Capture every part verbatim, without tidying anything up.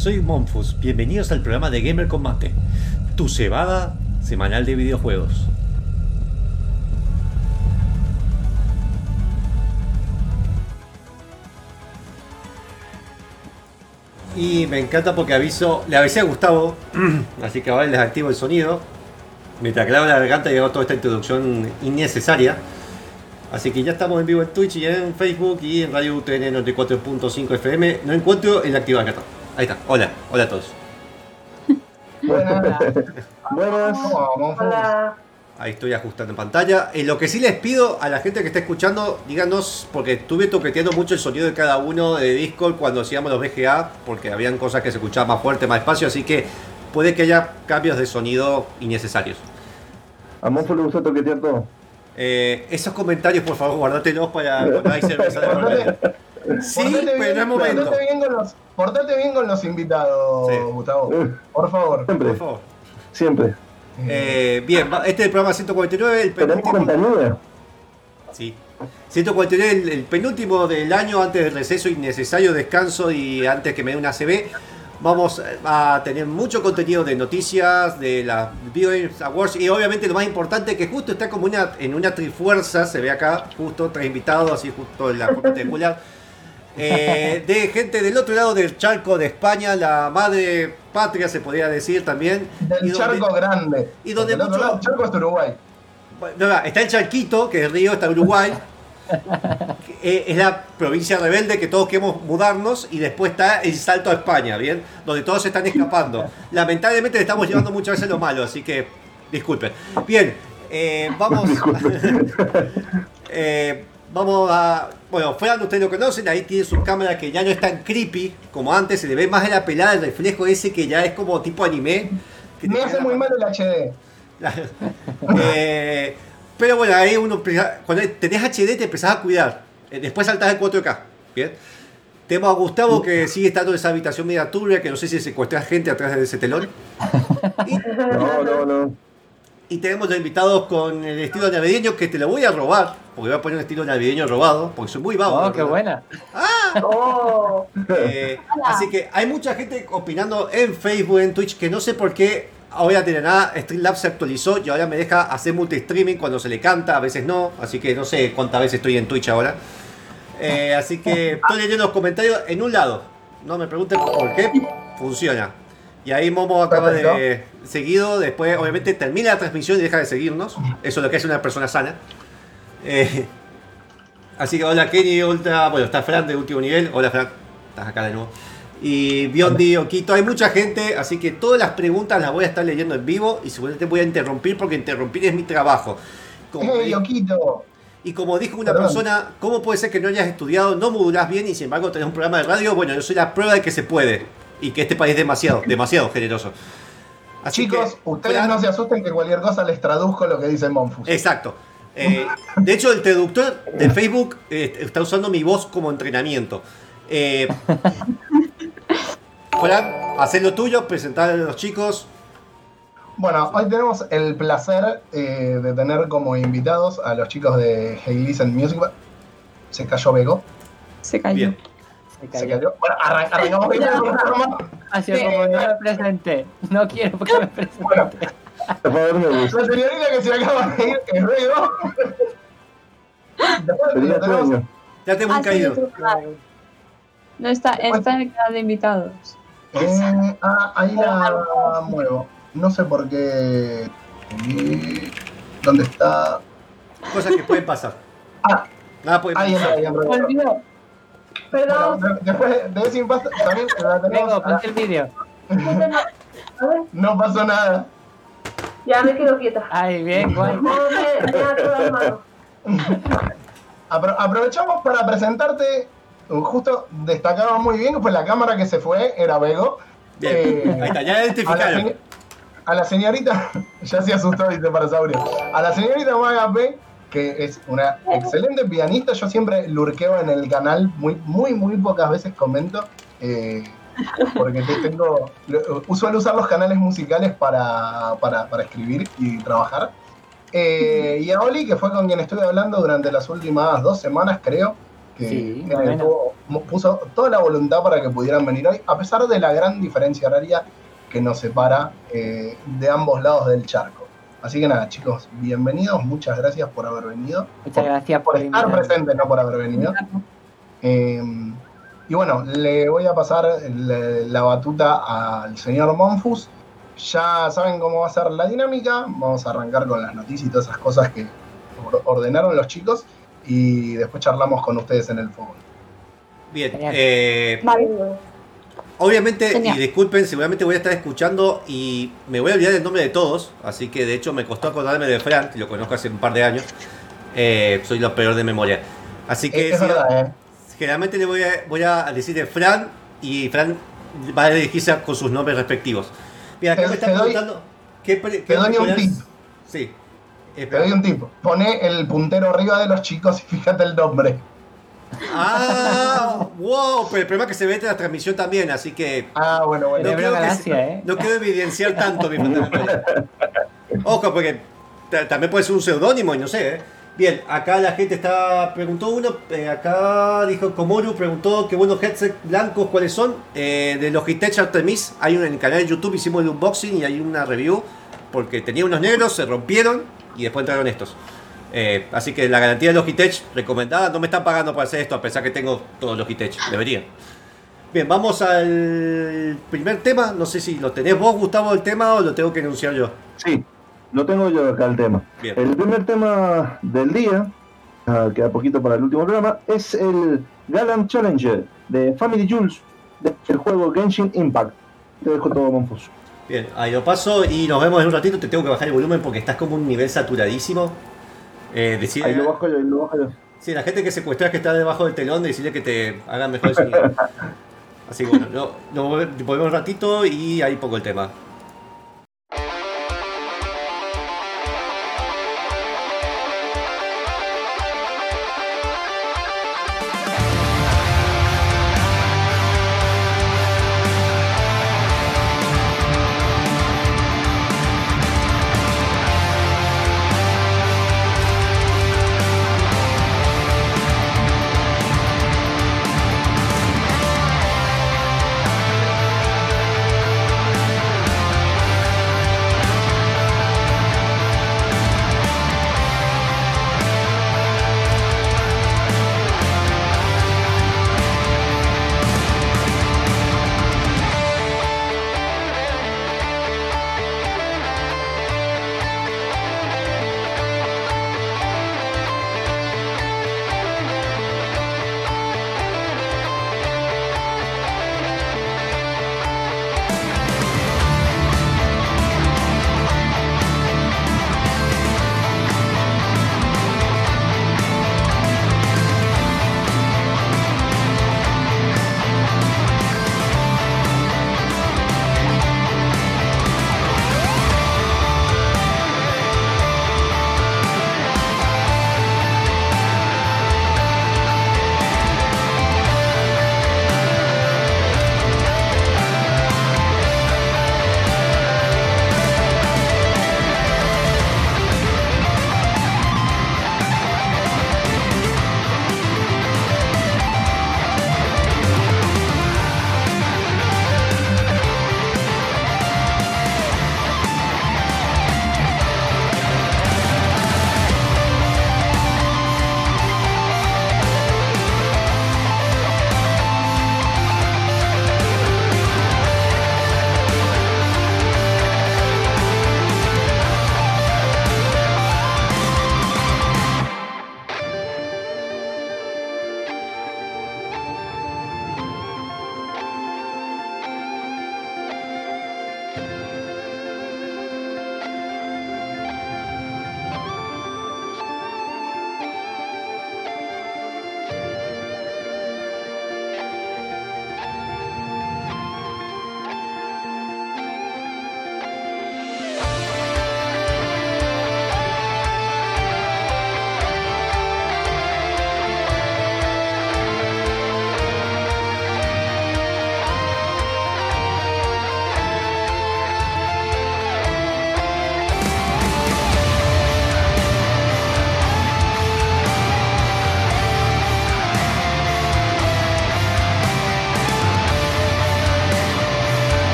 soy Monfus, bienvenidos al programa de Gamer Combate, tu cebada semanal de videojuegos. Y me encanta porque aviso, le avisé a Gustavo, así que ahora les activo el sonido, mientras clavo la garganta y hago toda esta introducción innecesaria. Así que ya estamos en vivo en Twitch y en Facebook y en Radio U T N noventa y cuatro punto cinco F M. No encuentro el activar acá. Ahí está. Hola, hola a todos. Buenas. Buenas. Hola. Ahí estoy ajustando en pantalla. Eh, lo que sí les pido a la gente que está escuchando, díganos, porque estuve toqueteando mucho el sonido de cada uno de Discord cuando hacíamos los V G A, porque habían cosas que se escuchaban más fuerte, más despacio, así que puede que haya cambios de sonido innecesarios. A Monfo le gusta toquetear todo. Eh, esos comentarios, por favor, guárdatelos para cuando hay cerveza de por medio. Sí, Portate pero no es momento. Portate bien con los, portate bien con los invitados, Sí. Gustavo. Por favor. Siempre, Por favor. siempre. Eh, bien, va- este es el programa ciento cuarenta y nueve, el Tenemos penúltimo. compañía. Sí. ciento cuarenta y nueve, el, el penúltimo del año antes del receso innecesario descanso y antes que me dé una A C B. Vamos a tener mucho contenido de noticias, de las Video Games Awards y obviamente lo más importante que justo está como una, en una trifuerza, se ve acá, justo tres invitados, así justo en la forma triangular, eh, de gente del otro lado del charco de España, la madre patria se podría decir también. Del y donde- charco grande. y donde Del otro mucho- lado del charco es Uruguay. No, no, está el Charquito, que es Río, está Uruguay. que, eh, es la provincia rebelde que todos queremos mudarnos. Y después está el salto a España, ¿bien? Donde todos se están escapando. Lamentablemente le estamos llevando muchas veces lo malo, así que disculpen. Bien, eh, vamos. eh, vamos a. Bueno, Fran, ustedes lo conocen, ahí tiene su cámara que ya no es tan creepy como antes. Se le ve más en la pelada el reflejo ese que ya es como tipo anime. que te Me queda hace la muy pantalla. mal el H D. Eh, pero bueno, ahí uno empieza- cuando tenés H D te empezás a cuidar. Eh, Después saltás al cuatro K. Bien. Tenemos a Gustavo que sigue estando en esa habitación media turbia, que no sé si secuestra gente atrás de ese telón. Y, No, no, no. y tenemos los invitados con el estilo navideño que te lo voy a robar, porque voy a poner un estilo navideño robado, porque soy muy vago. Oh, la qué verdad. buena. Oh, Eh, así que hay mucha gente opinando en Facebook, en Twitch, que no sé por qué ahora de la nada Streamlabs se actualizó y ahora me deja hacer multi-streaming cuando se le canta, a veces no, así que no sé cuántas veces estoy en Twitch ahora. Eh, así que estoy leyendo los comentarios en un lado, no me pregunten por qué, funciona. Y ahí Momo acaba de seguido, después obviamente termina la transmisión y deja de seguirnos, eso es lo que hace una persona sana. Eh, Así que hola Kenny, hola, bueno, está Fran de último nivel, hola Fran, estás acá de nuevo. Y Biondi, Oquito, hay mucha gente, así que todas las preguntas las voy a estar leyendo en vivo y seguramente voy a interrumpir porque interrumpir es mi trabajo. Como ¡Hey, di- Yoquito! y como dijo una Perdón. persona, ¿cómo puede ser que no hayas estudiado, no modulás bien y sin embargo tenés un programa de radio? Bueno, yo soy la prueba de que se puede y que este país es demasiado, demasiado generoso. Así Chicos, que, ustedes Fran- no se asusten que cualquier cosa les traduzco lo que dice Monfus. Exacto. Eh, de hecho, el traductor de Facebook eh, está usando mi voz como entrenamiento. Eh, Fran, haz lo tuyo, presentar a los chicos. Bueno, hoy tenemos el placer eh, de tener como invitados a los chicos de Hey Listen Music. Se cayó Bego. se cayó. Bien. Se Se cayó. cayó. Bueno, arran- arrancamos bien el programa. Así es como no me presenté. No quiero que me presente. Por favor, me gusta. La señorita que se acaba de ir es Bego. Después Tenía tenemos sueño. Ya te hemos Ah, sí, caído. es verdad. No está, está en el canal de invitados. Eh, ah, ahí la muevo. No sé por qué. Y- ¿Dónde está? Cosas que pueden pasar. Ah, Nada puede ahí pasar. está, ahí en Me realidad. olvidó. Bueno, Perdón. de- después de ese impasse también la tenemos. Vengo, a- ponte el vídeo. A ver, No pasó nada. ya me quedo quieta. Ay, bien, guay. No, me tenía todas las manos. Apro- aprovechamos para presentarte. Justo destacaba muy bien, pues la cámara que se fue era Bego. Bien, Eh, ahí está, ya a la, identificaron. señ- a la señorita, ya se asustó, dice Parasaurio. A la señorita Maga P, que es una excelente pianista. Yo siempre lurqueo en el canal, muy, muy, muy pocas veces comento. eh, porque te tengo. Usualo usar los canales musicales para, para, para escribir y trabajar. Eh, y a Oli, que fue con quien estuve hablando durante las últimas dos semanas, creo. Que Sí, que más o menos. estuvo mo- puso toda la voluntad para que pudieran venir hoy, a pesar de la gran diferencia horaria que nos separa eh, de ambos lados del charco. Así que nada, chicos, bienvenidos, muchas gracias por haber venido. Muchas gracias Por por estar invitarme. presentes, no por haber venido. Eh, y bueno, le voy a pasar le- la batuta al señor Monfus. Ya saben cómo va a ser la dinámica. Vamos a arrancar con las noticias y todas esas cosas que or- ordenaron los chicos. Y después charlamos con ustedes en el fútbol. Bien, Genial. eh, Vale. obviamente, Genial. y disculpen, seguramente voy a estar escuchando y me voy a olvidar el nombre de todos, así que de hecho me costó acordarme de Fran, que lo conozco hace un par de años. Eh, soy lo peor de memoria. Así que Es, es sí, verdad, ¿eh? generalmente le voy a, voy a decir de Fran y Fran va a dirigirse con sus nombres respectivos. Bien, acá Te- me están te doy- preguntando qué, pre- te qué doy un preferencias- tip. Sí. Te Espera. doy un tip. Poné el puntero arriba de los chicos y fíjate el nombre. Ah, wow, pero el problema es que se ve en la transmisión también, así que Ah, bueno, bueno. no Pero quiero, que gracias, se- ¿eh? no quiero evidenciar tanto mi falta de memoria. Ojo, porque ta- también puede ser un seudónimo y no sé, ¿eh? Bien, acá la gente está preguntó uno, eh, acá dijo Komoru, preguntó qué buenos headsets blancos cuáles son. Eh, de Logitech Artemis, hay un en el canal de YouTube, hicimos el unboxing y hay una review, porque tenía unos negros, se rompieron y después entraron estos. Eh, así que la garantía de Logitech recomendada, no me están pagando por hacer esto, a pesar que tengo todos Logitech, deberían. Bien, vamos al primer tema, no sé si lo tenés vos, Gustavo, el tema o lo tengo que anunciar yo. Sí, lo tengo yo acá el tema. Bien. El primer tema del día, ah, queda poquito para el último programa, es el Galant Challenger de Family Jewels del juego Genshin Impact. Te dejo todo confuso. Bien, ahí lo paso y nos vemos en un ratito. Te tengo que bajar el volumen porque estás como un nivel saturadísimo. Eh, decir, Ahí lo bajo yo, ahí lo bajo yo. sí, la gente que secuestra que está debajo del telón, decirle que te hagan mejor el sonido. Así que bueno, lo, lo volvemos un ratito y ahí pongo el tema.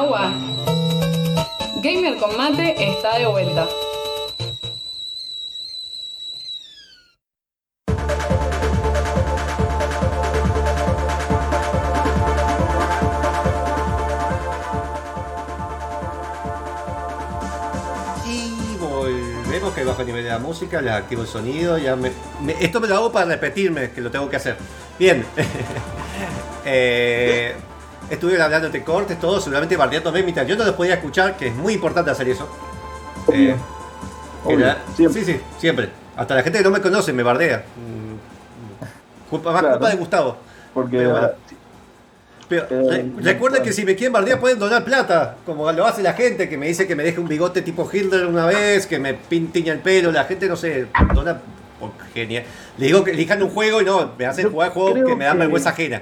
agua. Gamer con mate está de vuelta. Y volvemos, que bajo el nivel de la música, les activo el sonido, ya me, me- esto me lo hago para repetirme, que lo tengo que hacer. Bien. eh, estuve hablando de cortes, todo, seguramente bardeándome mientras yo no los podía escuchar, que es muy importante hacer eso. Obvio. Eh, Obvio, Era- siempre. Sí, sí, siempre. Hasta la gente que no me conoce me bardea. Mm, Culpa, más Claro. culpa de Gustavo. Porque Pero bueno. ah, Pero Eh, re- no, recuerden bueno. que si me quieren bardear pueden donar plata, como lo hace la gente que me dice que me deje un bigote tipo Hitler una vez, que me pin- tiña el pelo, la gente no sé, dona por genial. Le digo que elijan un juego y no, me hacen Yo jugar juegos creo que me dan que- vergüenza ajena.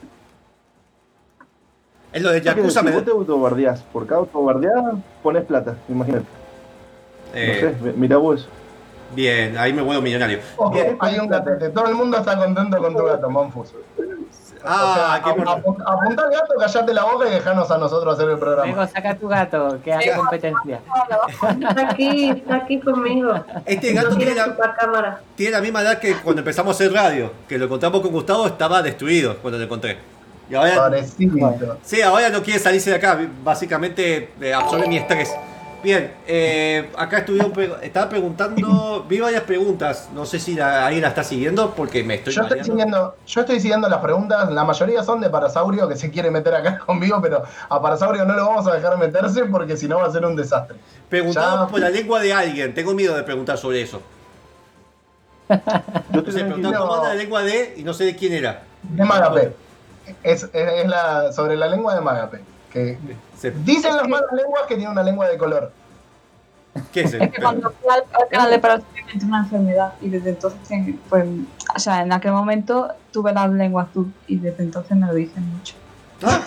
Es lo de porque Yakuza si me... vos te autobardeás, por cada autobardeada pones plata, imagínate. eh, No sé, mi- mirá vos. Bien, ahí me vuelvo millonario. Ojo, Bien. hay un gatete. Todo el mundo está contento con tu gato, Monfus. Ah, o sea, qué importante. apu- apuntá al gato, callate la boca y dejanos a nosotros hacer el programa. Luego saca tu gato, que haga competencia. Está aquí, está aquí conmigo. Este No gato quiere tiene la, chupar cámara. tiene la misma edad que cuando empezamos a hacer radio, que lo encontramos con Gustavo, estaba destruido cuando lo encontré. Y ahora, Pobrecito. sí, ahora no quiere salirse de acá, básicamente eh, absorbe mi estrés. Bien, eh, acá estuvieron, pre- estaba preguntando, vi varias preguntas, no sé si la- alguien la está siguiendo porque me estoy Yo estoy, mareando. siguiendo, yo estoy siguiendo las preguntas, la mayoría son de Parasaurio que se quiere meter acá conmigo, pero a Parasaurio no lo vamos a dejar meterse porque si no va a ser un desastre. Preguntado Ya- por la lengua de alguien, tengo miedo de preguntar sobre eso. Yo No estoy sé, tranquilo. preguntaron cómo anda la lengua de y no sé de quién era. De Magape. Es, es, es la, sobre la lengua de Magape. Que Se- dicen las malas lenguas que tiene una lengua de color. ¿Qué es? Es que cuando fui al, al canal de Parasaurio me entró una enfermedad y desde entonces, pues, o sea, en aquel momento tuve la lengua azul y desde entonces me lo dicen mucho. Ah.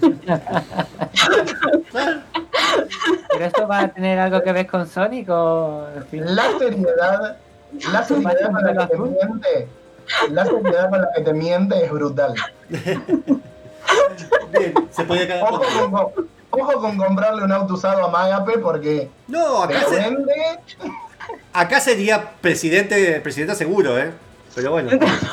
Ah. ¿Pero esto va a tener algo que ver con Sonic o...? En fin? La seriedad, la seriedad con la que te miente, la seriedad con la que te miente es brutal. Bien, se podía quedar Ojo con... con, ojo con comprarle un auto usado a Magape porque No, te acá, se- vende. acá sería presidente, presidenta seguro, ¿eh? Pero bueno.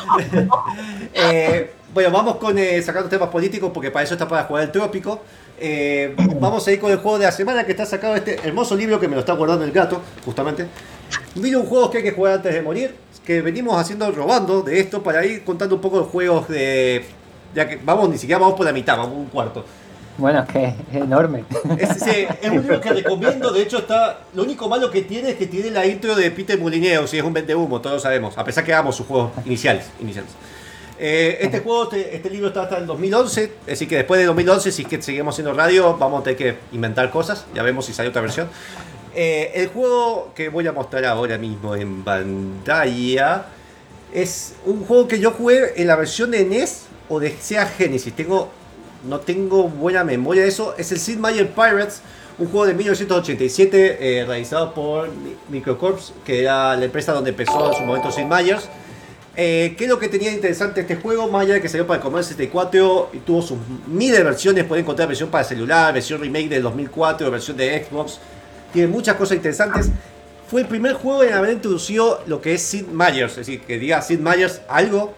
Eh, bueno, vamos con eh, sacando temas políticos porque para eso está para jugar el trópico. Eh, vamos a ir con el juego de la semana que está sacado este hermoso libro que me lo está guardando el gato, justamente. Mira un juego que hay que jugar antes de morir, que venimos haciendo, robando de esto para ir contando un poco de juegos de... Ya que vamos, ni siquiera vamos por la mitad, vamos un cuarto. Bueno, es que es enorme. Es, sí, es un libro que recomiendo, de hecho está... Lo único malo que tiene es que tiene la intro de Peter Molyneux y es un vendehumo, todos lo sabemos, a pesar que hagamos sus juegos iniciales. iniciales. Eh, este juego, este, este libro está hasta el dos mil once, así que después de dos mil once, si es que seguimos haciendo radio, vamos a tener que inventar cosas, ya vemos si sale otra versión. Eh, el juego que voy a mostrar ahora mismo en pantalla es un juego que yo jugué en la versión de N E S o de Sega Genesis. Tengo, no tengo buena memoria de eso. Es el Sid Meier Pirates, un juego de mil novecientos ochenta y siete eh, realizado por Microcorps, que era la empresa donde empezó en su momento Sid Meier's. Eh, ¿Qué es lo que tenía de interesante este juego? Más allá de que salió para el Commodore sesenta y cuatro y tuvo sus miles de versiones, pueden encontrar versión para celular, versión remake del dos mil cuatro, versión de Xbox. Tiene muchas cosas interesantes. Fue el primer juego en haber introducido lo que es Sid Meier's, es decir, que diga Sid Meier's algo.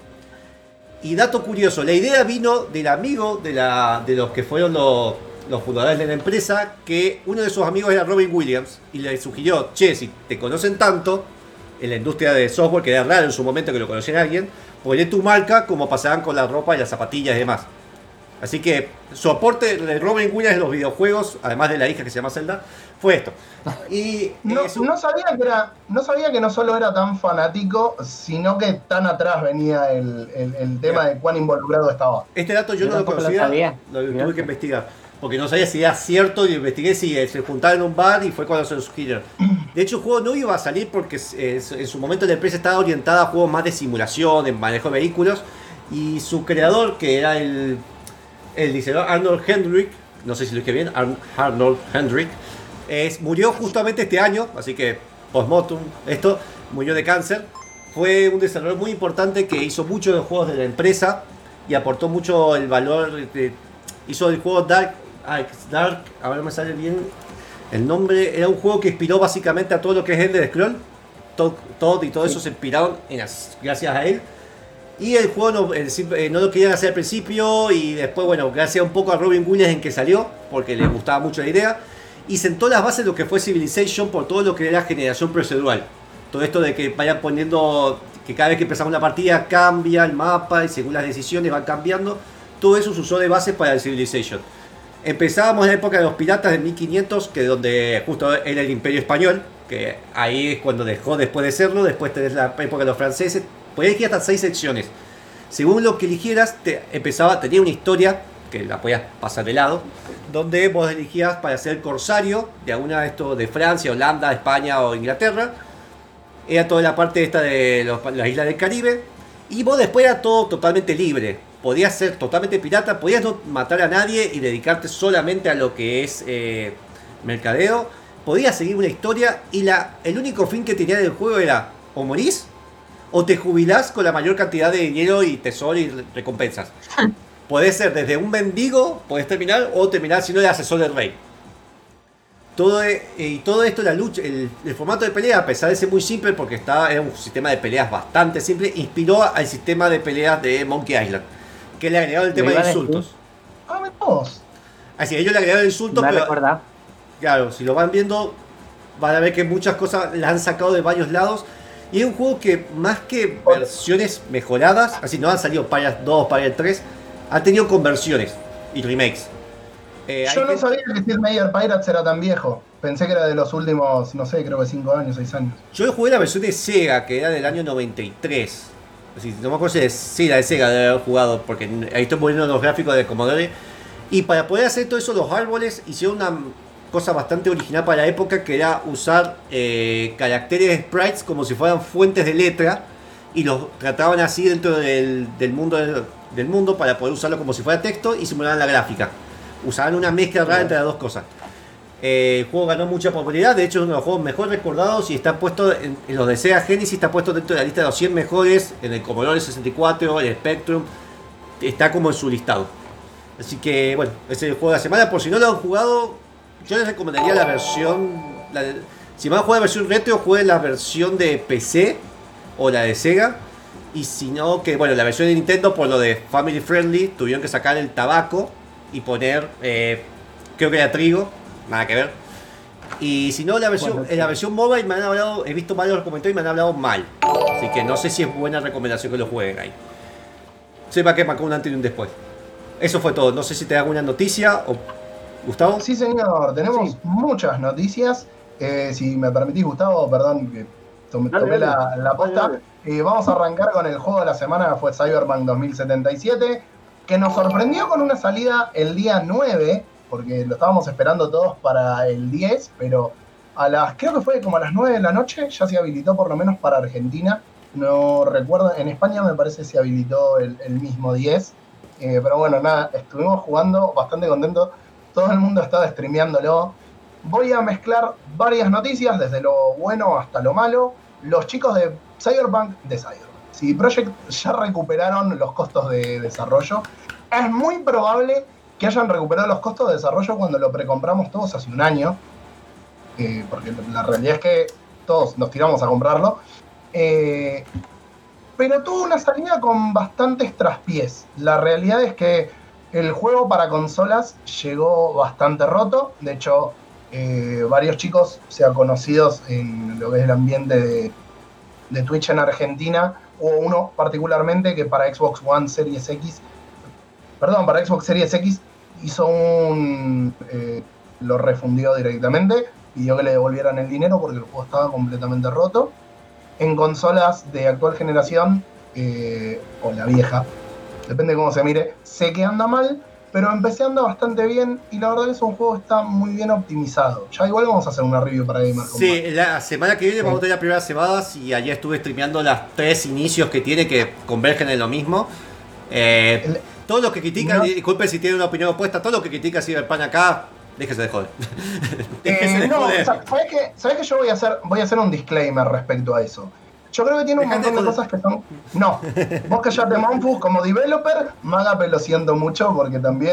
Y dato curioso, la idea vino del amigo de, la, de los que fueron los, los fundadores de la empresa, que uno de sus amigos era Robin Williams, y le sugirió, che, si te conocen tanto en la industria de software, que era raro en su momento que lo conociera alguien, poné tu marca como pasaban con la ropa y las zapatillas y demás. Así que su aporte de Robin Williams en los videojuegos, además de la hija que se llama Zelda, fue esto. Y No, eh, su- no sabía que era, no sabía que no solo era tan fanático, sino que tan atrás venía el, el- el tema de cuán involucrado estaba. este dato yo, Yo no lo tampoco lo conocía, sabía. lo, tuve Fíjate. que investigar. Porque no sabía si era cierto y investigué si eh, se juntaron en un bar y fue cuando se lo sugirieron. De hecho, el juego no iba a salir porque eh, en su momento la empresa estaba orientada a juegos más de simulación, de manejo de vehículos. Y su creador, que era el, el diseñador Arnold Hendrick, no sé si lo dije bien, Ar- Arnold Hendrick, es, murió justamente este año, así que post-mortem, esto, murió de cáncer. Fue un desarrollador muy importante que hizo muchos de los juegos de la empresa y aportó mucho el valor, de- hizo el juego Dark, Ay, Dark, ahora no me sale bien el nombre. Era un juego que inspiró básicamente a todo lo que es Elder Scroll. Todd, Todd y todo eso se inspiraron en las, gracias a él. Y el juego no, el, eh, no lo querían hacer al principio. Y después, bueno, gracias un poco a Robin Williams en que salió, porque le gustaba mucho la idea. Y sentó las bases de lo que fue Civilization por todo lo que era generación procedural. Todo esto de que vayan poniendo, que cada vez que empezamos una partida cambia el mapa y según las decisiones van cambiando. Todo eso se usó de base para el Civilization. Empezábamos en la época de los piratas de mil quinientos, que donde justo era el Imperio Español, que ahí es cuando dejó después de serlo. Después tenés la época de los franceses. Podías elegir hasta seis secciones. Según lo que eligieras, te empezaba, tenía una historia que la podías pasar de lado, donde vos elegías para ser corsario de alguna de estos de Francia, Holanda, España o Inglaterra. Era toda la parte esta de los, las islas del Caribe. Y vos después era todo totalmente libre. Podías ser totalmente pirata, podías no matar a nadie y dedicarte solamente a lo que es eh, mercadeo. Podías seguir una historia y la, el único fin que tenía del juego era o morís o te jubilás con la mayor cantidad de dinero y tesoro y recompensas. Podés ser desde un mendigo, podés terminar, o terminar siendo el asesor del rey. Todo, eh, y todo esto, la lucha, el, el formato de pelea, a pesar de ser muy simple, porque estaba, era un sistema de peleas bastante simple, inspiró al sistema de peleas de Monkey Island, que le agregaron el tema de insultos. Ah, vamos. Así, ellos le agregaron insultos, Me ha pero recordado. claro, si lo van viendo, van a ver que muchas cosas las han sacado de varios lados. Y es un juego que, más que versiones mejoradas, así no han salido Pyre dos, Pyre tres, han tenido conversiones y remakes. Eh, Yo no que... sabía que Sid Meier Pirates era tan viejo. Pensé que era de los últimos, no sé, creo que cinco años, seis años. Yo jugué la versión de Sega, que era del año noventa y tres. Así, no me acuerdo si es sí, la de Sega de haber jugado, porque ahí estoy poniendo los gráficos de Commodore. Y para poder hacer todo eso, los árboles hicieron una cosa bastante original para la época, que era usar eh, caracteres sprites como si fueran fuentes de letra, y los trataban así dentro del, del, mundo, del, del mundo para poder usarlo como si fuera texto y simulaban la gráfica. Usaban una mezcla rara entre las dos cosas. Eh, el juego ganó mucha popularidad, de hecho es uno de los juegos mejor recordados y está puesto en, en los de Sega Genesis, está puesto dentro de la lista de los cien mejores, en el Commodore sesenta y cuatro, el Spectrum, está como en su listado. Así que bueno, ese es el juego de la semana. Por si no lo han jugado, yo les recomendaría la versión, la de, si van a jugar la versión retro, jueguen la versión de P C o la de Sega. Y si no, que bueno, la versión de Nintendo, por lo de Family Friendly, tuvieron que sacar el tabaco y poner, eh, creo que era trigo, nada que ver. Y si no, la versión, bueno, en la versión mobile me han hablado, he visto varios comentarios y me han hablado mal. Así que no sé si es buena recomendación que lo jueguen ahí. Sepa que marcó un antes y un después. Eso fue todo. No sé si te da alguna noticia o Gustavo. Sí, señor. Tenemos sí. muchas noticias. Eh, si me permitís, Gustavo, perdón que tomé, tomé la, la posta. Eh, vamos a arrancar con el juego de la semana, fue Cyberpunk dos mil setenta y siete, que nos sorprendió con una salida el día nueve, porque lo estábamos esperando todos para el diez, pero a las, creo que fue como a las nueve de la noche, ya se habilitó por lo menos para Argentina. No recuerdo, en España me parece que se habilitó el, el mismo diez. Eh, pero bueno, nada, estuvimos jugando bastante contentos. Todo el mundo estaba streameándolo. Voy a mezclar varias noticias, desde lo bueno hasta lo malo. Los chicos de Cyberpunk, de Cyberpunk, CD Projekt ya recuperaron los costos de desarrollo. Es muy probable que hayan recuperado los costos de desarrollo cuando lo precompramos todos hace un año. Eh, porque la realidad es que todos nos tiramos a comprarlo. Eh, pero tuvo una salida con bastantes traspiés. La realidad es que el juego para consolas llegó bastante roto. De hecho, eh, varios chicos, o sea, conocidos en lo que es el ambiente de, de Twitch en Argentina, hubo uno particularmente que para Xbox One Series X, perdón, para Xbox Series X hizo un... Eh, lo refundió directamente, pidió que le devolvieran el dinero porque el juego estaba completamente roto. En consolas de actual generación, eh, o la vieja, depende de cómo se mire, sé que anda mal, pero empecé anda bastante bien y la verdad es que es un juego que está muy bien optimizado. Ya igual vamos a hacer una review para Gamer Combat. Sí, la semana que viene sí. vamos a tener las primeras cebadas y ayer estuve streameando las tres inicios que tiene que convergen en lo mismo. Eh, El, todos los que critican, no, disculpen si tienen una opinión opuesta, todos los que critican Cyberpunk acá, déjese de joder. déjese eh, de no, joder. ¿sabes qué? ¿Sabes que yo voy a hacer voy a hacer un disclaimer respecto a eso? Yo creo que tiene un Dejate montón de cosas que son... No, vos callate, Monfus, como developer, Magape lo siento mucho porque también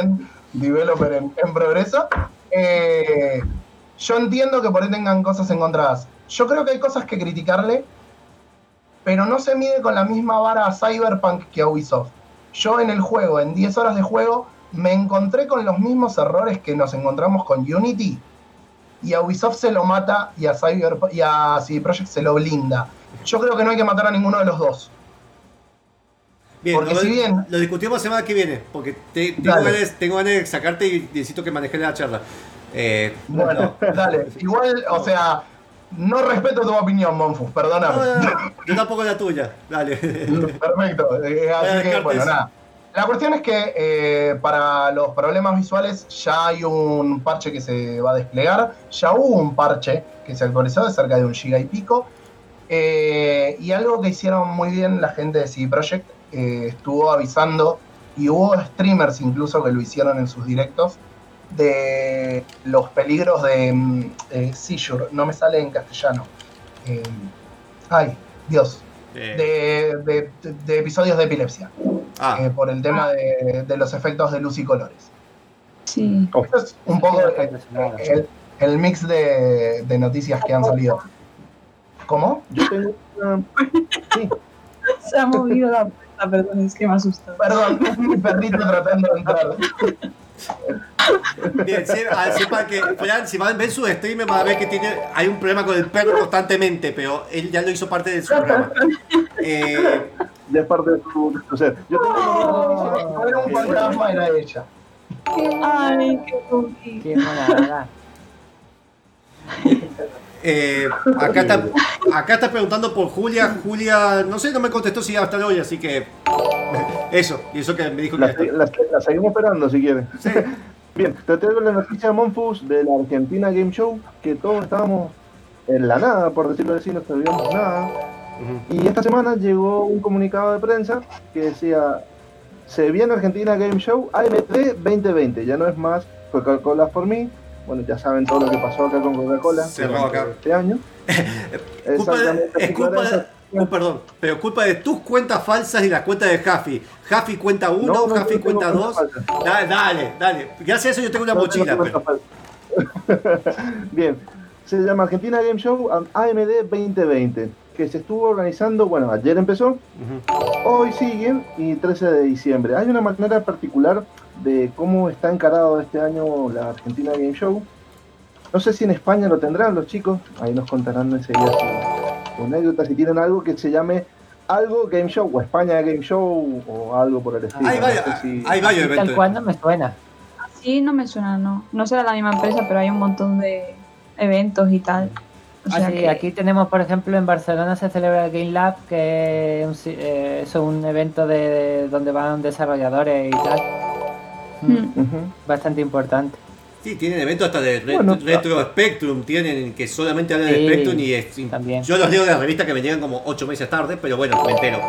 developer en, en progreso. Eh, yo entiendo que por ahí tengan cosas encontradas. Yo creo que hay cosas que criticarle, pero no se mide con la misma vara a Cyberpunk que a Ubisoft. Yo en el juego, en diez horas de juego, me encontré con los mismos errores que nos encontramos con Unity, y a Ubisoft se lo mata y a Cyberpunk y a C D Projekt se lo blinda. Yo creo que no hay que matar a ninguno de los dos. Bien, porque lo, si bien lo discutimos la semana que viene, porque te, tengo, ganas, tengo ganas de sacarte y necesito que manejes la charla. Eh, bueno, no. Dale. Igual, o sea, no respeto tu opinión, Monfus, perdóname. No, no, no, yo tampoco la tuya, dale. Perfecto. Eh, así que, bueno, nada. La cuestión es que eh, para los problemas visuales ya hay un parche que se va a desplegar. Ya hubo un parche que se actualizó de cerca de un giga y pico. Eh, y algo que hicieron muy bien la gente de C D Projekt, eh, estuvo avisando, y hubo streamers incluso que lo hicieron en sus directos, de los peligros de eh, seizure, no me sale en castellano. Eh, ay, Dios. De, de, de episodios de epilepsia. Ah. Eh, por el tema de, de los efectos de luz y colores. Sí. Esto es un poco el, el, el mix de, de noticias que han salido. ¿Cómo? Yo tengo una... Sí. Se ha movido la puerta, perdón, es que me asustó. Perdón, mi perrito tratando de entrar. Bien, sepa que Fran, si van a ver su stream van a ver que tiene, hay un problema con el perro constantemente, pero él ya lo hizo parte de su programa. Eh, ya es parte de su, o sea, yo tengo no, era un fantasma, era ella. Ay, qué cookie. Qué mala. Eh, acá está acá está preguntando por Julia. Julia, no sé, no me contestó si iba a estar hoy, así que eso, y eso que me dijo que la, la, la seguimos esperando si quieren. Sí. Bien, te traigo la noticia, Monfus, de la Argentina Game Show, que todos estábamos en la nada, por decirlo así, no sabíamos nada. Uh-huh. Y esta semana llegó un comunicado de prensa que decía: se viene Argentina Game Show A M D veinte veinte, ya no es más Coca-Cola for Me. Bueno, ya saben todo lo que pasó acá con Coca-Cola este año. culpa de, es culpa de, oh, perdón, pero culpa de tus cuentas falsas y las cuentas de Jaffi. Jaffi cuenta uno, no, no, Jaffi no cuenta dos. Dale, dale, dale. Gracias a eso yo tengo una no, mochila. Pero... Bien, se llama Argentina Game Show A M D veinte veinte, que se estuvo organizando, bueno, ayer empezó, uh-huh. Hoy sigue y trece de diciembre. Hay una manera particular de cómo está encarado este año la Argentina Game Show. No sé si en España lo tendrán los chicos, ahí nos contarán enseguida su, su anécdota, si tienen algo que se llame algo Game Show, o España Game Show, o algo por el estilo. Hay varios, no sé si... hay varios eventos. Tal cual no me suena. Sí, no me suena, no. No será la misma empresa, pero hay un montón de eventos y tal. O sea, ah, sí, que... aquí tenemos, por ejemplo, en Barcelona se celebra el Game Lab, que es un, eh, es un evento de, de donde van desarrolladores y tal. Mm. Uh-huh. Bastante importante. Sí, tienen eventos hasta de re- bueno, Retro Spectrum, tienen que solamente hablan sí, de Spectrum y es, también. Yo los leo de la revista que me llegan como ocho meses tarde, pero bueno, me entero.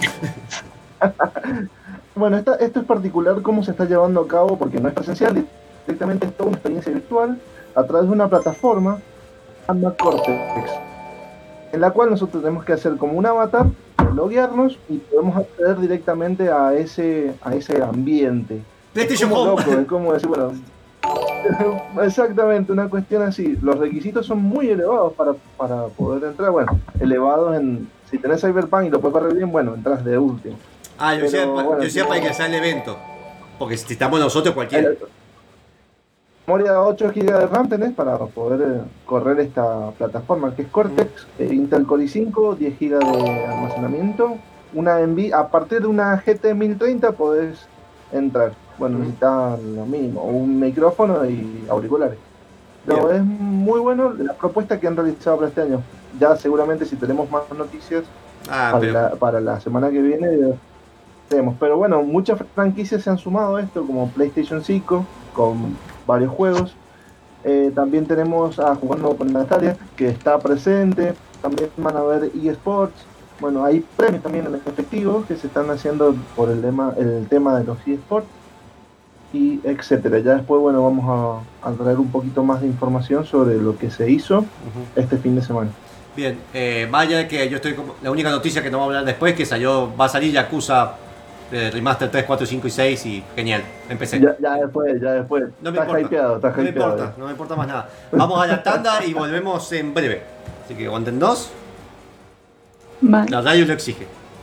Bueno, esta, esto es particular cómo se está llevando a cabo, porque no es presencial, directamente es toda una experiencia virtual a través de una plataforma llamada Cortex, en la cual nosotros tenemos que hacer como un avatar, loguearnos y podemos acceder directamente a ese, a ese ambiente. PlayStation Home. Loco, es como decir, bueno, exactamente, una cuestión así. Los requisitos son muy elevados para, para poder entrar. Bueno, elevados en... Si tenés Cyberpunk y lo puedes correr bien, bueno, entras de último. Ah, yo decía, bueno, yo decía sí, para que sea el evento. Porque si estamos nosotros, cualquiera. Memoria ocho gigas de RAM tenés para poder eh, correr esta plataforma, que es Cortex, eh, Intel Core i cinco, diez gigas de almacenamiento. Una Nvidia, a partir de una G T mil treinta podés entrar. Bueno, necesitas lo mínimo, un micrófono y auriculares. Pero bien, es muy bueno la propuesta que han realizado para este año. Ya seguramente si tenemos más noticias ah, para, pero... la, para la semana que viene tenemos. Pero bueno, muchas franquicias se han sumado a esto, como PlayStation cinco, con varios juegos. Eh, también tenemos a Jugando con Natalia, que está presente. También van a ver eSports. Bueno, hay premios también en efectivo que se están haciendo por el tema, el tema de los eSports. Y etcétera. Ya después, bueno, vamos a, a traer un poquito más de información sobre lo que se hizo uh-huh. este fin de semana. Bien, eh, vaya que yo estoy como, la única noticia que no vamos a hablar después que salió, va a salir Yakuza Eh, remaster tres, cuatro, cinco y seis y genial. Empecé. Ya, ya después, ya después. No me Estás importa. hypeado, estás no me hypeado. importa, no me importa más nada. Vamos a la tanda y volvemos en breve. Así que aguanten dos. Vale. La radio lo exige.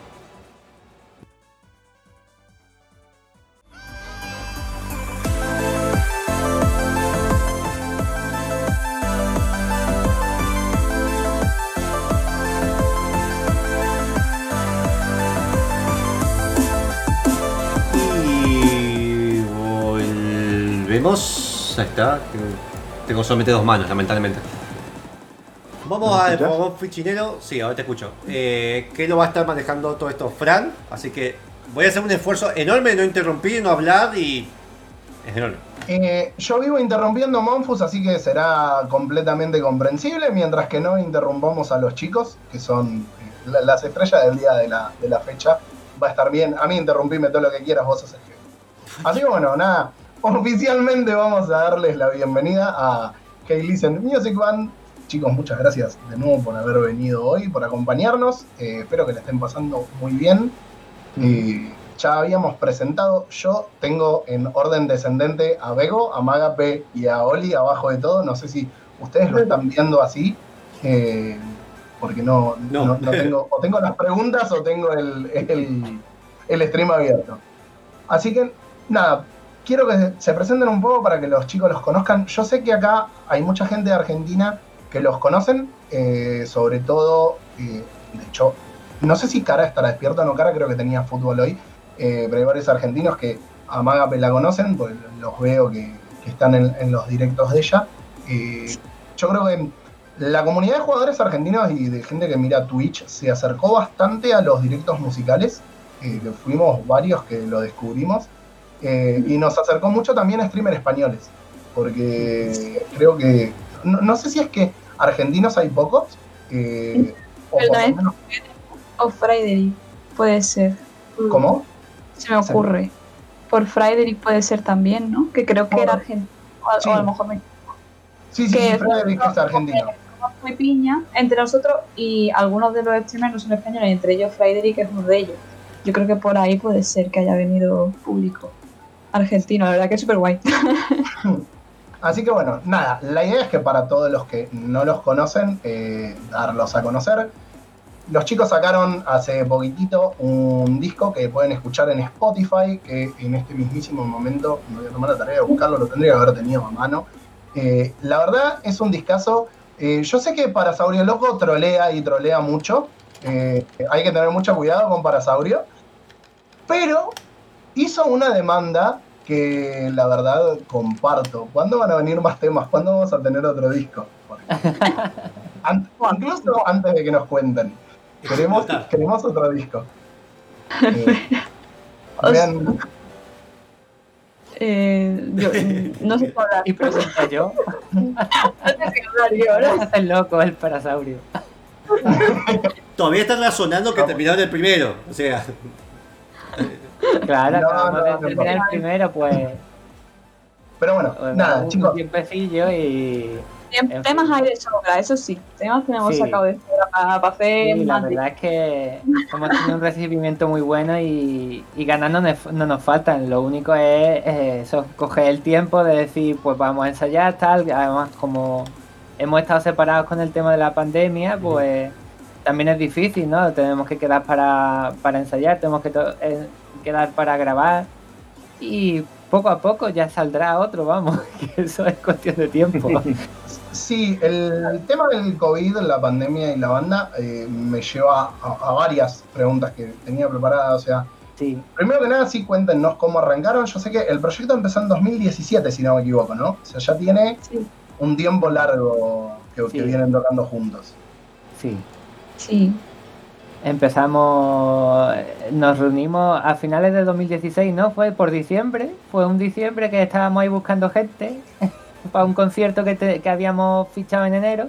Y volvemos. Ahí está. Tengo, tengo solamente dos manos, lamentablemente. Vamos al robot fichinero. Sí, ahora te escucho. Eh, que lo va a estar manejando todo esto Fran. Así que voy a hacer un esfuerzo enorme de no interrumpir, no hablar y. Es enorme. Eh, yo vivo interrumpiendo Monfus, así que será completamente comprensible, mientras que no interrumpamos a los chicos, que son eh, la- las estrellas del día de la, de la fecha. Va a estar bien. A mí interrumpime todo lo que quieras, vos sos el jefe. Así que bueno, nada. Oficialmente vamos a darles la bienvenida a Hey Listen Music Band. Chicos, muchas gracias de nuevo por haber venido hoy, por acompañarnos. Eh, espero que la estén pasando muy bien. Eh, ya habíamos presentado, yo tengo en orden descendente a Bego, a Magape y a Oli abajo de todo. No sé si ustedes lo están viendo así, eh, porque no, No. no- no tengo, o tengo las preguntas o tengo el, el, el stream abierto. Así que, nada, quiero que se presenten un poco para que los chicos los conozcan. Yo sé que acá hay mucha gente de Argentina que los conocen, eh, sobre todo, eh, de hecho, no sé si Cara estará despierta o no. Cara creo que tenía fútbol hoy, eh, pero hay varios argentinos que a Magape la conocen, pues los veo que, que están en, en los directos de ella. Eh, yo creo que la comunidad de jugadores argentinos y de gente que mira Twitch se acercó bastante a los directos musicales, eh, que fuimos varios que lo descubrimos, eh, y nos acercó mucho también a streamers españoles, porque creo que, no, no sé si es que argentinos hay pocos, eh, o Pero por lo también menos, o Frederick, puede ser. ¿cómo? Se me ocurre. Por Frederick puede ser también, ¿no? Que creo que Bueno, era argentino. O, a- sí. o a lo mejor me Sí, sí, que sí, Frederick es argentino. somos muy piña entre nosotros y algunos de los streamers no son españoles, y entre ellos Frederick es uno de ellos. Yo creo que por ahí puede ser que haya venido público argentino, la verdad que es súper guay. Así que bueno, nada, la idea es que para todos los que no los conocen, eh, darlos a conocer. Los chicos sacaron hace poquitito un disco que pueden escuchar en Spotify, que en este mismísimo momento me voy a tomar la tarea de buscarlo, lo tendría que haber tenido a mano. Eh, la verdad es un discazo. Eh, yo sé que Parasaurio Loco trolea y trolea mucho. Eh, hay que tener mucho cuidado con Parasaurio. Pero hizo una demanda que la verdad comparto. ¿Cuándo van a venir más temas? ¿Cuándo vamos a tener otro disco? Porque an- incluso antes de que nos cuenten. Queremos, queremos otro disco. Eh, vean, Eh, yo, no sé qué hablar. Y pregunta yo. No sé qué hablar yo Ahora ahora. se hace el loco el parasaurio. Todavía están razonando que terminaron el primero. O sea, Claro, No, acabamos no, de no terminar el importa. primero, pues. pero bueno, eh, nada, un chicos. tiempecillo y. Tiem- En Temas fin. hay de sobra, eso sí. Temas tenemos Sí. sacado de sobra para, para hacer Sí, la más de- verdad es que hemos tenido un recibimiento muy bueno y, y ganas no, nos- no nos faltan. Lo único es eh, eso, coger el tiempo de decir, pues vamos a ensayar, tal. Además, como hemos estado separados con el tema de la pandemia, pues también es difícil, ¿no? Tenemos que quedar para, para ensayar, tenemos que to- eh, quedar para grabar y poco a poco ya saldrá otro, vamos, que eso es cuestión de tiempo. Sí, el, el tema del COVID, la pandemia y la banda eh, me lleva a, a varias preguntas que tenía preparadas. O sea, Sí, primero que nada, sí, cuéntenos cómo arrancaron. Yo sé que el proyecto empezó en dos mil diecisiete, si no me equivoco, ¿no? O sea, ya tiene Sí, un tiempo largo que, que Sí. vienen tocando juntos. sí. sí. Empezamos, eh, nos reunimos a finales de dos mil dieciséis, ¿no? Fue por diciembre, fue un diciembre que estábamos ahí buscando gente para un concierto que, te- que habíamos fichado en enero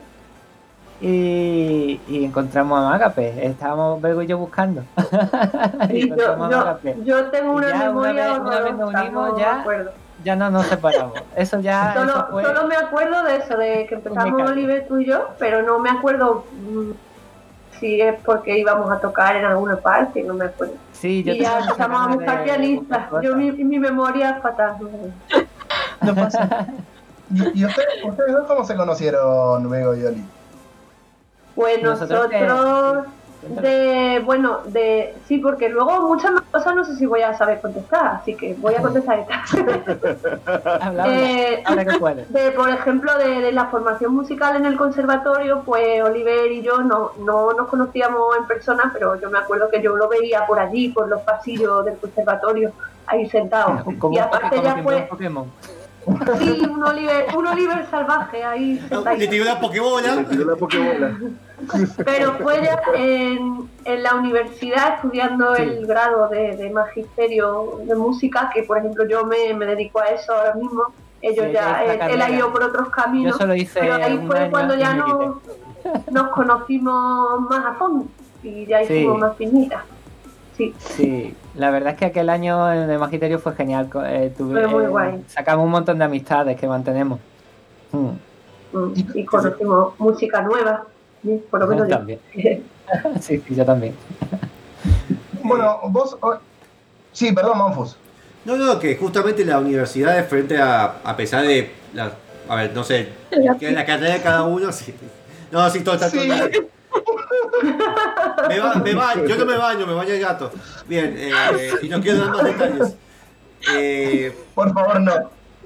y, y encontramos a Magape, estábamos Bego y yo buscando. Y Sí, yo, encontramos a yo, Magape. yo tengo Y una ya una memoria vez- una vez nos horrorosa, unimos, no ya- me acuerdo. Ya no nos separamos, eso ya eso Solo, fue... solo me acuerdo de eso, de que empezamos caso. Oliver tú y yo, pero no me acuerdo mm, si es porque íbamos a tocar en alguna parte, no me acuerdo. Sí, yo y ya tengo muchas empezamos a ganas buscar de pianistas. buscar Yo mi, cosas. mi memoria es fatal. No pasa. ¿Y, y ustedes, ustedes dos cómo se conocieron, Bego y Oli? Pues Nosotros que- nosotros sí, de, bueno, de, sí, porque luego muchas más cosas no sé si voy a saber contestar, así que voy a contestar esta. Habla, habla, Eh, ahora que puedes. De, por ejemplo, de, de la formación musical en el conservatorio, pues Oliver y yo no, no nos conocíamos en persona, pero yo me acuerdo que yo lo veía por allí, por los pasillos del conservatorio, ahí sentado. Como y un aparte Poké- ya como fue, un Pokémon. sí, un Oliver, un Oliver salvaje ahí Le sentadito. tiró una pokebola. Le tiró la Pokébola. Pero fue ya en, en la universidad estudiando Sí. el grado de, de magisterio de música, que por ejemplo yo me, me dedico a eso ahora mismo. Ellos Sí, ya, ella hizo la él, él ha carrera. ido por otros caminos. Yo solo hice pero ahí un fue año cuando y ya me nos, nos conocimos más a fondo y ya hicimos Sí. más pinitas. Sí, Sí, la verdad es que aquel año en el magisterio fue genial. co- eh, tuve- Fue muy eh, guay. Sacamos un montón de amistades que mantenemos. Mm, mm, y conocimos música nueva, ¿sí? Por lo menos yo. también. Sí, sí, yo también. Bueno, vos... o- Sí, perdón, Manfus. No, no, que justamente la universidad es frente a, a pesar de, la, a ver, no sé, que la carrera de cada uno, sí. No, sí, todo está todo Sí. está- Me, va, me va, yo no me baño, me baña el gato. Bien, eh, y no quiero dar más detalles. Eh, Por favor, no.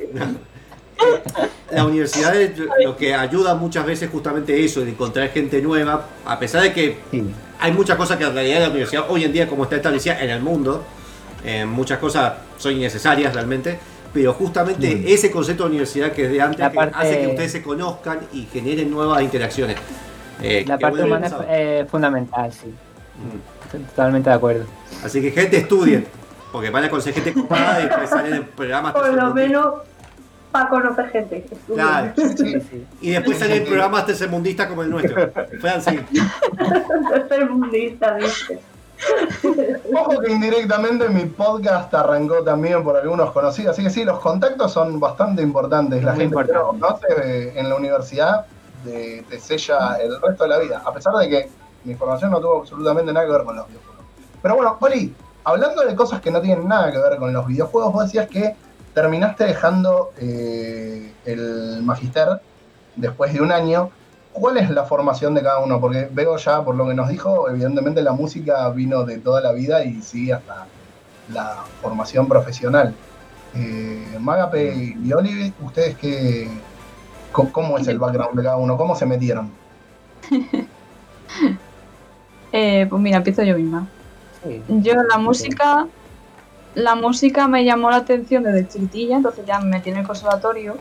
la universidad es lo que ayuda muchas veces justamente eso, de encontrar gente nueva, a pesar de que Sí. hay muchas cosas que en realidad la universidad hoy en día, como está establecida en el mundo, eh, muchas cosas son innecesarias realmente, pero justamente Mm. ese concepto de universidad que es de antes La que parte- hace que ustedes se conozcan y generen nuevas interacciones. Eh, La que parte vuelven humana es a- eh, fundamental, sí. Mm. Estoy totalmente de acuerdo. Así que gente, estudien, porque van a conocer gente copada y después salen en programas Por lo tercermundistas. menos para conocer gente. Claro. Sí, sí. Y después salen en programas tercermundistas como el nuestro. Fue así. Tercermundista, dice. Ojo que indirectamente mi podcast arrancó también por algunos conocidos, así que sí, los contactos son bastante importantes. La Muy gente que importante. no conoce en la universidad te, te sella el resto de la vida, a pesar de que mi formación no tuvo absolutamente nada que ver con los videojuegos. Pero bueno, Oli, hablando de cosas que no tienen nada que ver con los videojuegos, vos decías que terminaste dejando eh, el magister después de un año. ¿Cuál es la formación de cada uno? Porque Bego ya, por lo que nos dijo, evidentemente la música vino de toda la vida y sigue hasta la formación profesional. Eh, Magape y Olive, ¿ustedes qué, cómo, cómo es el background de cada uno? ¿Cómo se metieron? Eh, pues mira, empiezo yo misma. Sí. Yo la música, la música me llamó la atención desde chiquitilla, entonces ya me metí en el conservatorio.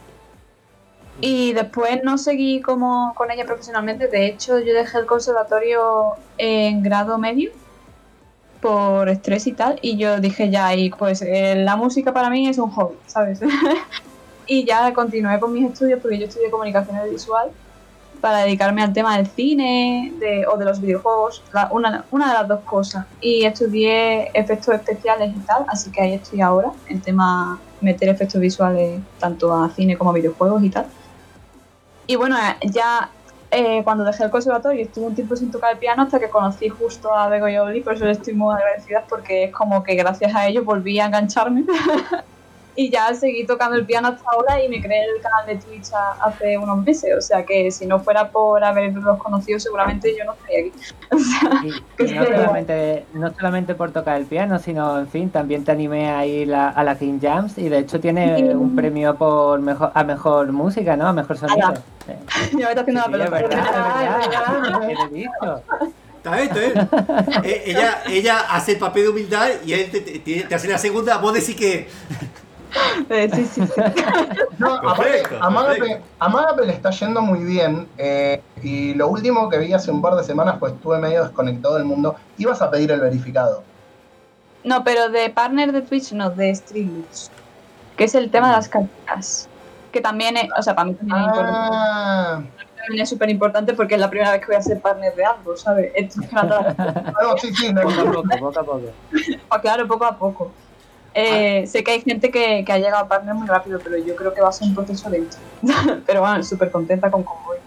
Y después no seguí como con ella profesionalmente. De hecho, yo dejé el conservatorio en grado medio por estrés y tal. Y yo dije ya, y pues eh, la música para mí es un hobby, ¿sabes? Y ya continué con mis estudios porque yo estudié comunicación audiovisual para dedicarme al tema del cine de, o de los videojuegos, la- una, una de las dos cosas. Y estudié efectos especiales y tal, así que ahí estoy ahora, el tema meter efectos visuales tanto a cine como a videojuegos y tal. Y bueno, eh, ya eh, cuando dejé el conservatorio estuve un tiempo sin tocar el piano hasta que conocí justo a Bego y a Oli, por eso les estoy muy agradecida porque es como que gracias a ellos volví a engancharme. Y ya seguí tocando el piano hasta ahora y me creé el canal de Twitch a- hace unos meses. O sea que si no fuera por haberlos conocido, seguramente yo no estaría aquí. O sea, Y, y no, solamente, no solamente por tocar el piano, sino, en fin, también te animé a ir a, a la King Jams y de hecho tiene Sí. un premio por mejor, a mejor música, ¿no? A mejor sonido. Ala. Sí. ya me está haciendo Sí, la es pelota. verdad, es verdad. ¿Qué le he dicho? Está bien, está bien. Eh, ella, ella hace el papel de humildad y él te, te- te hace la segunda. Vos decís que. Eh, sí, sí, sí. No, aparte, Perfecto, a Magape, perfecto. a Magape le está yendo muy bien. eh, y lo último que vi hace un par de semanas, pues estuve medio desconectado del mundo. Ibas a pedir el verificado. No, pero de partner de Twitch no, de Streamlabs. Que es el tema de las carteras. Que también es, o sea, para mí también es importante. Ah, También es súper importante porque es la primera vez que voy a ser partner de algo, ¿sabes? Estoy esperando a la- no, sí, sí, no, Poco a poco, poco a poco. Ah, claro, poco a poco. Eh, sé que hay gente que, que ha llegado a partner muy rápido, pero yo creo que va a ser un proceso lento. Pero bueno, súper contenta con cómo voy.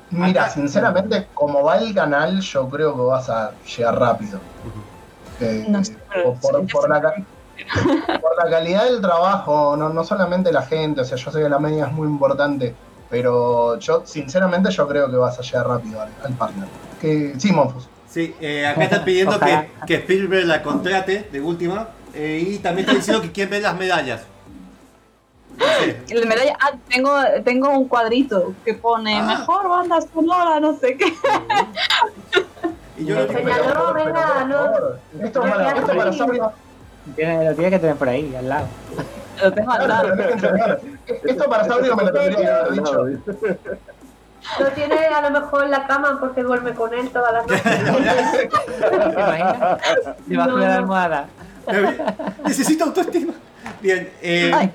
Mira, Acá- sinceramente, como va el canal, yo creo que vas a llegar rápido. Eh, No sé, pero por, por- sí, por la, ca- por la calidad del trabajo, no, no solamente la gente, o sea, yo sé que la media es muy importante, pero yo, sinceramente, yo creo que vas a llegar rápido al, al partner. Que, sí, Monfus. Sí, eh, acá están pidiendo Ojalá. que, que Spielberg la contrate de última. eh, y también están diciendo que quieren ver las medallas. No sé. La medalla, ah, tengo, tengo un cuadrito que pone Ah. mejor banda sonora, no sé qué. Y yo lo Pero- único- Señaló, pero, venga, por no. favor, Esto para, esto para Saurio. Tiene- lo tiene que tener por ahí, al lado. Lo tengo al Claro, lado. pero tenés que entender. Esto para Saurio me lo tendría que haber dicho. Lo tiene a lo mejor en la cama porque duerme con él todas las noches. ¿Te imaginas? Debajo de la almohada. Necesito autoestima. Bien, eh, Ay,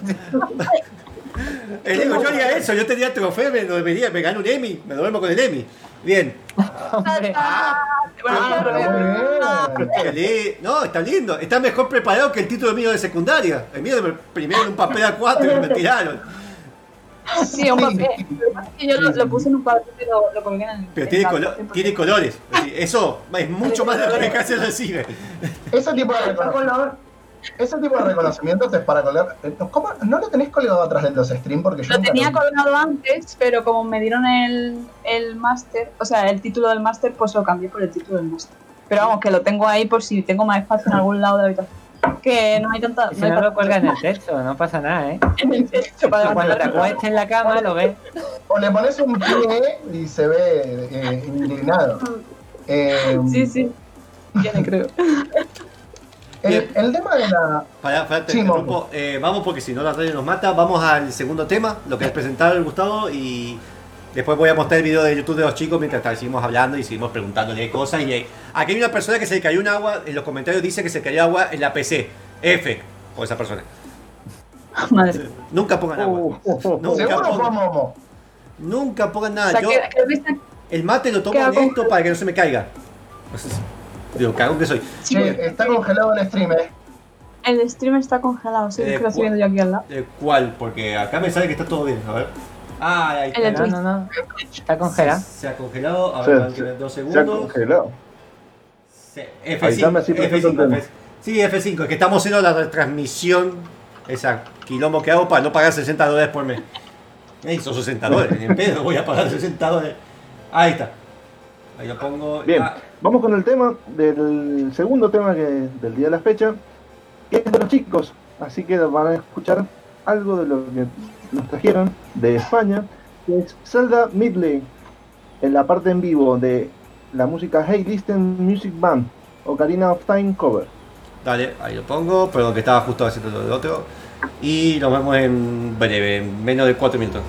eh, digo, yo haría eso, yo tendría trofeo, me, dormiría, me gano un Emmy, me duermo con el Emmy. Bien. Hombre, bueno, Ah, pero- muy bien. Qué li- No, está lindo. Está mejor preparado que el título mío de secundaria. El mío de primero en un papel A cuatro y me tiraron. Sí, un papel. Lo que pasa es que yo lo, lo puse en un papel y lo, lo colgué en el. Pero en tiene, la- colo- tiene colores. Es decir, eso es mucho más de lo que acá se recibe. Ese tipo de Otro reconocimientos, color. ese tipo de reconocimientos es para colgar. ¿Cómo? ¿No lo tenés colgado atrás de los streams? Porque yo Lo nunca tenía lo- colgado antes, pero como me dieron el, el máster, o sea, el título del máster, pues lo cambié por el título del máster. Pero vamos, que lo tengo ahí por si tengo más espacio en algún lado de la habitación. Que no hay tanta. si hay no lo tanta- cuelga en el techo, no pasa nada, ¿eh? en el techo para Cuando te levantar. acuestes en la cama lo ves. O le pones un pie y se ve eh, inclinado. Eh, Sí, sí. Tiene, creo. el, el tema de la. Para, para, te Sí, interrumpo. Eh, vamos porque si no la radio nos mata. Vamos al segundo tema, lo que es presentar el Gustavo y después voy a mostrar el video de YouTube de los chicos mientras seguimos hablando y seguimos preguntándole cosas. Y eh, aquí hay una persona que se le cayó un agua, en los comentarios dice que se cayó agua en la P C. F por esa persona. Madre. Nunca pongan agua. Uh, Nunca Seguro fue pongan, Momo. nunca pongan O nada. sea, Yo que, que viste. el mate lo tomo ¿Qué hago? lento para que no se me caiga. Digo, cagón que soy. Sí, Che, está congelado el stream, eh. el streamer está congelado, sí, Eh, que lo estoy viendo yo aquí al lado. Eh, ¿Cuál? Porque acá me sale que está todo bien. A ver. Ah, ahí El de está. No, no, no. Está congelado. Se ha congelado. A Se- ver, van que ver dos Se ha segundos. congelado. Sí, Avísame F cinco, si presento F cinco, el tema. F- Sí, F cinco, es que estamos haciendo la retransmisión, esa quilombo que hago para no pagar sesenta dólares por mes. Eh, son sesenta dólares, ni en pedo voy a pagar sesenta dólares. Ahí está. Ahí lo pongo. Bien, Ah, vamos con el tema del segundo tema que, del día de la fecha, que es de los chicos. Así que van a escuchar algo de lo que nos trajeron de España, que es Zelda Midley, en la parte en vivo de la música Hey Listen Music Band, Ocarina of Time Cover. dale, ahí lo pongo, perdón que estaba justo haciendo lo del otro. Y nos vemos en breve, en menos de cuatro minutos.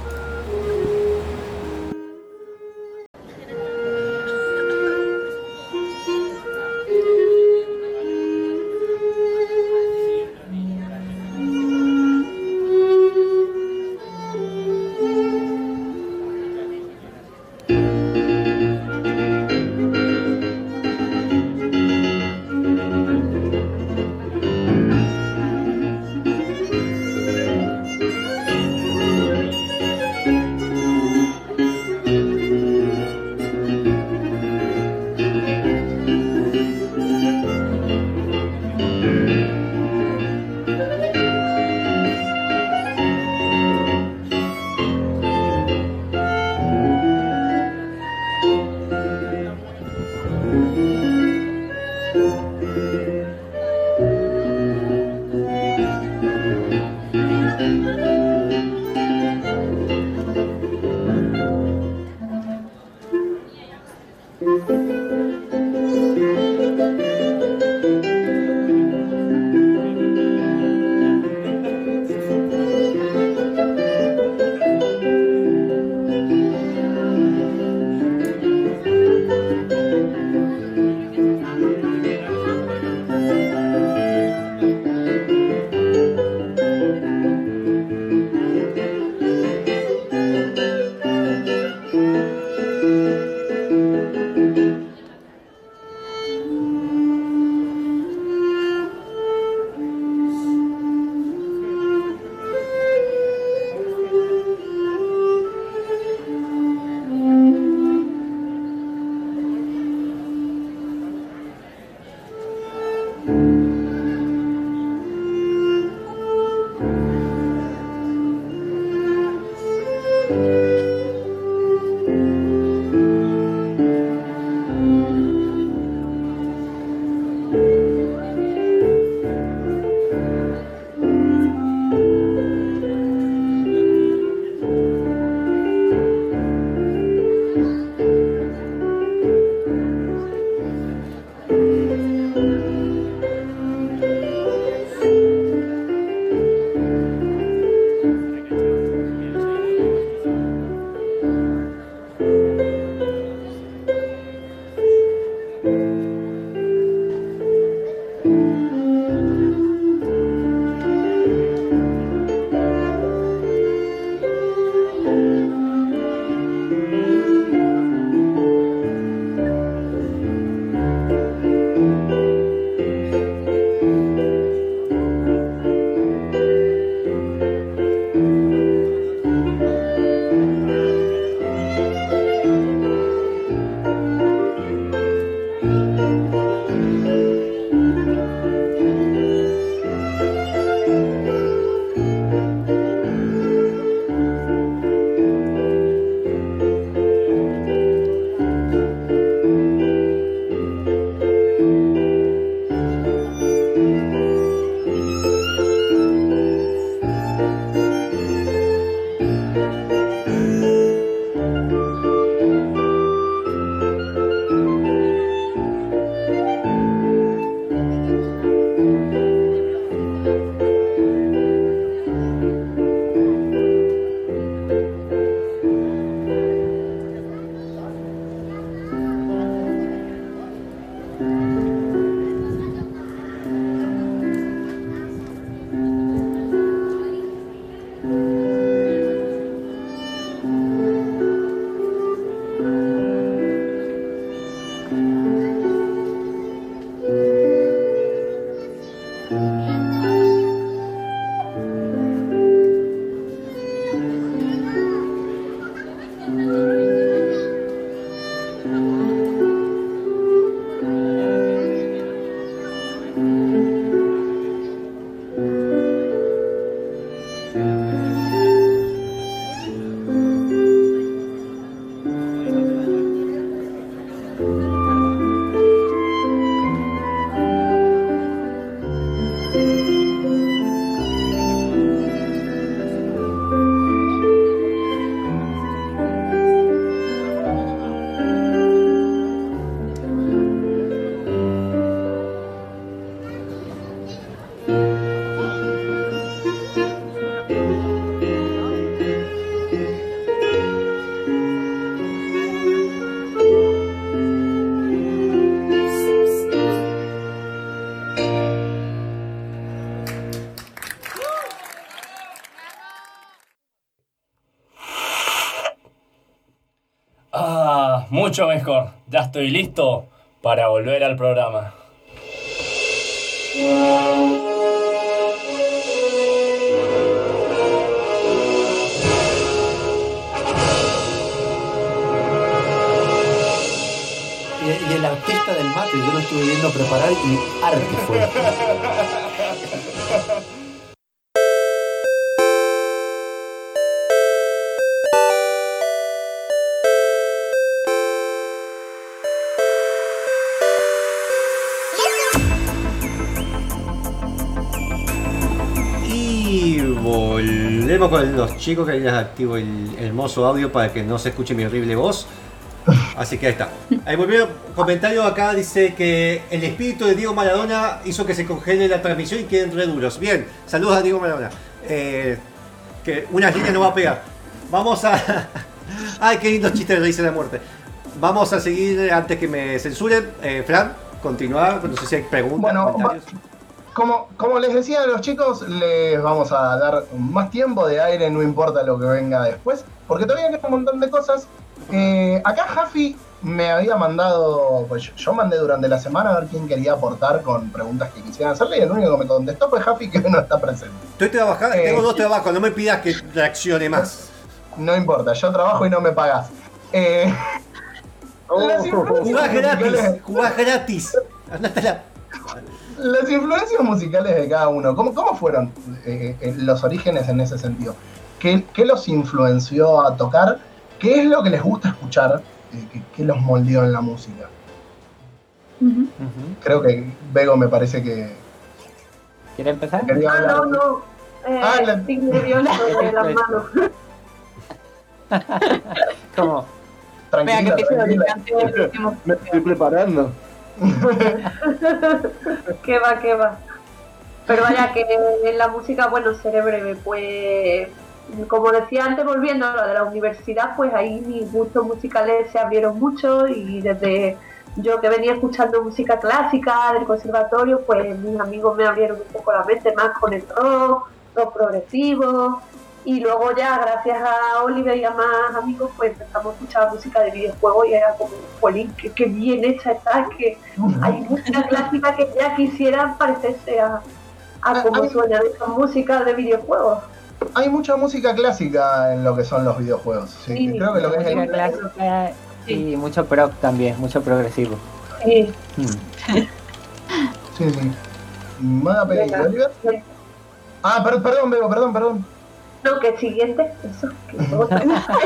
Ah, mucho mejor. Ya estoy listo para volver al programa. Y, y el artista del mate, yo lo estuve viendo preparar y arte fue. Y volvemos con los chicos que les activo el hermoso audio para que no se escuche mi horrible voz. Así que ahí está. Ahí volvió un comentario acá, dice que el espíritu de Diego Maradona hizo que se congele la transmisión y queden re duros. Bien, saludos a Diego Maradona. Eh, que unas líneas no va a pegar. Vamos a... Ay, qué lindos chistes de Reyes de la Muerte. Vamos a seguir antes que me censuren. Eh, Fran, continuar. No sé si hay preguntas, bueno, comentarios. Como, como les decía a los chicos, les vamos a dar más tiempo de aire, no importa lo que venga después, porque todavía queda un montón de cosas. Eh, acá Jaffi me había mandado, pues yo, yo mandé durante la semana a ver quién quería aportar con preguntas que quisieran hacerle, y el único que me contestó fue Jaffi, que no está presente. Estoy trabajando, Eh, tengo dos trabajos, no me pidas que reaccione más. No importa, yo trabajo y no me pagas. Eh, Oh, las influencias Jugás gratis, musicales- jugás gratis. Andate a la... Las influencias musicales de cada uno, ¿cómo, cómo fueron eh, eh, los orígenes en ese sentido? ¿Qué, ¿Qué los influenció a tocar? ¿Qué es lo que les gusta escuchar? Eh, ¿Qué, qué los moldeó en la música? Ujú. Ujú. Creo que Bego me parece que ¿Quieres empezar? quería Ah, hablar. no, no. Eh, Ah, la- estoy nervioso de las manos. ¿Cómo? Venga, Tranquila, que empiece tranquila. antes del último. Me estoy preparando. Que va, que va. Pero vaya, que en la música, bueno, seré breve, pues como decía antes, volviendo a lo de la universidad, pues ahí mis gustos musicales se abrieron mucho, y desde yo que venía escuchando música clásica del conservatorio, pues mis amigos me abrieron un poco la mente más con el rock, rock progresivo, y luego ya gracias a Oliver y a más amigos pues empezamos a escuchar música de videojuegos, y era como, jolín, qué, qué bien hecha está, que hay música clásica que ya quisiera parecerse a, a cómo Hay- suena esa música de videojuegos. Hay mucha música clásica en lo que son los videojuegos. Sí, Sí, creo que lo que es Música el, clásica y mucho prog también, mucho progresivo. Sí. Mm. Sí, sí. Maga Peggy, Venga. Oliver. Ah, per- perdón, Bego, perdón, perdón. No, que siguiente, eso, que otra.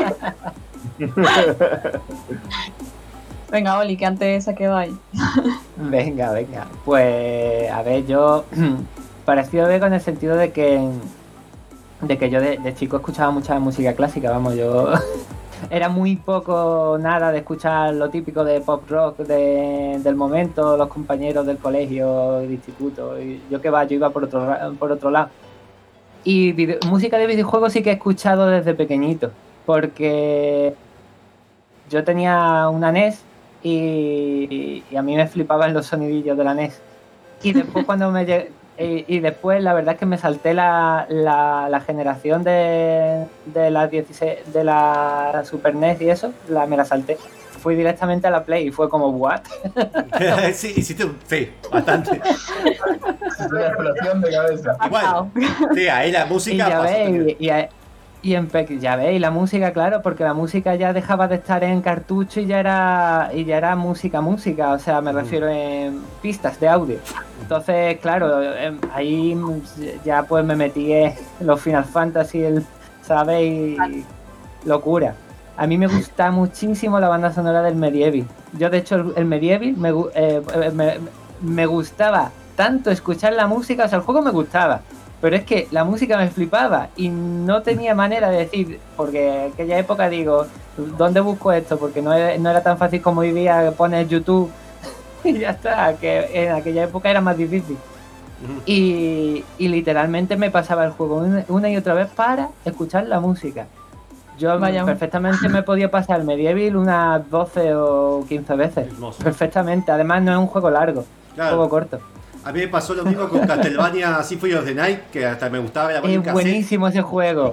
Venga, Oli, que antes se quedó ahí. Venga, venga. Pues, a ver, yo parecido a Bego en el sentido de que de que yo de, de chico escuchaba mucha música clásica, vamos, yo era muy poco nada de escuchar lo típico de pop rock de, del momento, los compañeros del colegio, del instituto, y yo que va, yo iba por otro, ra- por otro lado. Y video- música de videojuegos sí que he escuchado desde pequeñito, porque yo tenía una N E S y, y a mí me flipaban los sonidillos de la N E S. Y después cuando me lle- y, y después la verdad es que me salté la, la, la generación de, de la dieciséis de la Super N E S y eso, la, me la salté. Fui directamente a la Play y fue como, ¿what? Sí, hiciste un... Sí, bastante. Es una explosión de cabeza. Igual. Sí, ahí la Y música ya pasó también. veis, y, y, y en pe- ya veis, la música, claro, porque la música ya dejaba de estar en cartucho y ya era y ya era música, música, o sea, me Ujú. refiero en pistas de audio. Entonces, claro, em, ahí ya pues me metí en los Final Fantasy, el, ¿sabéis? Y locura. A mí me gusta muchísimo la banda sonora del Medieval. Yo, de hecho, el, el Medieval me, gu- eh, eh, me, me gustaba tanto escuchar la música, o sea, el juego me gustaba, pero es que la música me flipaba y no tenía manera de decir, porque en aquella época digo, ¿dónde busco esto? Porque no era, no era tan fácil como hoy día poner YouTube y ya está, que en aquella época era más difícil. Ujú. Y, y literalmente me pasaba el juego una, una y otra vez para escuchar la música. Yo Vaya. perfectamente me podía pasar Medieval unas doce o quince veces. Hermoso. Perfectamente. Además no es un juego largo, es un Claro. juego corto. A mí me pasó lo mismo con Castlevania Symphony of the Night, que hasta me gustaba la Es buenísimo ese juego.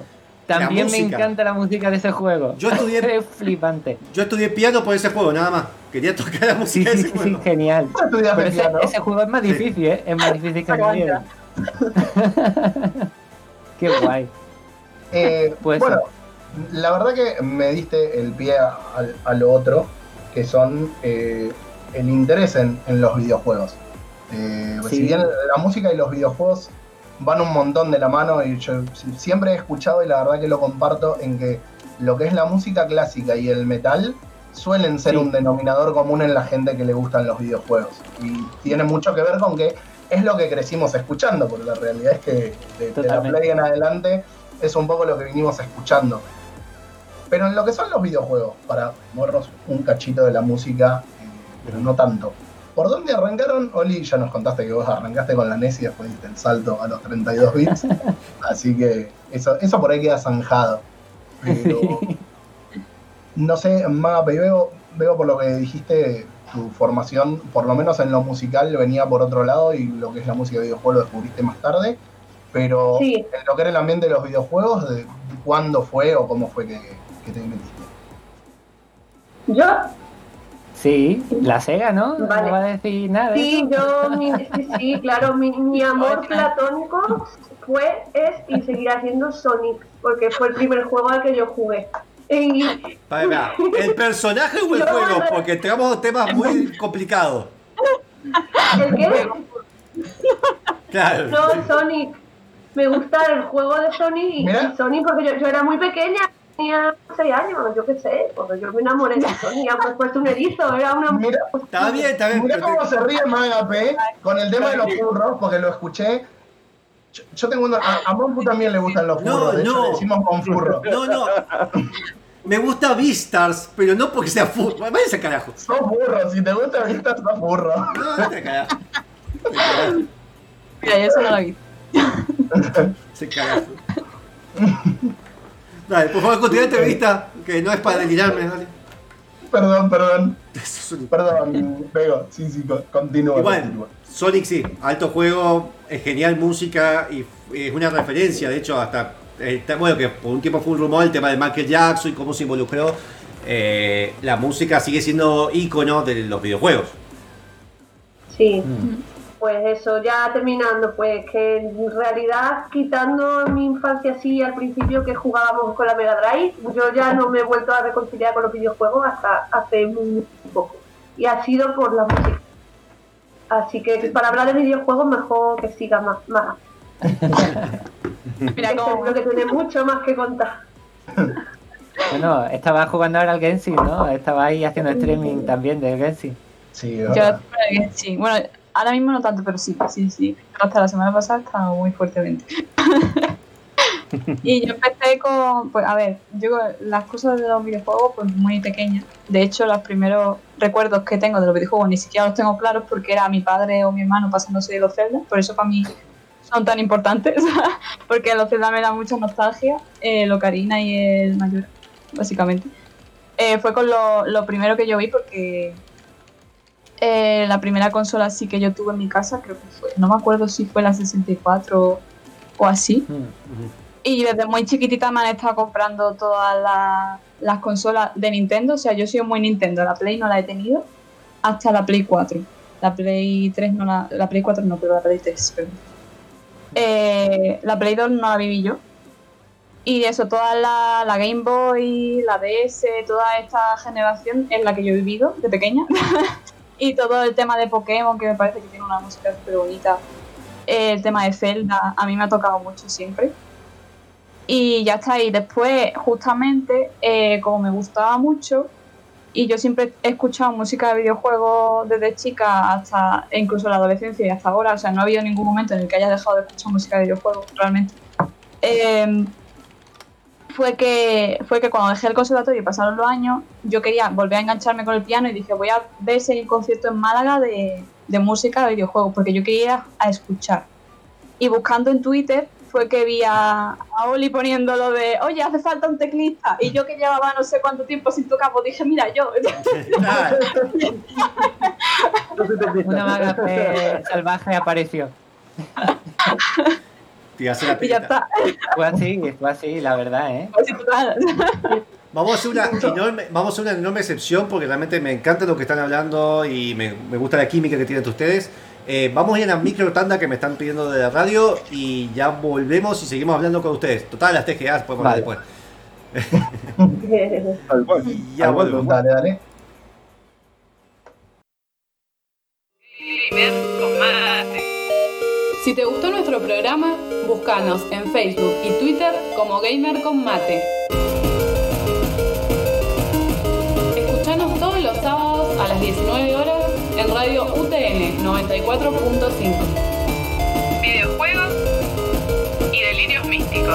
También me música. encanta la música de ese juego. Yo estudié- Es flipante. Yo estudié piano por ese juego, nada más. Quería tocar la Sí, música sí, de sí, ese sí, juego. genial. ¿Tú estudiaste Pero ese, piano? ese juego es más Sí. difícil, ¿eh? Es más difícil que el nivel. Qué guay. Eh, Pues bueno, la verdad que me diste el pie a, a- a lo otro, que son eh, el interés en, en los videojuegos. Eh, pues Sí. Si bien la música y los videojuegos van un montón de la mano, y yo si- siempre he escuchado, y la verdad que lo comparto, en que lo que es la música clásica y el metal suelen ser Sí. un denominador común en la gente que le gustan los videojuegos. Y tiene mucho que ver con que es lo que crecimos escuchando, porque la realidad es que de, de la Totalmente. Play en adelante es un poco lo que vinimos escuchando. Pero en lo que son los videojuegos, para movernos un cachito de la música, eh, pero no tanto. ¿Por dónde arrancaron? Oli, ya nos contaste que vos arrancaste con la N E S y después diste el salto a los treinta y dos bits. Así que eso, eso por ahí queda zanjado. Pero no sé, Magape, veo, veo por lo que dijiste, tu formación, por lo menos en lo musical, venía por otro lado, y lo que es la música de videojuegos lo descubriste más tarde. Pero Sí. en lo que era el ambiente de los videojuegos, ¿de cuándo fue o cómo fue que, que te metiste? Yo, Sí, la Sega, ¿no? Vale. No va a decir nada. de sí, eso. yo, mi, sí, sí, claro, mi, mi amor platónico fue, es y seguirá siendo Sonic, porque fue el primer juego al que yo jugué. Y, Para, para, ¿el personaje o el Yo- juego? Porque entramos a temas muy complicados. ¿el qué? Claro. No, Sonic. Me gusta el juego de Sonic y, Mira. y Sonic porque yo, yo era muy pequeña, tenía seis años, yo qué sé, porque yo me enamoré de Sonic, aunque fuese un erizo, era una... Mira, Está bien, está bien. Mira pero cómo te- se ríe Magape con el tema de los furros, porque lo escuché. Yo, yo tengo una. A, a Monfu también le gustan los No, furros, de hecho no. le decimos con furro. No, no. Me gusta Beastars, pero no porque sea fútbol. Váyanse al carajo. Sos furro, si te gusta Vistas, sos furro. No, vete al carajo. Vete al carajo. Mira, yo eso no lo vi. Se carajo. Dale, por favor, continúa la entrevista, que no es para delirarme, dale. Perdón, perdón. Eso es un- Perdón, Pego. Sí, sí, co- continúa. Igual, continúa. Sonic sí, alto juego, es genial música y f- es una referencia, de hecho hasta, eh, está- bueno, que por un tiempo fue un rumor el tema de Michael Jackson y cómo se involucró, eh, la música sigue siendo ícono de los videojuegos. Sí, Mm. pues eso, ya terminando, pues que en realidad, quitando mi infancia así al principio que jugábamos con la Mega Drive, yo ya no me he vuelto a reconciliar con los videojuegos hasta hace muy poco. Y ha sido por la música. Así que para hablar de videojuegos mejor que siga más. más. Mira cómo... Seguro que tiene mucho más que contar. Bueno, estaba jugando ahora al Genshin, ¿no? Estaba ahí haciendo streaming también del Genshin. Sí, Yo ¿verdad? creo que sí. Bueno, ahora mismo no tanto, pero sí, sí, sí. Hasta la semana pasada estaba muy fuertemente. Y yo empecé con, pues a ver, yo las cosas de los videojuegos pues muy pequeñas. De hecho, los primeros recuerdos que tengo de los videojuegos ni siquiera los tengo claros porque era mi padre o mi hermano pasándose de los Zelda. Por eso para mí son tan importantes, porque los Zelda me dan mucha nostalgia, eh, el Ocarina y el Mayor, básicamente. Eh, fue con lo, lo primero que yo vi porque eh, la primera consola sí que yo tuve en mi casa, creo que fue, no me acuerdo si fue la sesenta y cuatro o así. Y desde muy chiquitita me han estado comprando todas las, las consolas de Nintendo. O sea, yo soy muy Nintendo. La Play no la he tenido hasta la Play cuatro. La Play tres no la... La Play cuatro no, pero la Play tres, perdón. Eh, la Play dos no la viví yo. Y eso, toda la, la Game Boy, la D S, toda esta generación es la que yo he vivido de pequeña. Y todo el tema de Pokémon, que me parece que tiene una música súper bonita. El tema de Zelda, a mí me ha tocado mucho siempre. Y ya está, y después justamente eh, como me gustaba mucho y yo siempre he escuchado música de videojuegos desde chica hasta e incluso la adolescencia y hasta ahora, o sea, no ha habido ningún momento en el que haya dejado de escuchar música de videojuegos realmente. Eh, fue que fue que cuando dejé el conservatorio y pasaron los años, yo quería volver a engancharme con el piano y dije, voy a ver si hay un concierto en Málaga de, de música de videojuegos, porque yo quería ir a, a escuchar. Y buscando en Twitter fue que vi a, a Oli poniendo lo de, oye, hace falta un teclista. Y yo que llevaba no sé cuánto tiempo sin tocar, pues dije, mira, yo. Claro. Una Magape salvaje apareció. tirarse la Y ya pileta. está. Fue así, fue así, la verdad, ¿eh? Así total. Vamos a hacer una enorme, vamos a hacer una enorme excepción porque realmente me encanta lo que están hablando y me, me gusta la química que tienen ustedes. Eh, vamos a ir a la micro tanda que me están pidiendo de la radio y ya volvemos y seguimos hablando con ustedes. Total, las T G A podemos hablar Vale. después. Al cual. Y ya Al cual, vuelvo. Dale, dale. Gamer con mate. Si te gustó nuestro programa, búscanos en Facebook y Twitter como Gamer con Mate. Escuchanos todos los sábados a las diecinueve horas en Radio U T N noventa y cuatro punto cinco. Videojuegos y delirios místicos.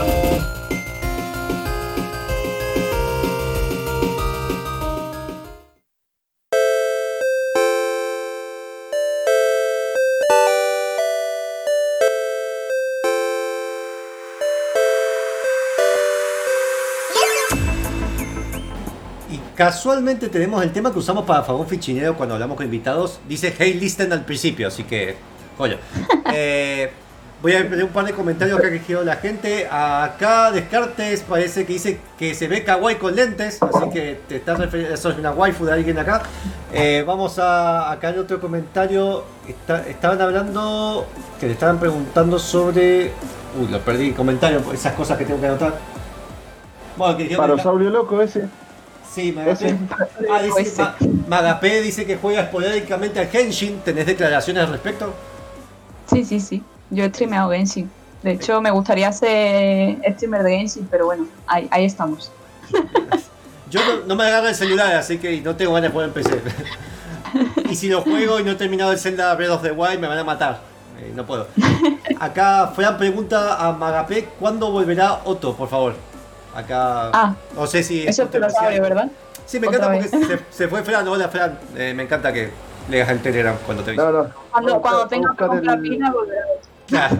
Y casualmente tenemos el tema que usamos para Fagón Fichinero cuando hablamos con invitados. Dice Hey Listen al principio, así que, coño. Eh, voy a leer un par de comentarios que ha escrito la gente. Acá Descartes parece que dice que se ve kawaii con lentes, así que te estás refiriendo, eso es una waifu de alguien acá. Eh, vamos a, acá hay otro comentario. Está- estaban hablando, que le estaban preguntando sobre... Uy, lo perdí, comentario, esas cosas que tengo que anotar. Bueno, que dijeron que- Parosaurio loco ese. Sí, Magapé. Ese. Ah, dice, Ese. Ma- Magapé dice que juega esporádicamente al Henshin. ¿Tenés declaraciones al respecto? Sí, sí, sí. Yo he streameado Genshin. De hecho, me gustaría ser streamer de Genshin, pero bueno, ahí, ahí estamos. Yo no, no me agarro el celular, así que no tengo ganas de jugar en P C. Y si lo juego y no he terminado el Zelda Breath of the Wild, me van a matar. Eh, no puedo. Acá Fran pregunta a Magapé, ¿cuándo volverá Otto, por favor? Acá... Ah, no sé si... eso es controversial. sabe, ¿verdad? Sí, me encanta Otra porque vez. se, se fue Fran. Hola, Fran. Eh, me encanta que leas el Telegram cuando te No, aviso. no. Cuando, Busca- cuando tenga que buscar comprar el- pila, volverá. Claro.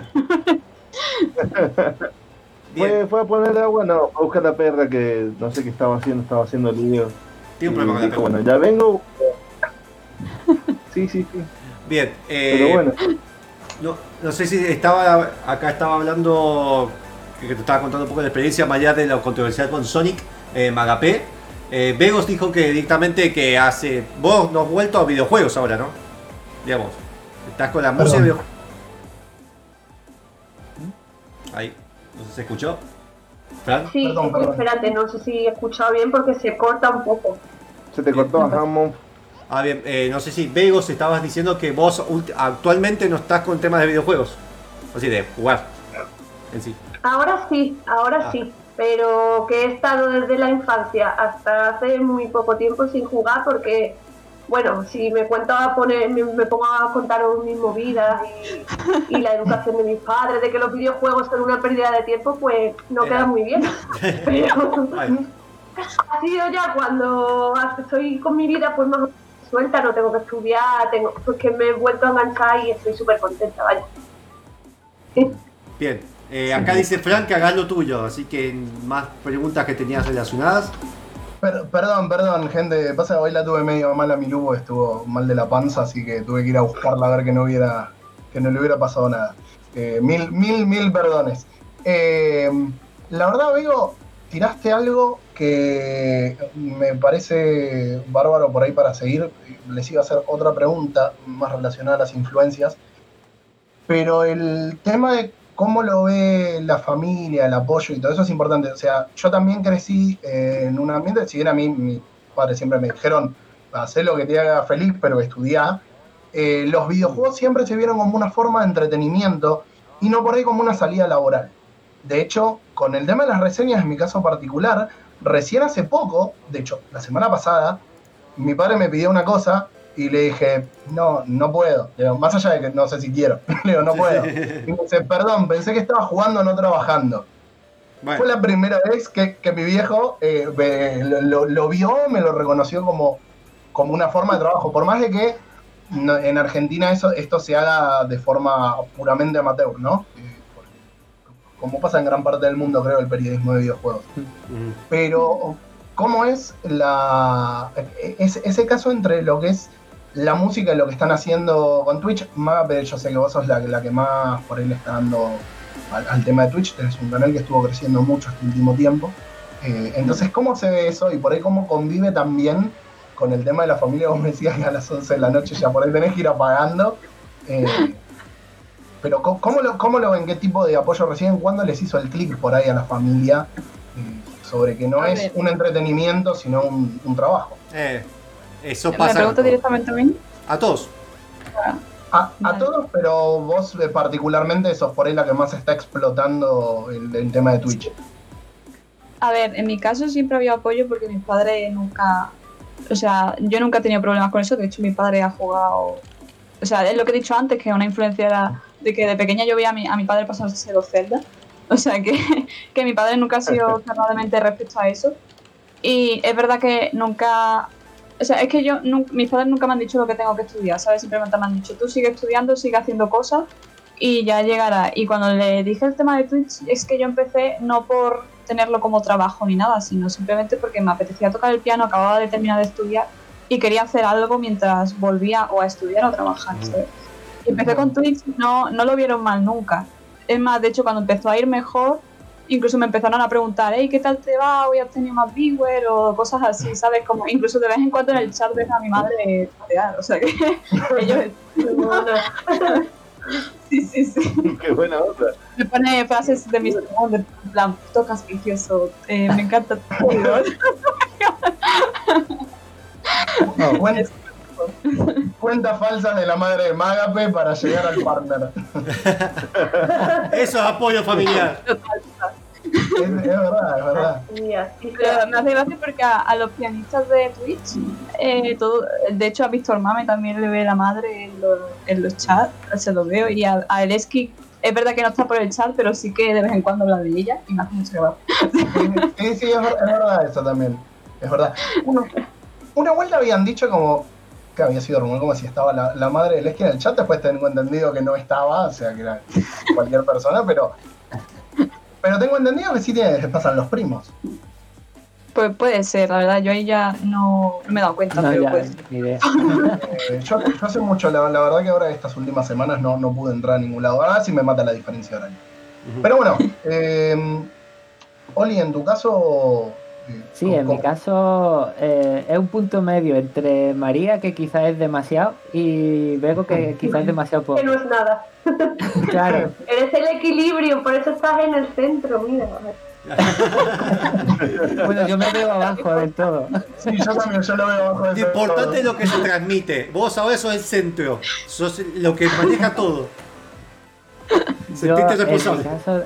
Bien. Fue, fue a poner agua, no, fue a buscar la perra que no sé qué estaba haciendo, estaba haciendo lío. Tiene un Y problema con la dijo, pregunta. bueno, ya vengo. Sí, sí, sí. Bien. Eh, Pero bueno, No, no sé si estaba acá estaba hablando que te estaba contando un poco de la experiencia más allá de la controversia con Sonic, eh, Magapé. Eh, Vegos dijo que directamente que hace vos no has vuelto a videojuegos ahora, ¿no? Digamos, estás con la Perdón. música. video- Ahí, no sé si se escuchó. Fran, Sí, Perdón, perdón. espérate, no sé si he escuchado bien porque se corta un poco. se te cortó a Hammond. ah bien, eh, no sé si Vegos estabas diciendo que vos ulti- actualmente no estás con temas de videojuegos, así de jugar en sí. Ahora sí, ahora Ah. sí, pero que he estado desde la infancia hasta hace muy poco tiempo sin jugar porque, bueno, si me cuento a poner, me, me pongo a contar mis movidas y, y la educación de mis padres, de que los videojuegos son una pérdida de tiempo, pues no Era. queda muy bien. Pero Ay. ha sido ya cuando estoy con mi vida pues más suelta, no tengo que estudiar, tengo pues que me he vuelto a enganchar y estoy súper contenta, vaya. Bien, eh, acá dice Fran que hagas lo tuyo, así que más preguntas que tenías relacionadas. Per- perdón, perdón, gente. Pasa que hoy la tuve medio mal a mi Lugo, estuvo mal de la panza, así que tuve que ir a buscarla a ver que no hubiera, que no le hubiera pasado nada. Eh, mil, mil, mil perdones. Eh, la verdad, Vigo, tiraste algo que me parece bárbaro por ahí para seguir. Les iba a hacer otra pregunta más relacionada a las influencias. Pero el tema de cómo lo ve la familia, el apoyo y todo eso es importante. O sea, yo también crecí eh, en un ambiente, si bien a mí mis padres siempre me dijeron, haz lo que te haga feliz, pero estudiá. Eh, los videojuegos siempre se vieron como una forma de entretenimiento y no por ahí como una salida laboral. De hecho, con el tema de las reseñas, en mi caso particular, recién hace poco, de hecho, la semana pasada, mi padre me pidió una cosa y le dije, no, no puedo. Le digo, más allá de que no sé si quiero. Le digo, no puedo. Y me dice, perdón, pensé que estaba jugando, no trabajando. Bueno, Fue la primera vez que, que mi viejo eh, me- lo, lo- lo vio, me lo reconoció como, como una forma de trabajo. Por más de que no- en Argentina eso, esto se haga de forma puramente amateur, ¿no? Eh, porque, como pasa en gran parte del mundo, creo, el periodismo de videojuegos. mm, Pero, ¿cómo es la ese, ese caso entre lo que es la música y lo que están haciendo con Twitch? Magape, yo sé que vos sos la, la que más por ahí le está dando al, al tema de Twitch, tenés un canal que estuvo creciendo mucho este último tiempo. Eh, entonces, ¿cómo se ve eso? Y por ahí, ¿cómo convive también con el tema de la familia? Vos me decías que a las once de la noche ya por ahí tenés que ir apagando. Eh, pero, ¿cómo lo, ¿cómo lo ven? ¿Qué tipo de apoyo reciben? ¿Cuándo les hizo el clic por ahí a la familia eh, sobre que no A es ver. un entretenimiento, sino un, un trabajo? Eh, eso ¿Me pasa. pregunto directamente a mí? A todos. A, a Vale. todos, pero vos eh, particularmente sos por ahí la que más está explotando el, el tema de Twitch. A ver, en mi caso siempre había apoyo porque mis padres nunca... O sea, yo nunca he tenido problemas con eso. De hecho, mi padre ha jugado... O sea, es lo que he dicho antes, que una influencia era de que de pequeña yo veía a mi, a mi padre pasarse los Zelda. O sea, que, que mi padre nunca ha sido cerradamente respecto a eso. Y es verdad que nunca... O sea, es que yo... nun- mis padres nunca me han dicho lo que tengo que estudiar, ¿sabes? Simplemente me han dicho, tú sigue estudiando, sigue haciendo cosas y ya llegará. Y cuando le dije el tema de Twitch, es que yo empecé no por tenerlo como trabajo ni nada, sino simplemente porque me apetecía tocar el piano, acababa de terminar de estudiar y quería hacer algo mientras volvía o a estudiar o a trabajar, ¿sabes? Y empecé con Twitch, no, no lo vieron mal nunca. Es más, de hecho, cuando empezó a ir mejor, incluso me empezaron a preguntar, hey, ¿qué tal te va? ¿Hoy has tenido más viewer? O cosas así, ¿sabes? Como incluso de vez en cuando en el chat ves a mi madre chatear, o sea que ellos... Sí, sí, sí. Qué buena onda. Me pone frases de mis Wonder, en plan, tocas precioso, eh, me encanta tu juego. No, Cuenta, cuentas falsas de la madre de Magape para llegar al partner. Eso es apoyo familiar. Es, es verdad, es verdad. Mira, sí, Pero me hace gracia porque a, a los pianistas de Twitch, eh, todo, de hecho a Víctor Mame también le ve la madre en, lo- en los chats, se lo veo, y a, a Eleski, es verdad que no está por el chat, pero sí que de vez en cuando habla de ella y me hace mucha gracia. Sí, sí, es, ver- es verdad eso también. Es verdad. Uno- una vuelta habían dicho como que había sido rumor como si estaba la, la madre de Lesky en el chat, después tengo entendido que no estaba, o sea que era cualquier persona, pero pero tengo entendido que sí tiene, pasan los primos. Pues puede ser, la verdad, yo ahí ya no, no me he dado cuenta, No, pero ya, pues. ni idea. Eh, yo, yo hace mucho, la, la verdad que ahora estas últimas semanas no, no pude entrar a ningún lado. Ahora sí me mata la diferencia horaria. Pero bueno, eh, Oli, en tu caso... eh, Sí, en mi ¿cómo- caso eh, es un punto medio entre María, que quizás es demasiado, y Bego, que quizás es demasiado poco. que no es nada. Claro, Eres el equilibrio, por eso estás en el centro, mira. bueno, yo me veo abajo del todo. Sí, yo también, yo lo veo abajo de Lo ese importante todo. es lo que se transmite. Vos ahora sos el centro. Sos lo que maneja todo. Yo, Sentiste en mi responsable. caso,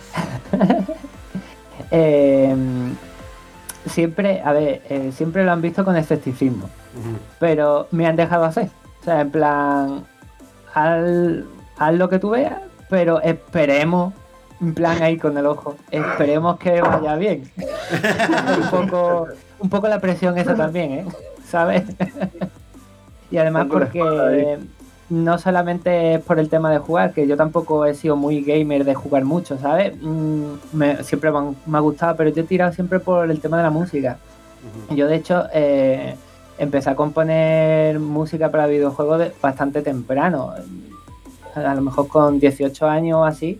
eh, siempre, a ver, eh, siempre lo han visto con escepticismo, Ujú. pero me han dejado hacer. O sea, en plan, haz, haz lo que tú veas, pero esperemos, en plan ahí con el ojo, esperemos que vaya bien. un poco, un poco la presión esa también, ¿eh? ¿Sabes? Y además Pongo la espada porque ahí. no solamente es por el tema de jugar, que yo tampoco he sido muy gamer de jugar mucho, ¿sabes? Mm, me- siempre me, han- me ha gustado, pero yo he tirado siempre por el tema de la música. Ujú. Yo, de hecho, eh, empecé a componer música para videojuegos de- bastante temprano. A lo mejor con dieciocho años o así.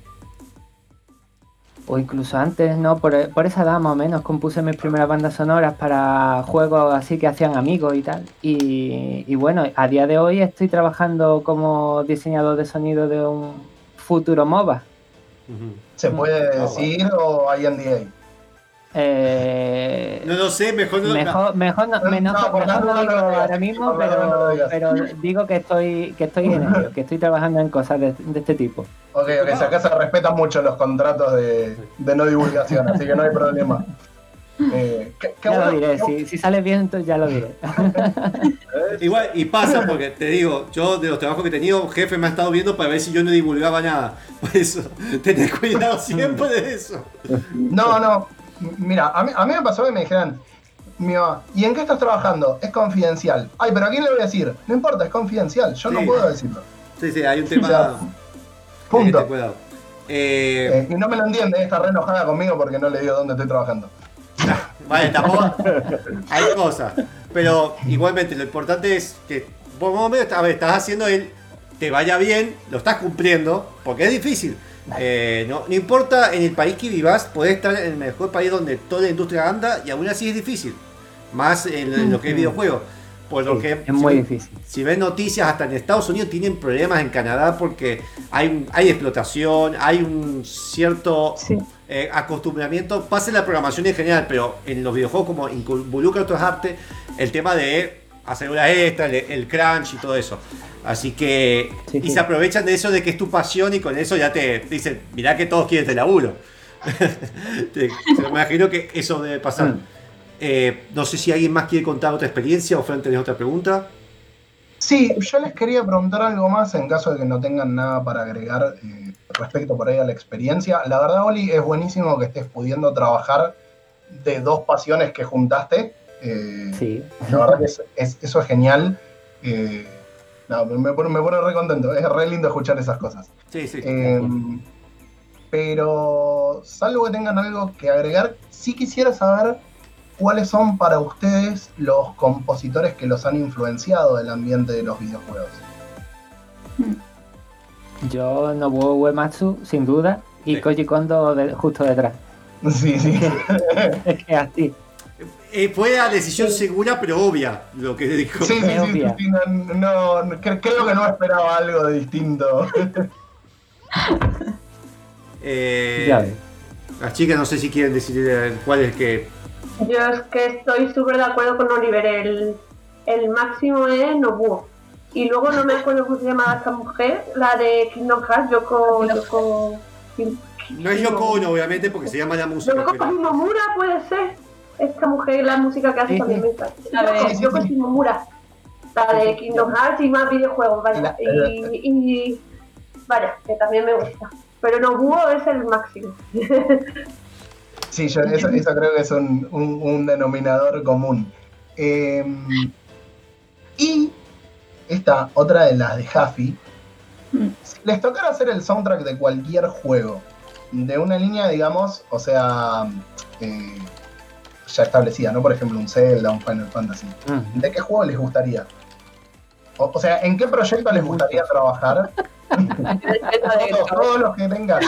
O incluso antes, ¿no? Por, por esa edad más o menos compuse mis primeras bandas sonoras para juegos así que hacían amigos y tal. Y, y bueno, a día de hoy estoy trabajando como diseñador de sonido de un futuro MOBA. Ujú. ¿Se puede Ah, decir o hay N D Eh, No lo sé, mejor no. Mejor, mejor no, No, menos- no, por mejor favor, no no lo digo digas. ahora mismo, Por favor, no lo pero, digas. pero digo que estoy, que estoy en ello, que estoy trabajando en cosas de, de este tipo. a? Ok, ok, si acá se respetan mucho los contratos de, de no divulgación, así que no hay problema. Eh, qué- qué Ya bueno- lo diré, qué- si, si sale bien, entonces ya lo diré. Igual, y pasa porque te digo, yo de los trabajos que he tenido, jefe me ha estado viendo para ver si yo no divulgaba nada. Por eso, tenés cuidado siempre de eso. No, no. M- Mira, a mí, a mí me pasó que me dijeran, mi mamá, ¿y en qué estás trabajando? Es confidencial. Ay, pero ¿a quién le voy a decir? No importa, es confidencial, yo no Sí. puedo decirlo. Sí, sí, hay un O sea, tema. Hay que punto. tener cuidado. Eh, Eh, y no me lo entiende, está re enojada conmigo porque no le digo dónde estoy trabajando. Vale, tampoco. Hay cosas. Pero igualmente, lo importante es que vos más o menos, a ver, estás haciendo el te vaya bien, lo estás cumpliendo, porque es difícil. Eh, no, no importa en el país que vivas, podés estar en el mejor país donde toda la industria anda y aún así es difícil. Más en, en lo que es videojuegos. Por lo Sí, que, es si muy ven- difícil. Si ven noticias, hasta en Estados Unidos tienen problemas en Canadá porque hay, un- hay explotación, hay un cierto Sí. eh, acostumbramiento, pasa en la programación en general, pero en los videojuegos como involucra otras artes, el tema de hacer horas extras, el, el crunch y todo eso. Así que, Sí, y sí. se aprovechan de eso de que es tu pasión y con eso ya te dicen, mirá que todos quieren este laburo. Te- me imagino que eso debe pasar. Mm. Eh, no sé si alguien más quiere contar otra experiencia o Fran tenés otra pregunta. Sí, yo les quería preguntar algo más en caso de que no tengan nada para agregar eh, respecto por ahí a la experiencia. La verdad, Oli, es buenísimo que estés pudiendo trabajar de dos pasiones que juntaste. Eh, Sí. La verdad que es, es- eso es genial. Eh, no, me, me pone, me pone re contento. Es re lindo escuchar esas cosas. Sí, sí. Eh, pero, salvo que tengan algo que agregar, sí quisiera saber cuáles son para ustedes los compositores que los han influenciado del ambiente de los videojuegos. Yo, Nobuo Uematsu, sin duda, y Sí. Koji Kondo de- justo detrás. Sí, sí. Es que así. Eh, fue la decisión segura pero obvia lo que dijo. Sí, sí, sí, sí, obvia. sí, no, no, no, cre- creo que no esperaba algo distinto. Eh, Ya ves. las chicas no sé si quieren decir eh, cuál es que... Yo es que estoy súper de acuerdo con Oliver. El, el máximo es Nobuo. Y luego no me acuerdo cómo se llama esta mujer, la de Kingdom Hearts, Yoko... Yoko... No es Yoko Ono, obviamente, porque se llama la música. Yoko pero- Shimomura puede ser. Esta mujer, la música que hace Sí, también sí. me encanta. La de- Yoko, Yoko Shimomura. La de Kingdom Hearts y más videojuegos, vaya. Y, y vaya, que también me gusta. Pero Nobuo es el máximo. Sí, yo, eso, eso creo que es un, un- un denominador común. Eh, y esta, otra de las de Huffy, Mm. si les tocara hacer el soundtrack de cualquier juego, de una línea, digamos, o sea, eh, ya establecida, ¿no? Por ejemplo, un Zelda, un Final Fantasy. Mm. ¿De qué juego les gustaría? O, o sea, ¿en qué proyecto les gustaría trabajar? todos, todos los que tengan.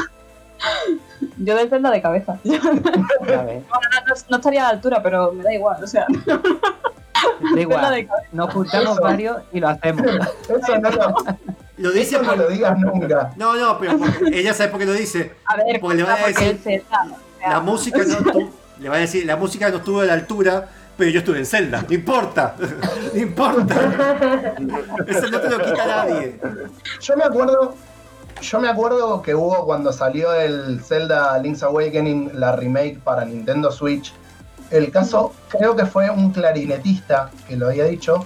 Yo del Zelda de cabeza. Ya ves. No, no, no estaría a la altura, pero me da igual, o sea. Da Zelda de igual. cabeza. Nos juntamos Eso. varios y lo hacemos. Eso no lo, Lo dice eso no por... lo digas nunca. No, no, pero porque ella sabe por qué lo dice. A ver, Porque le van a porque decir- el Zelda, o sea, La música no estuvo... Le va a decir, la música no estuvo a la altura, pero yo estuve en Zelda. No importa. No importa. Eso no te lo quita nadie. Yo me acuerdo, yo me acuerdo que hubo cuando salió el Zelda Link's Awakening, la remake para Nintendo Switch. El caso, creo que fue un clarinetista que lo había dicho,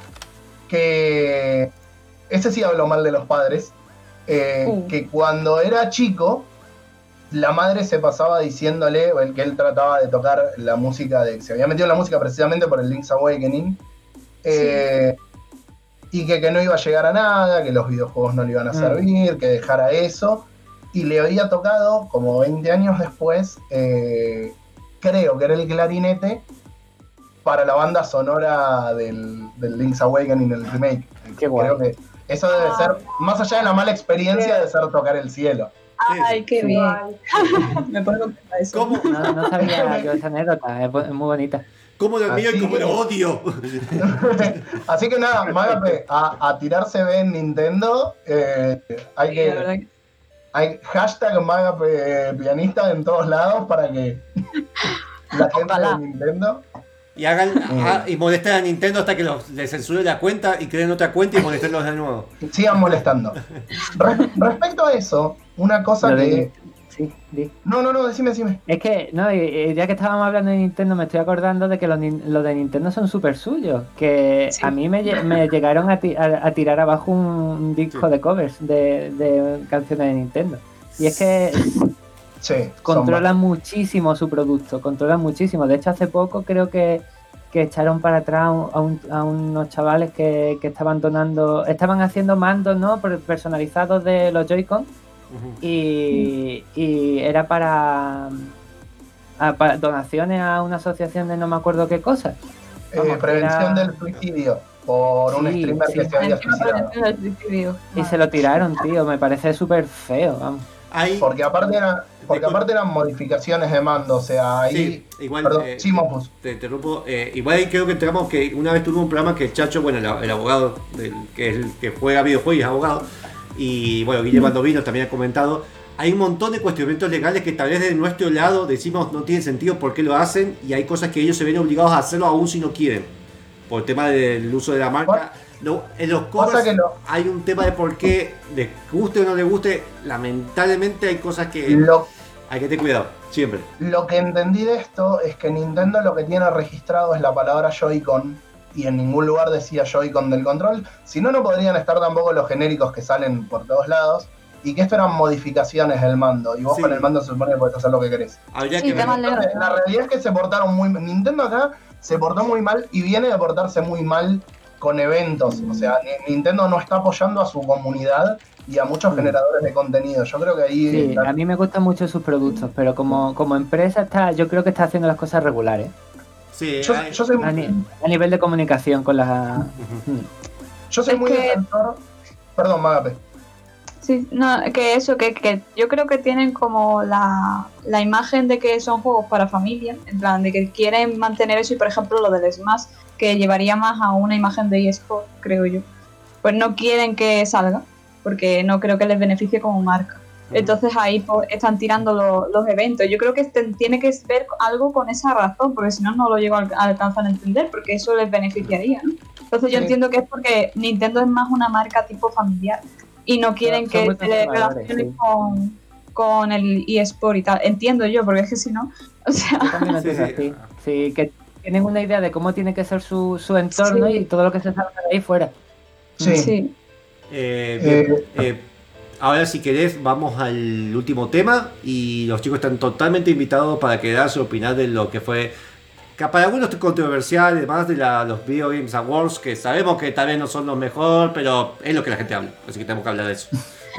que ese sí habló mal de los padres, eh, Uh. que cuando era chico, la madre se pasaba diciéndole, o el que él trataba de tocar la música, de se había metido en la música precisamente por el Link's Awakening, eh, y que, que no iba a llegar a nada, que los videojuegos no le iban a Mm. servir, que dejara eso, y le había tocado, como veinte años después, eh, creo que era el clarinete, para la banda sonora del, del Link's Awakening, el remake. Qué guay. Creo que eso debe Ah. ser, más allá de la mala experiencia, de ser tocar el cielo. Ay, qué bien. Me pone contenta eso. ¿Cómo, No, no sabía yo esa anécdota. Es, bu- es muy bonita. cómo lo admiro y Así cómo lo que- odio? Así que nada, Magape, a, a tirarse B en Nintendo, eh, hay Sí, que... la verdad que- Hay hashtag Magape pianista en todos lados para que la gente Ojalá. de Nintendo. Y hagan ah, y molesten a Nintendo hasta que los, les censure la cuenta y creen otra cuenta y molestenlos de nuevo. sigan molestando. Re- respecto a eso, una cosa Lo de- que. Sí, di. No, no, no, decime, decime. Es que, no, y- y ya que estábamos hablando de Nintendo, me estoy acordando de que los, nin- los de Nintendo son súper suyos. Que Sí. a mí me, lle- me llegaron a, ti- a- a tirar abajo un, un disco Sí. de covers de, de canciones de Nintendo. Y es que Sí, son controlan muchísimo su producto, controlan muchísimo. De hecho, hace poco creo que, que echaron para atrás a, un- a unos chavales que, que estaban donando, estaban haciendo mandos, ¿no? Per- personalizados de los Joy-Con. Ujú. Y, y era para, a- para donaciones a una asociación de no me acuerdo qué cosa. eh, vamos, prevención era- del suicidio por un Sí, streamer sí. que se había Encima suicidado. prevención del suicidio. Y se lo tiraron, tío. Me parece súper feo, vamos. Hay, Porque aparte era, porque aparte eran modificaciones de mando, o sea, ahí. Sí, igual. Perdón, eh, sí, Mopus. Te interrumpo. Eh, igual ahí creo que entramos que una vez tuvo un programa que Chacho, bueno, el, el abogado, del, que es el que juega videojuegos y es abogado, y bueno, Guillermo Andovino también ha comentado. Hay un montón de cuestionamientos legales que tal vez de nuestro lado decimos no tiene sentido por qué lo hacen, y hay cosas que ellos se ven obligados a hacerlo aún si no quieren. Por el tema del uso de la marca. No, en los covers lo... hay un tema de por qué, les guste o no les guste, lamentablemente hay cosas que lo... hay que tener cuidado, siempre. Lo que entendí de esto es que Nintendo lo que tiene registrado es la palabra Joy-Con, y en ningún lugar decía Joy-Con del control, si no, no podrían estar tampoco los genéricos que salen por todos lados, y que esto eran modificaciones del mando, y vos sí. Con el mando se supone que podés hacer lo que querés. Habría sí, que ver. Entonces, la realidad es que se portaron muy mal. Nintendo acá se portó muy mal y viene de portarse muy mal con eventos. O sea, Nintendo no está apoyando a su comunidad y a muchos generadores de contenido. Yo creo que ahí... Sí, la... a mí me gustan mucho sus productos, pero como, como empresa está, yo creo que está haciendo las cosas regulares. Sí, yo, hay... yo soy... a, ni, a nivel de comunicación con la... Yo soy es muy que... defensor... Perdón, Magape. Sí, no, que eso, que, que yo creo que tienen como la, la imagen de que son juegos para familia, en plan de que quieren mantener eso, y por ejemplo lo del Smash, que llevaría más a una imagen de eSport, creo yo, pues no quieren que salga, porque no creo que les beneficie como marca. Entonces ahí pues, están tirando lo, los eventos. Yo creo que te, tiene que ver algo con esa razón, porque si no, no lo llego a, a alcanzar a entender, porque eso les beneficiaría, ¿no? Entonces yo sí. entiendo que es porque Nintendo es más una marca tipo familiar, y no quieren no, que se le relacione sí. con, con el eSport y tal. Entiendo yo, porque es que si no, o sea... Yo también entiendo sí, sí. sí, que tienen una idea de cómo tiene que ser su, su entorno sí. y todo lo que se salga de ahí fuera. Sí. sí. Eh, bien, eh. Eh, ahora si querés vamos al último tema, y los chicos están totalmente invitados para quedarse a opinar de lo que fue... que para algunos es controversial, además de la, los Video Games Awards, que sabemos que tal vez no son los mejores, pero es lo que la gente habla, así que tenemos que hablar de eso.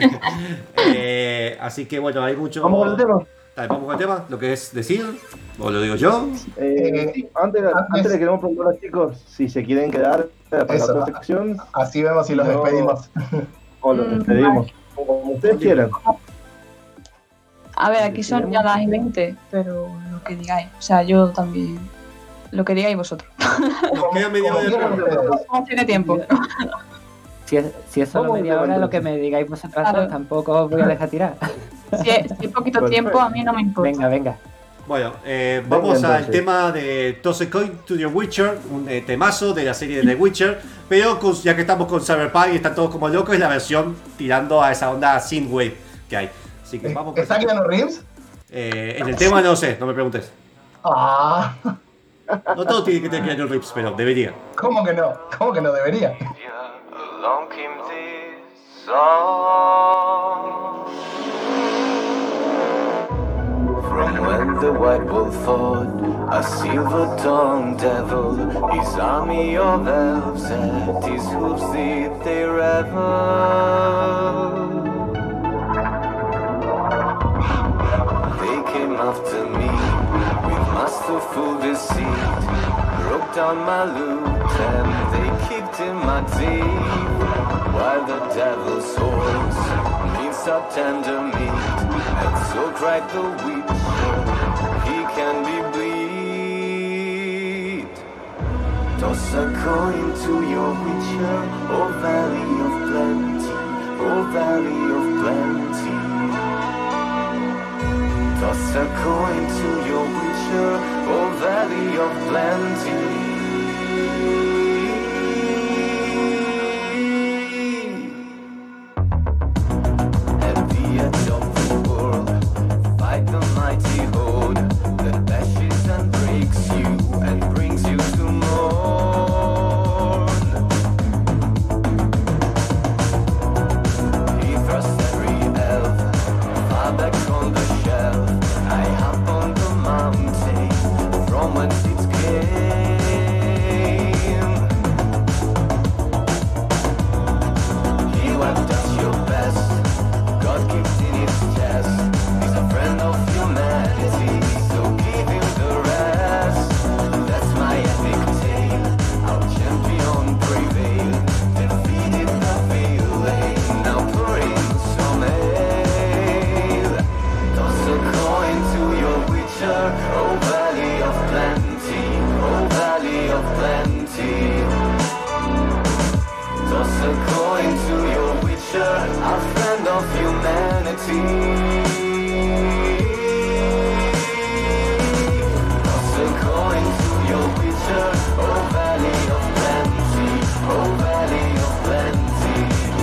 eh, así que bueno, hay mucho... ¿Vamos con el tema? Dale, vamos con el tema, lo que es decir, o lo digo yo. Eh, sí, antes, antes, antes le queremos preguntar a los chicos si se quieren quedar para eso, la otra sección. Así vemos si los no, despedimos. O los despedimos, como ustedes quieran. A ver, aquí son ya las veinte, pero lo que digáis, o sea, yo también... Lo que digáis vosotros. Nos queda media hora de programa. No tiene tiempo. Si es, si es solo media hora, lo que me digáis vosotros, claro. Tampoco os voy a dejar tirar. Si es, si es poquito pues, tiempo, a mí no me importa. Venga, venga. Bueno, eh, vamos venga, al tema de Toss a Coin to the Witcher, un eh, temazo de la serie de The Witcher, pero con, ya que estamos con Cyberpunk y están todos como locos, es la versión tirando a esa onda synthwave que hay. Así que vamos. ¿Está Keanu Reeves? Eh, en el tema no sé, no me preguntes. Ah... No todo tiene que tener Keanu Reeves, pero debería. ¿Cómo que no? ¿Cómo que no debería? From when the white wolf fought a silver-tongued devil, his army of elves at his hooves did they revel. They came after me with masterful deceit, broke down my loot and they kicked in my teeth, while the devil's horns minced up tender meat, and so cried the witcher, he can be bleed. Toss a coin to your witcher, oh valley of plenty, oh valley of plenty. Toss a coin to your witcher, oh valley of plenty. At the edge of the world, fight the mighty horde that bashes and breaks you and brings you to mourn. He thrusts every elf far back on the shelf. I hop on the mountain from whence it came. humanity. Toss a coin to your witcher, oh valley of plenty, oh valley of plenty.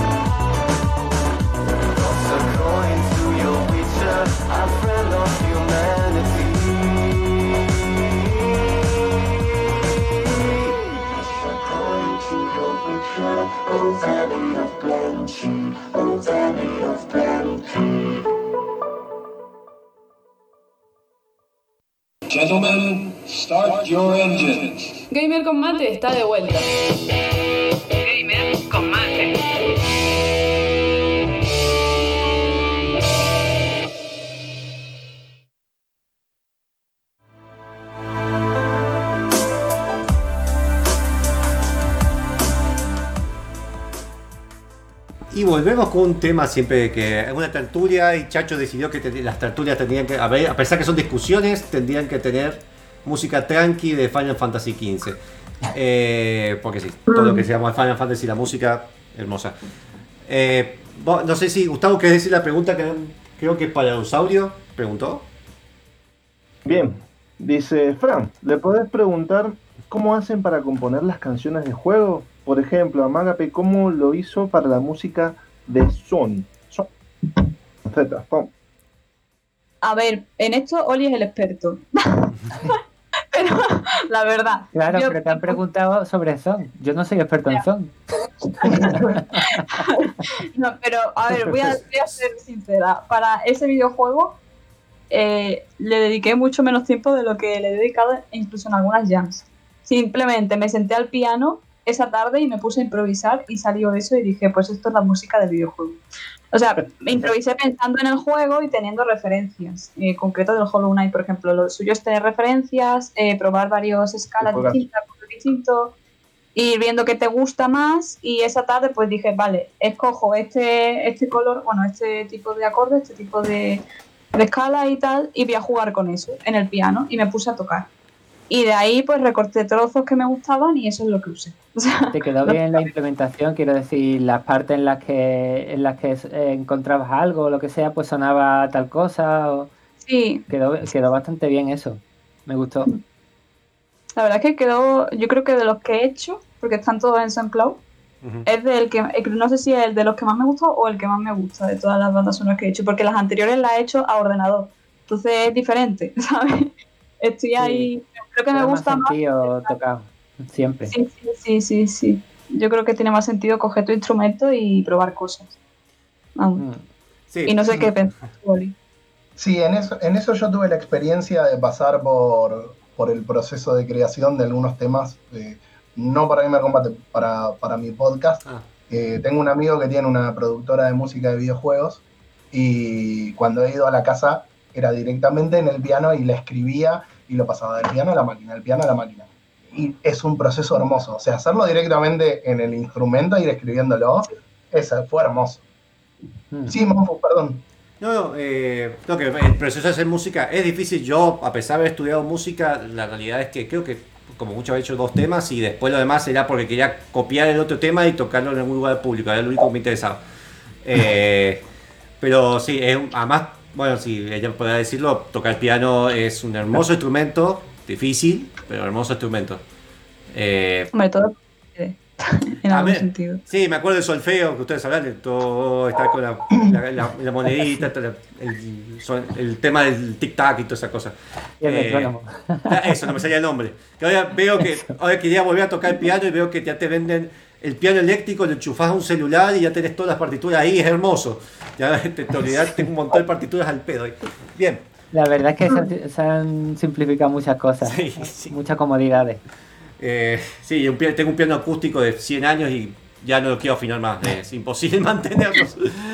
Toss a coin to your witcher, a friend of humanity. Oh valley of plenty, oh valley of plenty. Gentlemen, start your engines. Gamer con Mate está de vuelta. Gamer con Mate. Y volvemos con un tema siempre que es una tertulia y Chacho decidió que te- las tertulias tendrían que, a, ver, a pesar que son discusiones, tendrían que tener música tranqui de Final Fantasy quince. Eh, porque sí, todo lo que se llama Final Fantasy, la música, hermosa. Eh, vos- no sé si Gustavo querés decir la pregunta que creo que es para Eusaurio, preguntó. Bien, dice Fran, ¿le podés preguntar cómo hacen para componer las canciones de juego? Por ejemplo, Amagape, ¿cómo lo hizo para la música de Son? Son. Z, Son. A ver, en esto Oli es el experto. Pero la verdad. Claro, yo- pero te han preguntado sobre Zone. Yo no soy experto en Zone. No, pero a ver, voy a, voy a ser sincera. Para ese videojuego eh, le dediqué mucho menos tiempo de lo que le he dedicado incluso en algunas jams. Simplemente me senté al piano esa tarde y me puse a improvisar y salió eso y dije, pues esto es la música del videojuego. O sea, me improvisé pensando en el juego y teniendo referencias. En concreto del Hollow Knight, por ejemplo, lo suyo es tener referencias, eh, probar varios escalas Juegazo. distintas, colores distintos, ir viendo qué te gusta más y esa tarde pues dije, vale, escojo este, este color, bueno, este tipo de acorde, este tipo de, de escala y tal, y voy a jugar con eso en el piano y me puse a tocar. Y de ahí pues recorté trozos que me gustaban y eso es lo que usé. O sea, ¿Te quedó bien la implementación? Quiero decir, las partes en las que en las que eh, encontrabas algo o lo que sea, pues sonaba tal cosa. O... sí, Quedó, quedó bastante bien eso. Me gustó. la verdad es que quedó, yo creo que de los que he hecho, porque están todos en SoundCloud, Ujú. es del que, no sé si es el de los que más me gustó o el que más me gusta de todas las bandas sonoras que he hecho, porque las anteriores las he hecho a ordenador, entonces es diferente, ¿sabes? Estoy ahí, creo que me Tiene gusta más más. sentido tocado. Siempre. Sí, sí, sí, sí, sí. Yo creo que tiene más sentido coger tu instrumento y probar cosas. Vamos. Mm. Sí. Y no sé qué pensar, Oli. Sí, en eso, en eso yo tuve la experiencia de pasar por, por el proceso de creación de algunos temas, eh, no para Gamer Combate, para, para mi podcast. Ah. Eh, tengo un amigo que tiene una productora de música de videojuegos y cuando he ido a la casa era directamente en el piano y le escribía y lo pasaba del piano a la máquina, del piano a la máquina. Y es un proceso hermoso, o sea, hacerlo directamente en el instrumento, ir escribiéndolo, eso fue hermoso. Mm. Sí, Monfu, perdón. No, no, eh, no, que el proceso de hacer música es difícil. Yo, a pesar de haber estudiado música, la realidad es que creo que como mucho he hecho dos temas y después lo demás era porque quería copiar el otro tema y tocarlo en algún lugar público, era lo único que me interesaba. Eh, pero sí, es, un- además, bueno, sí, ella podrá decirlo, tocar piano es un hermoso instrumento, difícil, pero hermoso instrumento. Eh, Hombre, todo en A algún ver, sentido. Sí, me acuerdo del solfeo que ustedes hablan de todo, estar con la, la, la- la monedita, el, el, son- el tema del tic-tac y toda esa cosa. Y el Eh, metrónomo. Eso, no me salía el nombre. Que ahora veo que, ahora quería volver a tocar el piano y veo que ya te venden el piano eléctrico, lo enchufás a un celular y ya tenés todas las partituras ahí, es hermoso. Ya te, te olvidás, tengo un montón de partituras al pedo ahí. Bien. La verdad es que se han, se han simplificado muchas cosas. Sí, sí. Muchas comodidades. Eh, sí, un pi- tengo un piano acústico de cien años y ya no lo quiero afinar más. Es imposible mantenerlo.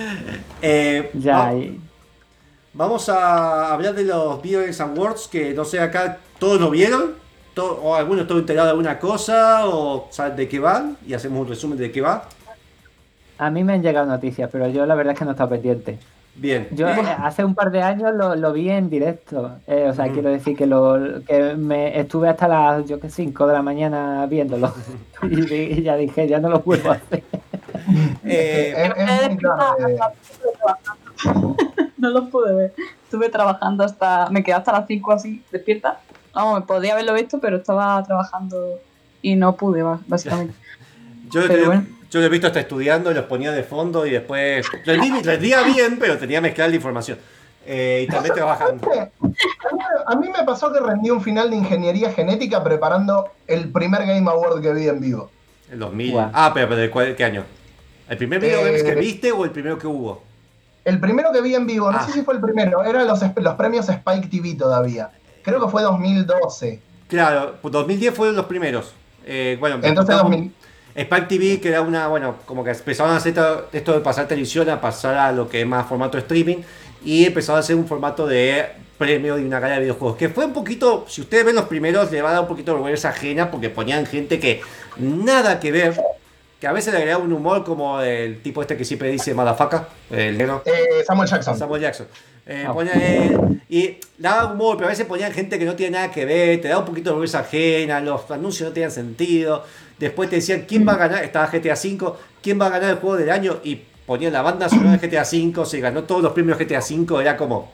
Eh, Ya, va- y- Vamos a hablar de los Video Games Awards, que no sé, acá todos lo vieron, todo- o algunos están enterados de alguna cosa, o saben de qué van, y hacemos un resumen de qué va. a mí me han llegado noticias, pero yo la verdad es que no he estado pendiente. Bien. Yo Eh, eh, hace un par de años lo, lo vi en directo. Eh, o sea, Ujú. quiero decir que lo que me estuve hasta las, yo que cinco de la mañana viéndolo. y, di- y ya dije, ya no lo puedo hacer. eh, Es, es muy tarde. no los pude ver. Estuve trabajando hasta... Me quedé hasta las cinco así, despierta. Vamos, podía haberlo visto, pero estaba trabajando y no pude, básicamente. Yo, Pero te- bueno. yo lo he visto hasta estudiando, los ponía de fondo y después... Rendía, rendía bien, pero tenía que mezclar la información. Eh, y también trabajando. A mí, a mí me pasó que rendí un final de ingeniería genética preparando el primer Game Award que vi en vivo. El dos mil. Guau. Ah, pero, pero ¿de cuál- qué año? ¿El primer video Eh, games que viste o el primero que hubo? El primero que vi en vivo, no Ah. sé si fue el primero, eran los, los premios Spike T V todavía. Creo que fue dos mil doce. Claro, pues dos mil diez fueron los primeros. Eh, bueno, Entonces estamos- dos mil. Spike T V, que era una, bueno, como que empezaron a hacer esto, esto de pasar televisión a pasar a lo que es más formato streaming y empezaron a hacer un formato de premio de una gala de videojuegos, que fue un poquito, si ustedes ven los primeros, le va a dar un poquito de vergüenza ajena porque ponían gente que nada que ver, que a veces le agregaba un humor como el tipo este que siempre dice motherfucker, el negro. Eh, Samuel Jackson. Samuel Jackson. Eh, Ah. ponía, eh, y daba humor, pero a veces ponían gente que no tiene nada que ver, te daba un poquito de vergüenza ajena, los anuncios no tenían sentido. Después te decían quién va a ganar, estaba G T A cinco, quién va a ganar el juego del año y ponían la banda sonora de G T A cinco, se ganó todos los premios G T A cinco, era como...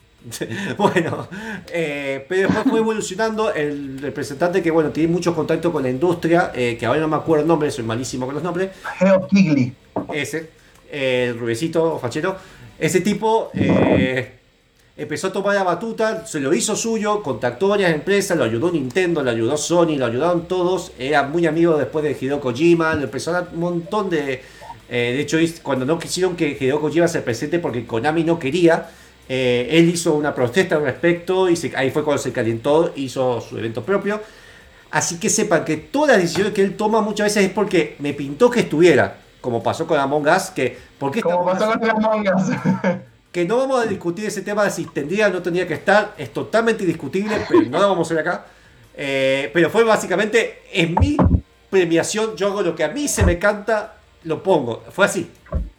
bueno, eh, pero después fue evolucionando el representante que, bueno, tiene mucho contacto con la industria, eh, que ahora no me acuerdo el nombre, soy malísimo con los nombres, Geo Kigley. ese, eh, el rubecito fachero, ese tipo eh, empezó a tomar la batuta, se lo hizo suyo, contactó varias empresas, lo ayudó Nintendo, lo ayudó Sony, lo ayudaron todos, era muy amigo después de Hideo Kojima, le empezó a dar un montón de... eh, de hecho, cuando no quisieron que Hideo Kojima se presente porque Konami no quería, eh, él hizo una protesta al respecto y se- ahí fue cuando se calentó, hizo su evento propio. Así que sepan que todas las decisiones que él toma muchas veces es porque me pintó que estuviera, como pasó con Among Us, que ¿por qué Como está pasó con las mangas. que no vamos a discutir ese tema de si tendría o no tendría que estar, es totalmente indiscutible, pero no lo vamos a hacer acá. Eh, pero fue básicamente, en mi premiación, yo hago lo que a mí se me canta, lo pongo. Fue así.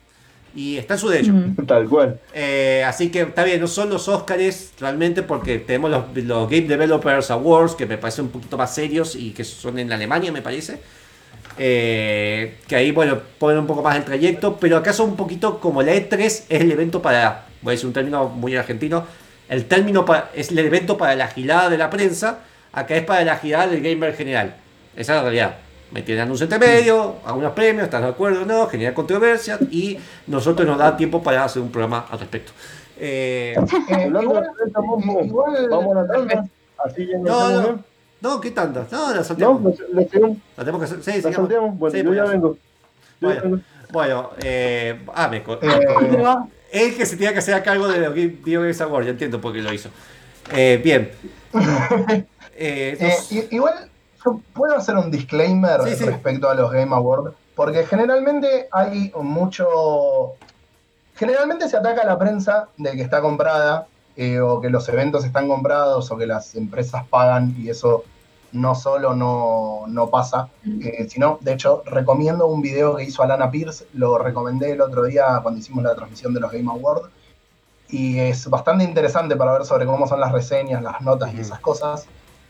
Y está en su derecho. Mm. Tal cual. Eh, así que está bien, no son los Oscars realmente porque tenemos los, los Game Developers Awards que me parecen un poquito más serios y que son en Alemania, me parece. Eh, que ahí, bueno, ponen un poco más el trayecto, pero acá son un poquito como la E tres es el evento para, voy a decir un término muy argentino, el término para, es el evento para la gilada de la prensa, acá es para la gilada del gamer general. Esa es la realidad. Me tienen anuncio entre medio, algunos premios, ¿estás de acuerdo o no? Genera controversia y nosotros nos da tiempo para hacer un programa al respecto. Eh, Eh, Hablando igual, de prensa, vamos, igual- vamos a la tanda. Así ya no, estamos no, bien. no, ¿qué tanta? No, la No, salteamos. le, le seguimos, La tenemos que hacer. Sí, la sigamos. salteamos. Bueno, Sí, yo ya porque- vengo. Yo ya Bueno, vengo. bueno eh, ah, me co- Eh, él que se tenía que hacer a cargo de los Game Video Games Awards, ya entiendo por qué lo hizo. Eh, bien. Eh, Eh, nos- i- igual yo puedo hacer un disclaimer Sí, sí. respecto a los Game Awards, porque generalmente hay mucho... Generalmente se ataca a la prensa de que está comprada, eh, o que los eventos están comprados, o que las empresas pagan, y eso no solo no, no pasa, eh, sino, de hecho, recomiendo un video que hizo Alana Pierce, lo recomendé el otro día cuando hicimos la transmisión de los Game Awards, y es bastante interesante para ver sobre cómo son las reseñas, las notas y esas cosas.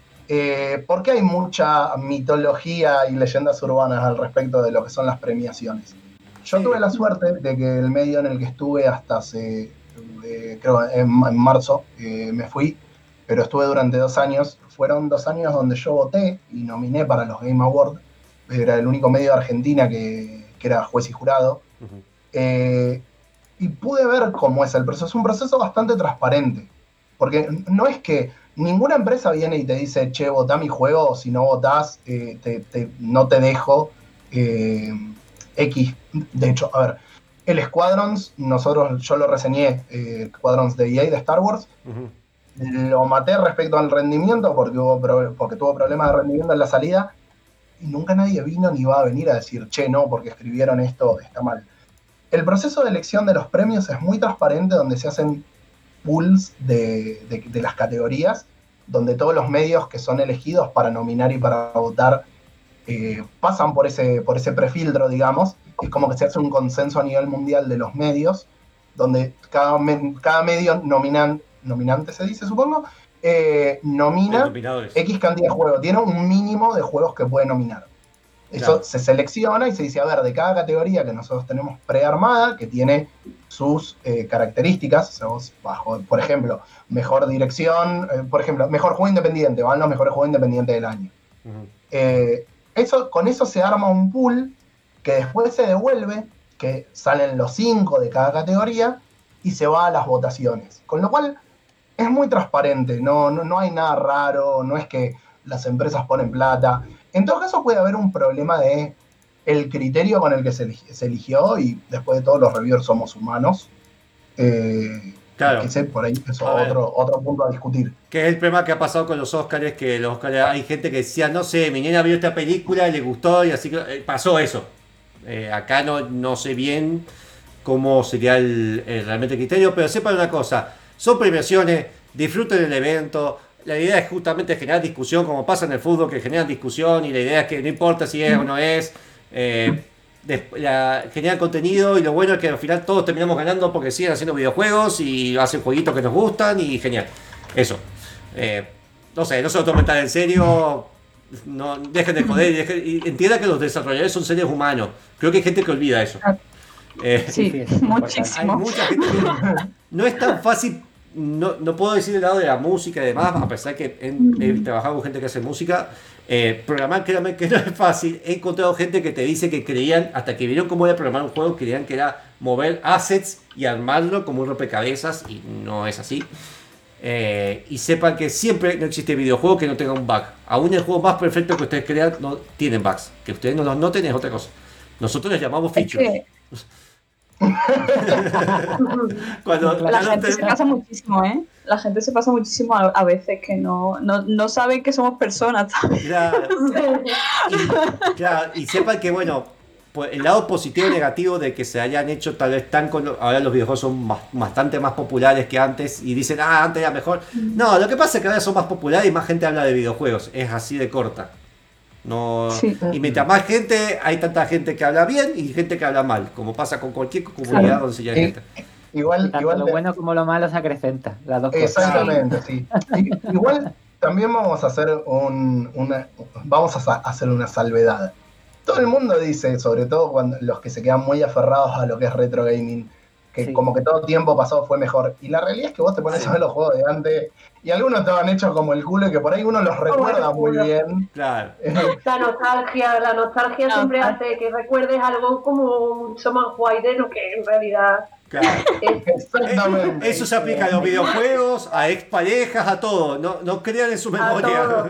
Eh, porque hay mucha mitología y leyendas urbanas al respecto de lo que son las premiaciones. Yo Sí. tuve la suerte de que el medio en el que estuve hasta hace, eh, creo en, en marzo, eh, me fui, pero estuve durante dos años. Fueron dos años donde yo voté y nominé para los Game Awards. Era el único medio de Argentina que, que era juez y jurado. Ujú. Eh, y pude ver cómo es el proceso. Es un proceso bastante transparente. Porque no es que ninguna empresa viene y te dice, che, votá mi juego, o si no votás, eh, te, te- no te dejo eh, X. De hecho, a ver, el Squadrons, nosotros, yo lo reseñé, eh, Squadrons de E A de Star Wars, Ujú. lo maté respecto al rendimiento porque, hubo pro- porque tuvo problemas de rendimiento en la salida, y nunca nadie vino ni va a venir a decir, che, no, porque escribieron esto, está mal. El proceso de elección de los premios es muy transparente, donde se hacen pools de, de- de las categorías, donde todos los medios que son elegidos para nominar y para votar eh, pasan por ese, por ese prefiltro, digamos. Es como que se hace un consenso a nivel mundial de los medios, donde cada, me- cada medio nominan, nominante, se dice, supongo, eh, nomina Dominadores. X cantidad de juegos. Tiene un mínimo de juegos que puede nominar. Eso Claro. se selecciona y se dice, a ver, de cada categoría que nosotros tenemos prearmada, que tiene sus eh, características, o sea, vos bajo, por ejemplo, mejor dirección, eh, por ejemplo, mejor juego independiente, van los mejores juegos independientes del año. Ujú. Eh, eso, con eso se arma un pool que después se devuelve, que salen los cinco de cada categoría y se va a las votaciones. Con lo cual es muy transparente, no, no, no hay nada raro, no es que las empresas ponen plata. En todo caso puede haber un problema de el criterio con el que se, eligi- se eligió, y después de todo los reviewers somos humanos. Eh, Claro. que sé, por ahí eso A ver. otro, otro punto a discutir. Que es el problema que ha pasado con los Oscars, que los Oscars hay gente que decía, no sé, mi nena vio esta película y le gustó, y así que eh, pasó eso. Eh, acá no, no sé bien cómo sería el, el realmente el criterio, pero sepan una cosa, son premiaciones, disfruten el evento. La idea es justamente generar discusión, como pasa en el fútbol, que generan discusión, y la idea es que no importa si es o no es, eh, des- la- generan contenido, y lo bueno es que al final todos terminamos ganando porque siguen haciendo videojuegos y hacen jueguitos que nos gustan, y genial. Eso. Eh, no sé, no se lo tomen tan en serio, no, dejen de joder, y, dejen- y entiendan que los desarrolladores son seres humanos. Creo que hay gente que olvida eso. Eh, Sí, sí, eso es importante. hay muchísimo. mucha gente que no es tan fácil, no, no puedo decir del lado de la música y demás, a pesar que he, he trabajado con gente que hace música. Eh, programar, créanme que no es fácil. He encontrado gente que te dice que creían, hasta que vieron cómo era programar un juego, creían que era mover assets y armarlo como un rompecabezas, y no es así. Eh, y sepan que siempre no existe videojuego que no tenga un bug. Aún el juego más perfecto que ustedes crean no tienen bugs. Que ustedes no los noten es otra cosa. Nosotros les llamamos Es features. que Cuando la ya no gente te- se pasa muchísimo, ¿eh? La gente se pasa muchísimo a, a veces que no, no, no saben que somos personas, ¿sabes? Claro. Y, claro, y sepan que, bueno, pues el lado positivo y negativo de que se hayan hecho tal vez tan con, ahora los videojuegos son más- bastante más populares que antes, y dicen, ah, antes era mejor. No, lo que pasa es que ahora son más populares y más gente habla de videojuegos, es así de corta. No, Sí. y mientras más gente, hay tanta gente que habla bien y gente que habla mal, como pasa con cualquier comunidad Claro. donde se haya Sí. gente. Igual, Tanto igual lo te- bueno como lo malo se acrecenta, las dos cosas. Exactamente, sí. Sí, igual también vamos a hacer un, una, vamos a sa- hacer una salvedad. Todo el mundo dice, sobre todo cuando los que se quedan muy aferrados a lo que es retro gaming, que Sí. como que todo tiempo pasado fue mejor. Y la realidad es que vos te pones Sí. a ver los juegos de antes, y algunos estaban hechos como el culo, y que por ahí uno los recuerda el muy culo. bien. Claro. La nostalgia, la nostalgia La siempre nostalgia. hace que recuerdes algo como mucho más guay de lo que en realidad Claro. es. Exactamente. Eso se aplica a los videojuegos, a exparejas, a todo. No, no crean en su memoria. todo.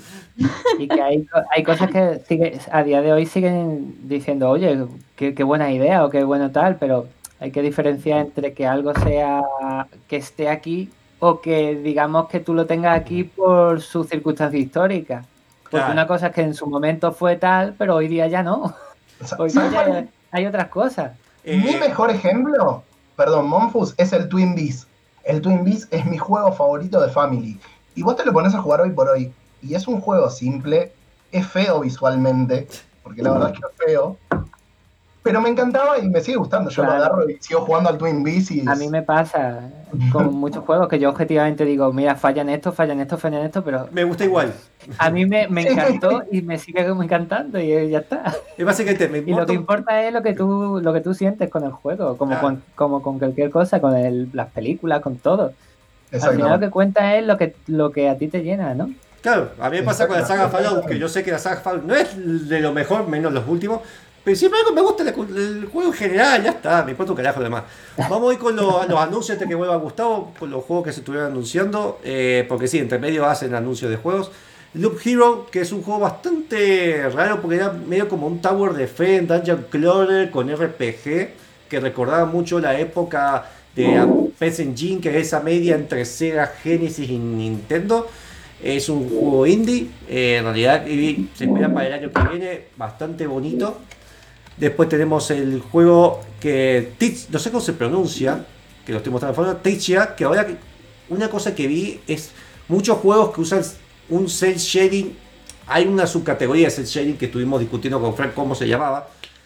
Y que hay, co- hay cosas que sigue, a día de hoy siguen diciendo, oye, qué, qué buena idea o qué bueno tal, pero hay que diferenciar entre que algo sea que esté aquí o que digamos que tú lo tengas aquí por su circunstancia histórica. Porque Claro. una cosa es que en su momento fue tal, pero hoy día ya no. Hoy día ¿Sabes cuál ya hay otras cosas. Mi Eh, mejor ejemplo, perdón, Monfus, es el Twin Beast. El Twin Beast es mi juego favorito de Family. Y vos te lo pones a jugar hoy por hoy. Y es un juego simple, es feo visualmente, porque la verdad es que es feo. Pero me encantaba y me sigue gustando. Yo Claro. lo agarro y sigo jugando al Twin Beast y A es- mí me pasa con muchos juegos que yo objetivamente digo, mira, fallan esto, fallan esto, fallan esto, pero me gusta igual. a mí me, me encantó y me sigue encantando y eh, ya está. Es básicamente, me Y lo importa- que importa es lo que tú, lo que tú sientes con el juego, como, Claro. con, como con cualquier cosa, con el- las películas, con todo. Al final lo Exactamente. que cuenta es lo que, lo que a ti te llena, ¿no? Claro, a mí me pasa con la saga Exactamente. Fallout, que yo sé que la saga Fallout no es de lo mejor, menos los últimos, pero siempre algo me gusta el, el juego en general, ya está, me importa un carajo de demás. Vamos a ir con los, los anuncios antes que vuelva Gustavo, con los juegos que se estuvieron anunciando, eh, porque sí, entre medio hacen anuncios de juegos. Loop Hero, que es un juego bastante raro, porque era medio como un Tower Defense, Dungeon Crawler con R P G, que recordaba mucho la época de P S Engine, que es esa media entre Sega Genesis y Nintendo. Es un juego indie, eh, en realidad y se espera para el año que viene, bastante bonito. Después tenemos el juego que, Teach- no sé cómo se pronuncia, que lo estoy mostrando afuera, Techia, que ahora una cosa que vi es muchos juegos que usan un cel shading. Hay una subcategoría de cel shading que estuvimos discutiendo con Frank cómo se llamaba.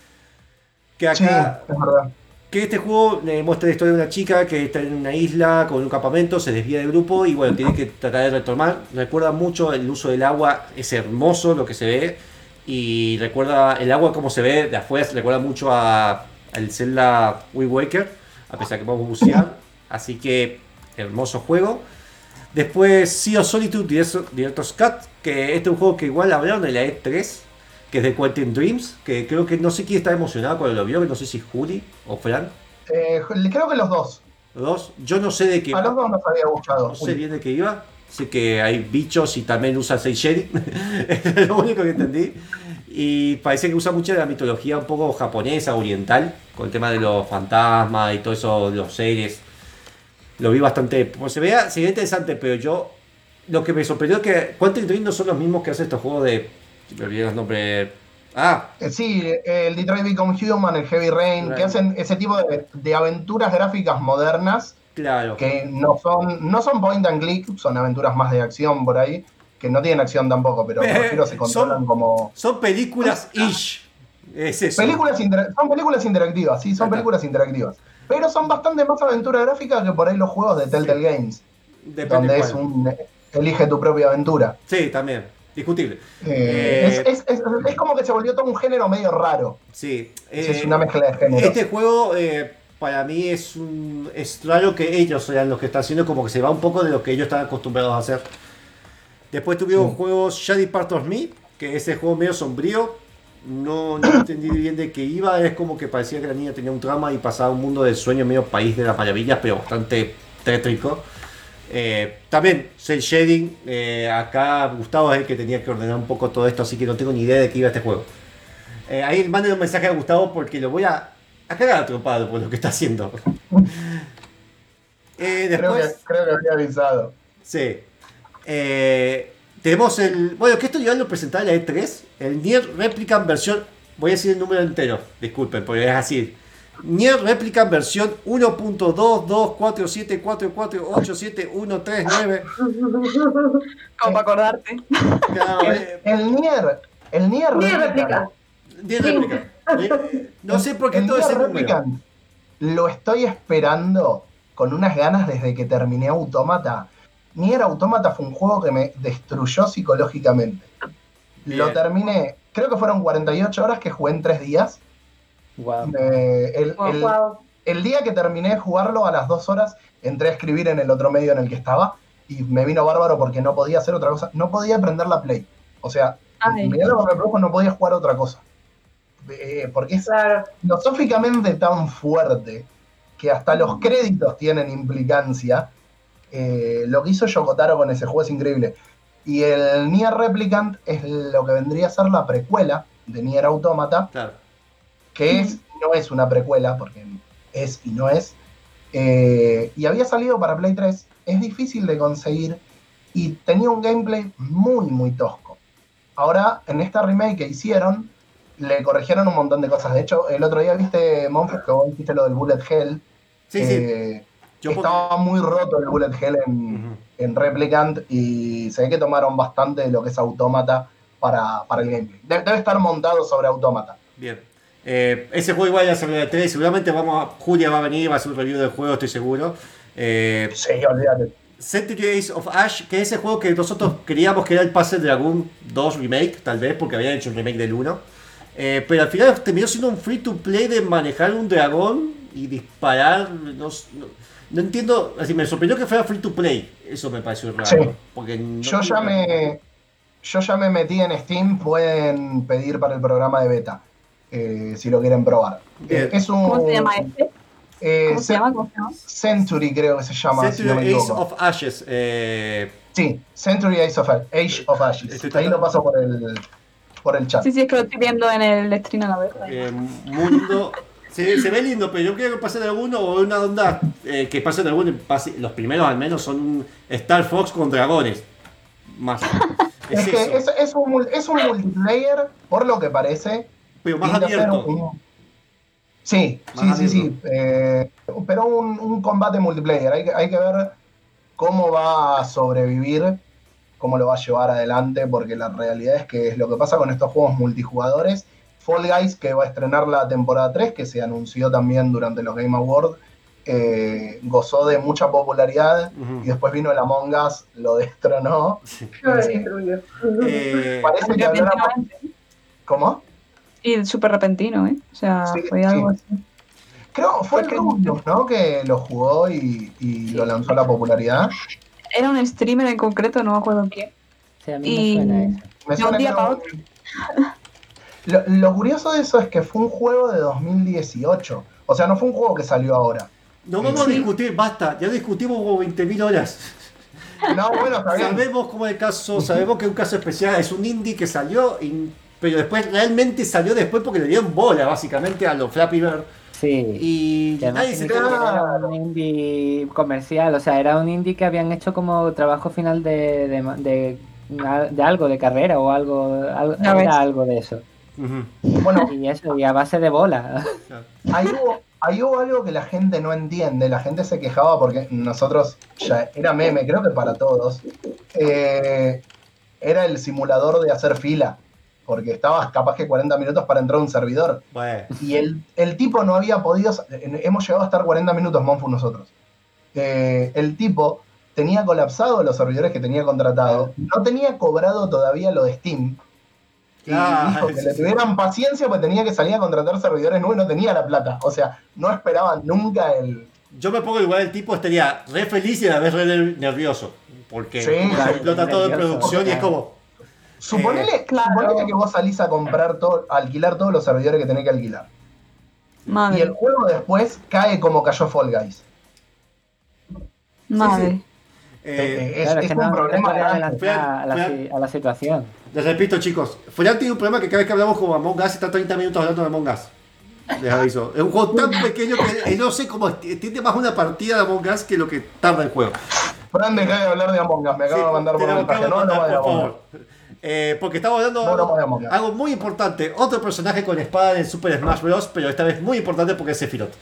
Que Sí, acá, es verdad. que este juego le muestra la historia de una chica que está en una isla con un campamento, se desvía del grupo y bueno, tiene que tratar de retomar. Recuerda mucho el uso del agua, es hermoso lo que se ve. y recuerda el agua como se ve de afuera, se recuerda mucho a, al Zelda Wind Waker, a pesar que podemos bucear. Así que hermoso juego. Después Sea of Solitude Director's Cut, que este es un juego que igual hablaron en la E tres, que es de Quantum Dreams, que creo que no sé quién está emocionado cuando lo vio, que no sé si Juli o Fran. Eh, creo que los dos. Los dos. Yo no sé de qué. A los dos nos había gustado. No sé bien de qué iba. Sé que hay bichos y también usa seis Shady. Es lo único que entendí. Y parece que usa mucha de la mitología un poco japonesa, oriental, con el tema de los fantasmas y todo eso, de los seres. Lo vi bastante. Pues se veía, se veía interesante, pero yo. Lo que me sorprendió es que Quantum Dream no son los mismos que hacen estos juegos de. Me olvidé los nombres. Ah. Eh, sí, el Detroit Become Human, el Heavy Rain, Right. que hacen ese tipo de, de aventuras gráficas modernas. Claro. Que no son, no son point and click, son aventuras más de acción por ahí, que no tienen acción tampoco, pero me refiero, se controlan son, como. Son películas ish. Es eso. Películas inter- son películas interactivas, sí, son películas interactivas. Pero son bastante más aventura gráfica que por ahí los juegos de Telltale sí. Games. Depende donde cuál. Es un. Elige tu propia aventura. Sí, también. Discutible. Eh, eh, es, es, es, es como que se volvió todo un género medio raro. Sí. Eh, es una mezcla de géneros. Este juego. Eh, Para mí es un es raro que ellos sean los que están haciendo, como que se va un poco de lo que ellos están acostumbrados a hacer. Después tuvimos sí. juegos Shady Part of Me, que es el juego medio sombrío. No, no entendí bien de qué iba. Es como que parecía que la niña tenía un trama y pasaba un mundo del sueño, medio país de las maravillas, pero bastante tétrico. Eh, también cel shading. Eh, acá Gustavo es el que tenía que ordenar un poco todo esto, así que no tengo ni idea de qué iba este juego. Eh, ahí manden un mensaje a Gustavo porque lo voy a a cagar atropado por lo que está haciendo. eh, después, creo, que, creo que había avisado. Sí. Eh, tenemos el. Bueno, que esto ya lo presentaba en la E tres. El Nier Replicant versión. Voy a decir el número entero. Disculpen, porque es así. Nier Replicant versión uno punto dos dos cuatro siete cuatro cuatro ocho siete uno tres nueve. Como para acordarte. Claro, eh, el, el Nier. El Nier, Nier Replicant. Nier Replicant. No sé por qué el todo ese número. Lo estoy esperando con unas ganas desde que terminé Automata. Nier Automata fue un juego que me destruyó psicológicamente. Bien. Lo terminé, creo que fueron cuarenta y ocho horas que jugué en tres días. Wow. Eh, el, wow, el, wow. el día que terminé de jugarlo, a las dos horas, entré a escribir en el otro medio en el que estaba y me vino bárbaro porque no podía hacer otra cosa. No podía prender la Play. O sea, mirá lo que me produjo, no podía jugar otra cosa. Eh, porque es claro. filosóficamente tan fuerte que hasta los créditos tienen implicancia. Eh, lo que hizo Yokotaro con ese juego es increíble. Y el Nier Replicant es lo que vendría a ser la precuela de Nier Automata, claro. que es, no es una precuela, porque es y no es. Eh, y había salido para Play tres, es difícil de conseguir y tenía un gameplay muy, muy tosco. Ahora, en esta remake que hicieron, le corrigieron un montón de cosas. De hecho, el otro día viste, Monfus, que vos dijiste lo del Bullet Hell. Sí, eh, sí. Yo estaba porque... muy roto el Bullet Hell en, uh-huh. en Replicant y se ve que tomaron bastante de lo que es Automata para, para el gameplay. Debe, debe estar montado sobre Automata. Bien. Eh, ese juego igual ya salió de tres. Seguramente vamos a, Julia va a venir, va a hacer un review del juego, estoy seguro. Eh, sí, olvídate. Century Ace of Ash, que es ese juego que nosotros creíamos que era el Puzzle Dragoon dos Remake, tal vez, porque habían hecho un remake del uno. Eh, pero al final terminó siendo un free to play de manejar un dragón y disparar. No, no, no entiendo, así me sorprendió que fuera free to play. Eso me pareció raro. Sí. Porque no yo, ya me, yo ya me metí en Steam, pueden pedir para el programa de beta, eh, si lo quieren probar. Eh, es un, ¿Cómo se llama este? Eh, ¿Cómo se llama? ¿Cómo se llama? Century creo que se llama. Century si no me Ace equivoco. of Ashes. Eh... Sí, Century Ace of, Age of Ashes. Ahí lo paso por el, por el chat. Sí, sí, es que lo estoy viendo en el stream a la vez. Eh, mundo... se, se ve lindo, pero yo creo que pase de alguno o una onda eh, que pase de alguno. Pase, los primeros al menos son un Star Fox con dragones. Más. Es, es que es, es, un, es un multiplayer, por lo que parece. Pero más abierto. Un, sí, más sí, abierto. sí, sí. Eh, pero un, un combate multiplayer. Hay que, hay que ver cómo va a sobrevivir, cómo lo va a llevar adelante, porque la realidad es que es lo que pasa con estos juegos multijugadores. Fall Guys, que va a estrenar la temporada tres, que se anunció también durante los Game Awards, eh, gozó de mucha popularidad, uh-huh. y después vino el Among Us, lo destronó. Sí. Eh, Parece que habrá una, ¿Cómo? Y súper repentino, ¿eh? O sea, Sí, fue sí. algo así. Creo fue el Porque- Rubius, ¿no? Que lo jugó y, y lo lanzó a la popularidad. Era un streamer en concreto, no me acuerdo quién. Sí, a mí Y- me suena eso. Me De suena un día que para era un- Lo, lo curioso de eso es que fue un juego de dos mil dieciocho. O sea, no fue un juego que salió ahora. No vamos a Sí. discutir, basta, ya discutimos como veinte mil horas. No, bueno, está bien. Sabemos cómo es el caso, sabemos que es un caso especial, es un indie que salió, y- pero después realmente salió después porque le dieron bola básicamente a los Flappy Bird. Sí. Y Y además nadie se que ni quedó. siquiera era un indie comercial, o sea, era un indie que habían hecho como trabajo final de, de, de, de algo, de carrera o algo, algo Ya ves. era algo de eso. Ujú. Bueno, Y eso, y a base de bola. ahí hubo, ahí hubo algo que la gente no entiende. La gente se quejaba porque nosotros, ya era meme, creo que para todos. eh, era el simulador de hacer fila. Porque estabas capaz que cuarenta minutos para entrar a un servidor. Bueno, Y el, el tipo no había podido. Hemos llegado a estar cuarenta minutos, Monfu, nosotros. Eh, el tipo tenía colapsado los servidores que tenía contratado. No tenía cobrado todavía lo de Steam. Y Ah, dijo que sí, le sí. tuvieran paciencia porque tenía que salir a contratar servidores nuevos y no tenía la plata. O sea, no esperaban nunca el. yo me pongo en lugar del tipo, estaría re feliz y a la vez re nervioso. Porque Sí, se claro, explota todo en nervioso, producción y es claro. como. Suponele, claro. suponele que vos salís a comprar todo, a alquilar todos los servidores que tenés que alquilar. Madre, Y el juego después cae como cayó Fall Guys. madre. eh, Eh, es Claro, es que un no, no te problema puedes grande. adelantar a la, Fue- si- a la situación. Les repito, chicos, Fran tiene un problema que cada vez que hablamos como Among Us está treinta minutos hablando de Among Us. Les aviso. Es un juego tan pequeño que eh, no sé cómo entiende más una partida de Among Us que lo que tarda el juego. Fran, dejá de hablar de Among Us, me acabo Sí, de mandar te por lo mensaje. acabo de No, no mandar, va de por Among Us. favor. Eh, porque estamos hablando No, no de de Among Us. algo muy importante. Otro personaje con espada en Super Smash Bros. Pero esta vez muy importante porque es Sephiroth.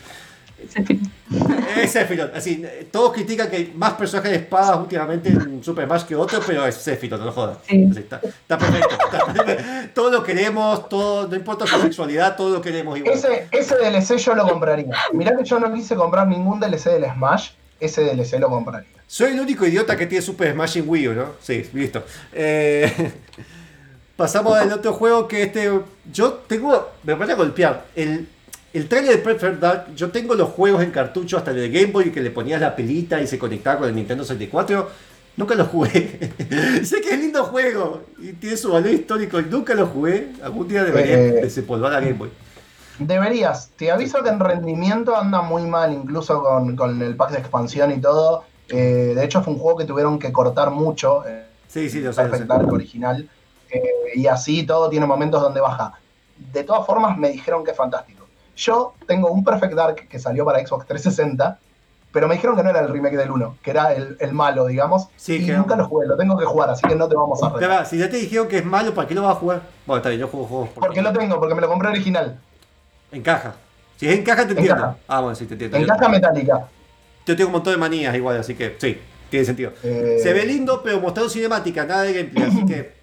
Es Sephiroth. Así, todos critican que hay más personajes de espadas últimamente en Super Smash que otros, pero es Sephiroth, no jodas. Sí. Así, está, está perfecto. Está- todo lo queremos, todo, no importa su sexualidad, todo lo queremos igual. Ese, ese D L C yo lo compraría. Mirá que yo no quise comprar ningún D L C del Smash, ese D L C lo compraría. Soy el único idiota que tiene Super Smash en Wii U, ¿no? Sí, listo. Eh, pasamos al otro juego que este... Yo tengo... Me van a golpear. El, el trailer de Perfect Dark, yo tengo los juegos en cartucho hasta el de Game Boy que le ponías la pelita y se conectaba con el Nintendo sesenta y cuatro. Nunca lo jugué. Sé que es lindo juego y tiene su valor histórico y nunca lo jugué. Algún día debería Eh. desempolvar a Game Boy. Deberías. Te aviso que en rendimiento anda muy mal, incluso con, con el pack de expansión y todo. Eh, de hecho, fue un juego que tuvieron que cortar mucho. Eh, Sí, sí, lo sé, lo sé. Perfect Dark original. Eh, y así todo tiene momentos donde baja. De todas formas, me dijeron que es fantástico. Yo tengo un Perfect Dark que salió para Xbox trescientos sesenta, pero me dijeron que no era el remake del uno, que era el, el malo, digamos. Sí, y que- nunca lo jugué, lo tengo que jugar, así que no te vamos a Espera, retar. si ya te dijeron que es malo, ¿para qué lo vas a jugar? Bueno, está bien, yo juego juegos por- Porque lo tengo, porque me lo compré original. En caja. Si es en caja, te entiendo. caja. Ah, bueno, sí, te entiendo. En Yo- caja metálica. Yo tengo un montón de manías igual, así que sí, tiene sentido. Eh, Se ve lindo, pero mostrado cinemática, nada de gameplay, así que.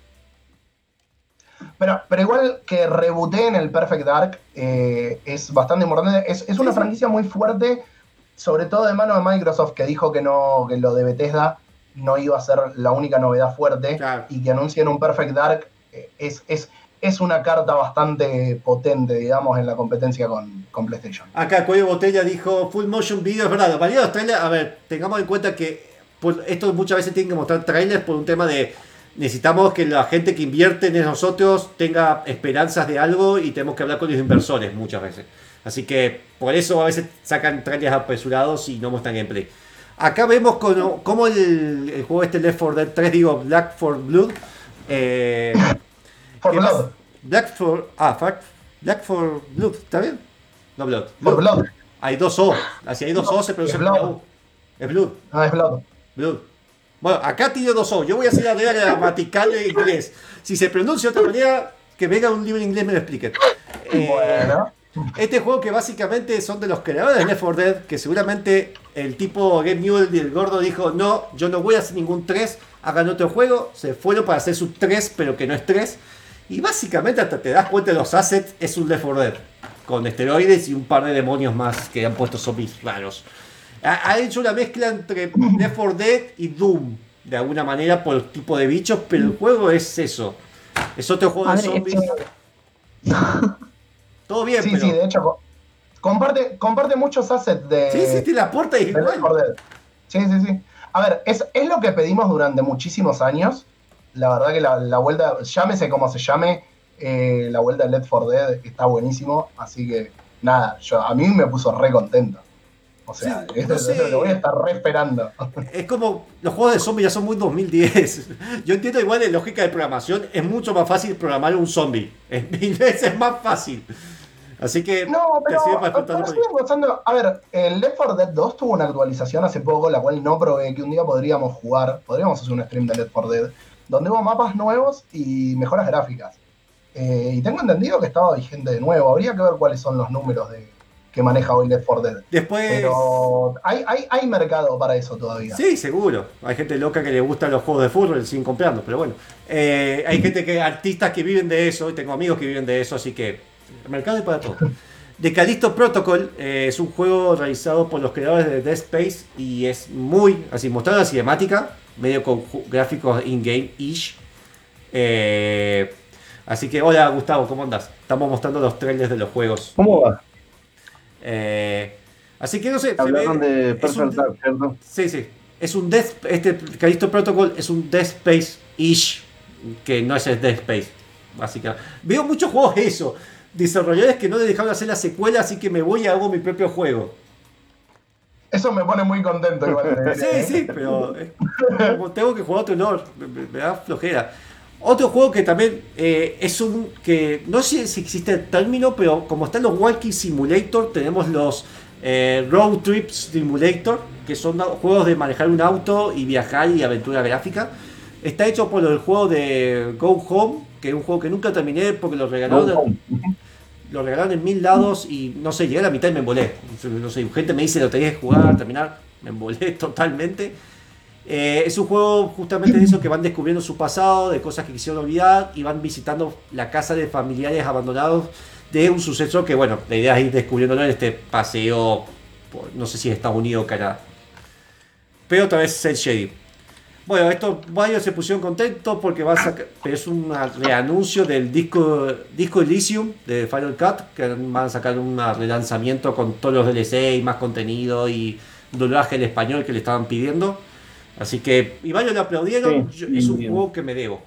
Pero, pero igual que reboté en el Perfect Dark, eh, es bastante importante. Es, es una Sí, sí. franquicia muy fuerte, sobre todo de mano de Microsoft, que dijo que no que lo de Bethesda no iba a ser la única novedad fuerte. Claro. Y que anuncien un Perfect Dark eh, es, es, es una carta bastante potente, digamos, en la competencia con, con PlayStation. Acá Cuello Botella dijo Full Motion Video, es verdad. Los varios de los trailers, a ver, tengamos en cuenta que por, esto muchas veces tienen que mostrar trailers por un tema de. Necesitamos que la gente que invierte en nosotros tenga esperanzas de algo y tenemos que hablar con los inversores muchas veces. Así que por eso a veces sacan trailers apresurados y no muestran gameplay. Acá vemos cómo, cómo el, el juego este Left four Dead tres, digo Black for Blood. Eh, For ¿qué más? Blood. Black for. Ah, fuck. Black for Blood, ¿está bien? No Blood. For Blood. Hay dos O. Así hay dos O, se pronuncia Es con la Blood. U. Es Blood. Ah, es Blood. Blood. Bueno, acá tiene dos O. Yo voy a hacer la regla gramatical en inglés. Si se pronuncia de otra manera, que venga un libro en inglés y me lo explique. Eh, Bueno. Este juego que básicamente son de los creadores de Left four Dead, que seguramente el tipo Game Newell y el gordo dijo, no, yo no voy a hacer ningún tres, hagan otro juego, se fueron para hacer su tres, pero que no es tres. Y básicamente hasta te das cuenta de los assets, es un Left four Dead, con esteroides y un par de demonios más que han puesto zombies raros. Ha, ha hecho una mezcla entre Left four Dead y Doom, de alguna manera por el tipo de bichos, pero el juego es eso. Es otro juego de Madre, zombies. es que Todo bien, Sí, pero... sí, de hecho, co- comparte, comparte muchos assets de, Sí, sí, tiene la puerta y de Left igual. four Dead. Sí, sí, sí. A ver, es, es lo que pedimos durante muchísimos años. La verdad que la, la vuelta, llámese como se llame, eh, la vuelta de Left four Dead está buenísimo. Así que, nada, yo, a mí me puso re contento. O sea, Sí, esto no es lo que voy a sé. estar re esperando. Es como los juegos de zombies ya son muy dos mil diez. Yo entiendo igual de lógica de programación. Es mucho más fácil programar un zombie. Es mil veces más fácil. Así que No, te pero, sirve para pero explotar un siguen gozando. A ver, el Left four Dead dos tuvo una actualización hace poco, la cual no probé, que un día podríamos jugar, podríamos hacer un stream de Left four Dead, donde hubo mapas nuevos y mejoras gráficas. Eh, y tengo entendido que estaba vigente de nuevo. Habría que ver cuáles son los números de, que maneja hoy Left four Dead. Después. Pero hay, hay, hay mercado para eso todavía. Sí, seguro. Hay gente loca que le gustan los juegos de fútbol y siguen comprando, pero bueno. Eh, hay gente que, artistas que viven de eso, y tengo amigos que viven de eso, así que el mercado es para todo. The Callisto Protocol eh, es un juego realizado por los creadores de Dead Space y es muy, así, mostrado la cinemática, medio con ju- gráficos in-game-ish. Eh, así que, hola Gustavo, ¿cómo andas? Estamos mostrando los trailers de los juegos. ¿Cómo va? Eh, así que no sé, se Hablaron ve- de es un- Perfect Dark, ¿cierto? Sí, sí. Es un Death, este Callisto Protocol es un Dead Space-ish, que no es el Dead Space, básicamente. Veo muchos juegos de eso. Desarrolladores que no le dejaron hacer la secuela, así que me voy y hago mi propio juego. Eso me pone muy contento igual. Sí, sí, pero eh, como tengo que jugar otro no, me, me- me da flojera. Otro juego que también eh, es un que no sé si existe el término, pero como están los Walking Simulator, tenemos los eh, Road Trip Simulator, que son juegos de manejar un auto y viajar y aventura gráfica. Está hecho por el juego de Go Home, que es un juego que nunca terminé porque lo regalaron. Go Home. Lo regalaron en mil lados y no sé, llegué a la mitad y me embolé. No sé, gente me dice lo tenías que jugar, terminar, me embolé totalmente. Eh, es un juego justamente de eso que van descubriendo su pasado, de cosas que quisieron olvidar y van visitando la casa de familiares abandonados de un suceso que, bueno, la idea es ir descubriéndolo en este paseo, por, no sé si es Estados Unidos o Canadá. Pero otra vez Cell Shady. Bueno, estos varios se pusieron contentos porque va a sacar, pero es un reanuncio del disco, disco Elysium de Final Cut, que van a sacar un relanzamiento con todos los D L C y más contenido y doblaje en español que le estaban pidiendo. Así que, y varios lo aplaudieron, Sí, yo- es un y- juego que me debo.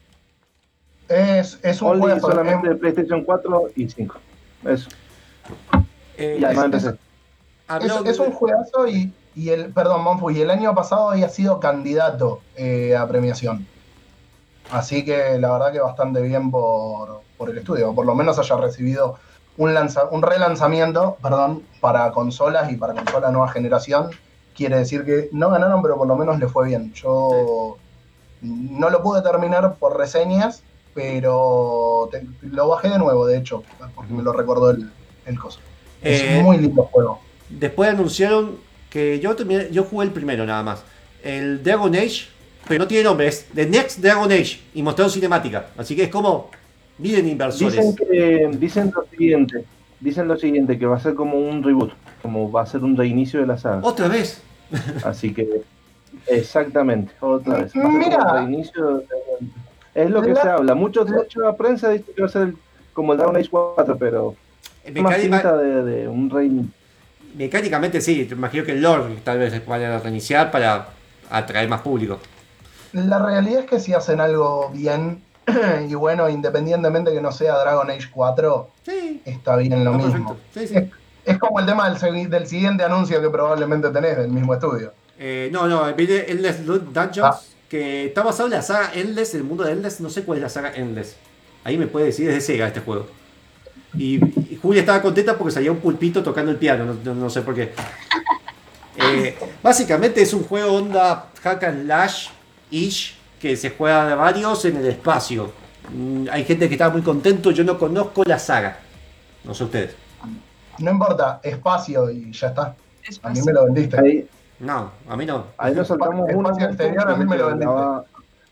Es, es un Only juego solamente de PlayStation cuatro y cinco. Eso. Eh, Y además es- empecé. habló- Es, es un juegazo y, y el, perdón, Monfu, y el año pasado había sido candidato eh, a premiación. Así que la verdad que bastante bien por, por el estudio, por lo menos haya recibido un, lanza, un relanzamiento, perdón, para consolas y para consola nueva generación. Quiere decir que no ganaron, pero por lo menos le fue bien. Yo no lo pude terminar por reseñas, pero te- lo bajé de nuevo, de hecho, porque me lo recordó el, el coso. Eh, Es muy lindo juego. Después anunciaron que yo terminé, yo jugué el primero nada más. El Dragon Age, pero no tiene nombre, es The Next Dragon Age y mostraron cinemática. Así que es como, miren inversores. Dicen que dicen lo siguiente, dicen lo siguiente, que va a ser como un reboot, como va a ser un reinicio de la saga. Otra vez. Así que exactamente, otra vez. Va a ser Mira. como un reinicio de- es lo que La- se habla. Mucho, mucha prensa dice que va a ser el- como el Dragon Age cuatro, pero más Mecánica- pinta de, de un reinicio. mecánicamente sí, te imagino que el lore tal vez vayan a reiniciar para atraer más público. La realidad es que si hacen algo bien y bueno, independientemente que no sea Dragon Age cuatro, Sí, está bien lo está mismo. perfecto. Sí, sí. Es, es como el tema del, segui- del siguiente anuncio que probablemente tenés del mismo estudio. Eh, no, no, viene Endless Dungeons, Ah. que está basado en la saga Endless, el mundo de Endless, no sé cuál es la saga Endless. Ahí me puede decir, es de Sega este juego. Y, y Julia estaba contenta porque salía un pulpito tocando el piano, no, no- no sé por qué. Eh, básicamente es un juego onda hack and slash-ish, que se juega de varios en el espacio. Mm, hay gente que está muy contento, yo no conozco la saga. No sé ustedes. No importa, espacio y ya está. A mí Espacio. me lo vendiste. Ahí, No, a mí no. ahí nos saltamos Espacio uno. exterior, a mí me lo que hablaba-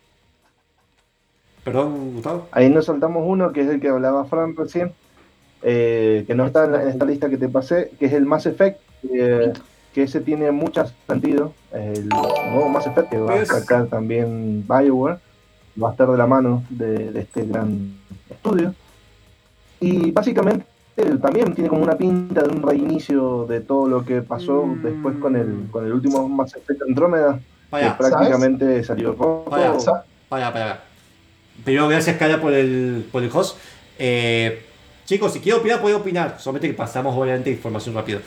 Perdón, Gustavo. Ahí nos saltamos uno que es el que hablaba Fran recién, eh, que no está en, la- en esta lista que te pasé, que es el Mass Effect, eh, que ese tiene mucho sentido. El nuevo Mass Effect que va a Pues- sacar también BioWare, va a estar de la mano de, de este gran estudio. Y básicamente eh, también tiene como una pinta de un reinicio de todo lo que pasó Mm. después con el, con el último Mass Effect Andrómeda, Vaya, que prácticamente salió roto. Vaya, Sa- vaya, vaya. Primero, gracias, Cara, por el, por el host. Eh, chicos, si quiero opinar, puedo opinar. Solamente que pasamos, obviamente, información rápido.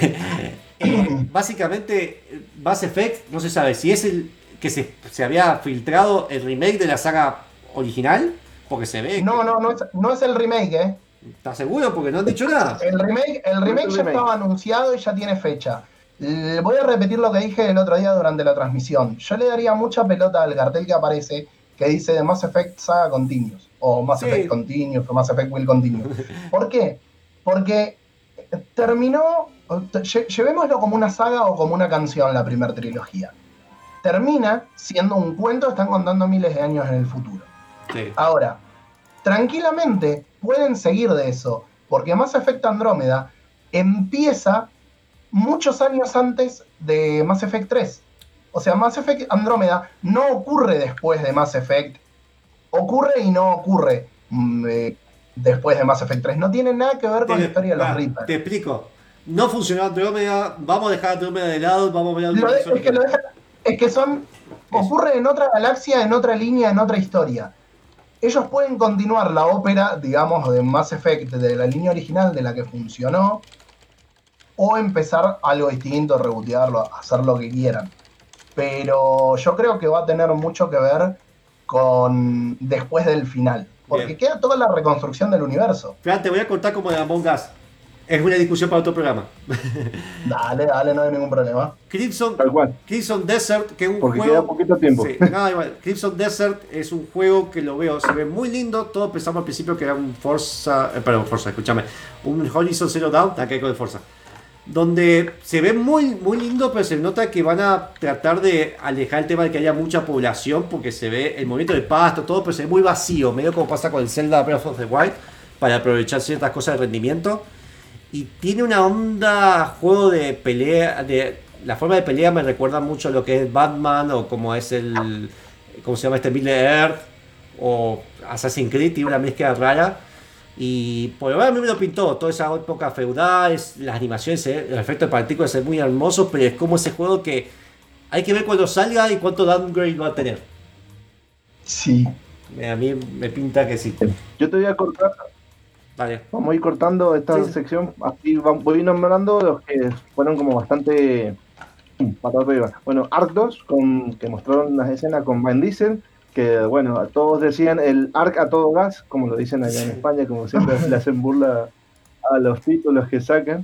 Eh, básicamente, Mass Effect, no se sabe si es el que se, se había filtrado el remake de la saga original, porque se ve. No, que- no, no es, no es el remake, ¿eh? ¿Estás seguro? Porque no han dicho nada. El remake, el remake el ya remake. estaba anunciado y ya tiene fecha. L- Voy a repetir lo que dije el otro día durante la transmisión. Yo le daría mucha pelota al cartel que aparece que dice de Mass Effect Saga Continuous, o Mass Sí. Effect Continuous, o Mass Effect Will Continue. ¿Por qué? Porque terminó, lle- llevémoslo como una saga o como una canción la primera trilogía. Termina siendo un cuento, están contando miles de años en el futuro. Sí. Ahora, tranquilamente pueden seguir de eso, porque Mass Effect Andrómeda empieza muchos años antes de Mass Effect tres. O sea, Mass Effect Andrómeda no ocurre después de Mass Effect. Ocurre y no ocurre mm, eh, después de Mass Effect tres. No tiene nada que ver con Te, la historia de los ah, Reapers. te explico. No funcionó Andrómeda. Vamos a dejar Andrómeda de lado. Vamos a ver Lo de- universo es, que lo deja- es que son. Ocurre en otra galaxia, en otra línea, en otra historia. Ellos pueden continuar la ópera, digamos, de Mass Effect, de la línea original de la que funcionó, o empezar algo distinto, rebotearlo, hacer lo que quieran. Pero yo creo que va a tener mucho que ver con después del final. Porque Bien. queda toda la reconstrucción del universo. Fran, te voy a contar como de Among Us. Es una discusión para otro programa. Dale, dale, no hay ningún problema. Crimson, Tal cual. Crimson Desert, que es un Porque juego. queda poquito tiempo. Sí, nada, igual. Crimson Desert es un juego que lo veo, se ve muy lindo. Todos pensamos al principio que era un Forza. Eh, perdón, Forza, escúchame. Un Horizon Zero Dawn, acá hay con el Forza. Donde se ve muy, muy lindo, pero se nota que van a tratar de alejar el tema de que haya mucha población, porque se ve el movimiento del pasto, todo, pero se ve muy vacío, medio como pasa con el Zelda Breath of the Wild, para aprovechar ciertas cosas de rendimiento. Y tiene una onda juego de pelea, de la forma de pelea me recuerda mucho a lo que es Batman, o como es el, ¿cómo se llama este? Middle Earth, o Assassin's Creed, tiene una mezcla rara. Y por ahora a mí me lo pintó, toda esa época feudal, es- las animaciones, eh, los efectos de partículas es muy hermoso, pero es como ese juego que hay que ver cuando salga y cuánto downgrade va a tener. Sí. A mí me pinta que sí. Yo te voy a cortar, Vale. vamos a ir cortando esta Sí, sí. sección, así va- voy nombrando los que fueron como bastante mm, para arriba. Bueno, Ark dos, con, que mostraron las escenas con Vin Diesel, que bueno, a todos decían el Ark a todo gas, como lo dicen allá en España, como siempre le hacen burla a los títulos que sacan.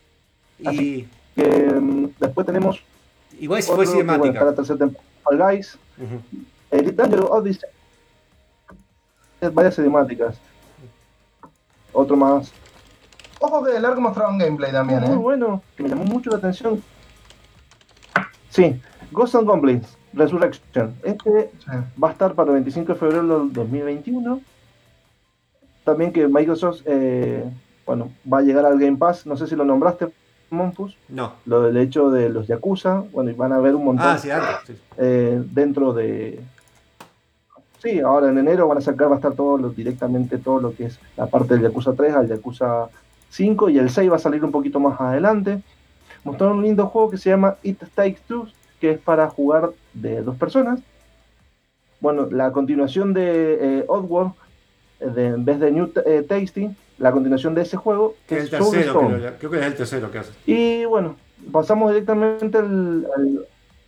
Y Que, mm, después tenemos igual si otro fue que, bueno, cinemática. para la tercera temporada, Fall Guys, Ujú. Elite Dangerous Odyssey, varias cinemáticas. Otro más. Ojo que del Ark mostraron gameplay también, Muy ¿eh? bueno, que me llamó mucho la atención. Sí, Ghosts and Goblins Resurrection. Este Sí. va a estar para el veinticinco de febrero del dos mil veintiuno. También que Microsoft, eh, bueno, va a llegar al Game Pass. No sé si lo nombraste, Monfus. No. Lo del hecho de los Yakuza. Bueno, y van a ver un montón Ah, sí, antes. Sí. eh, dentro de... Sí, ahora en enero van a sacar, va a estar todo lo, directamente todo lo que es la parte del Yakuza tres al Yakuza cinco, y el seis va a salir un poquito más adelante. Mostraron un lindo juego que se llama It Takes Two, que es para jugar de dos personas. Bueno, la continuación de eh, Oddworld, eh, de, en vez de New eh, Tasty, la continuación de ese juego, Que que es es el tercero, Soulstone. creo, creo que es el tercero que hace. Y bueno, pasamos directamente al, al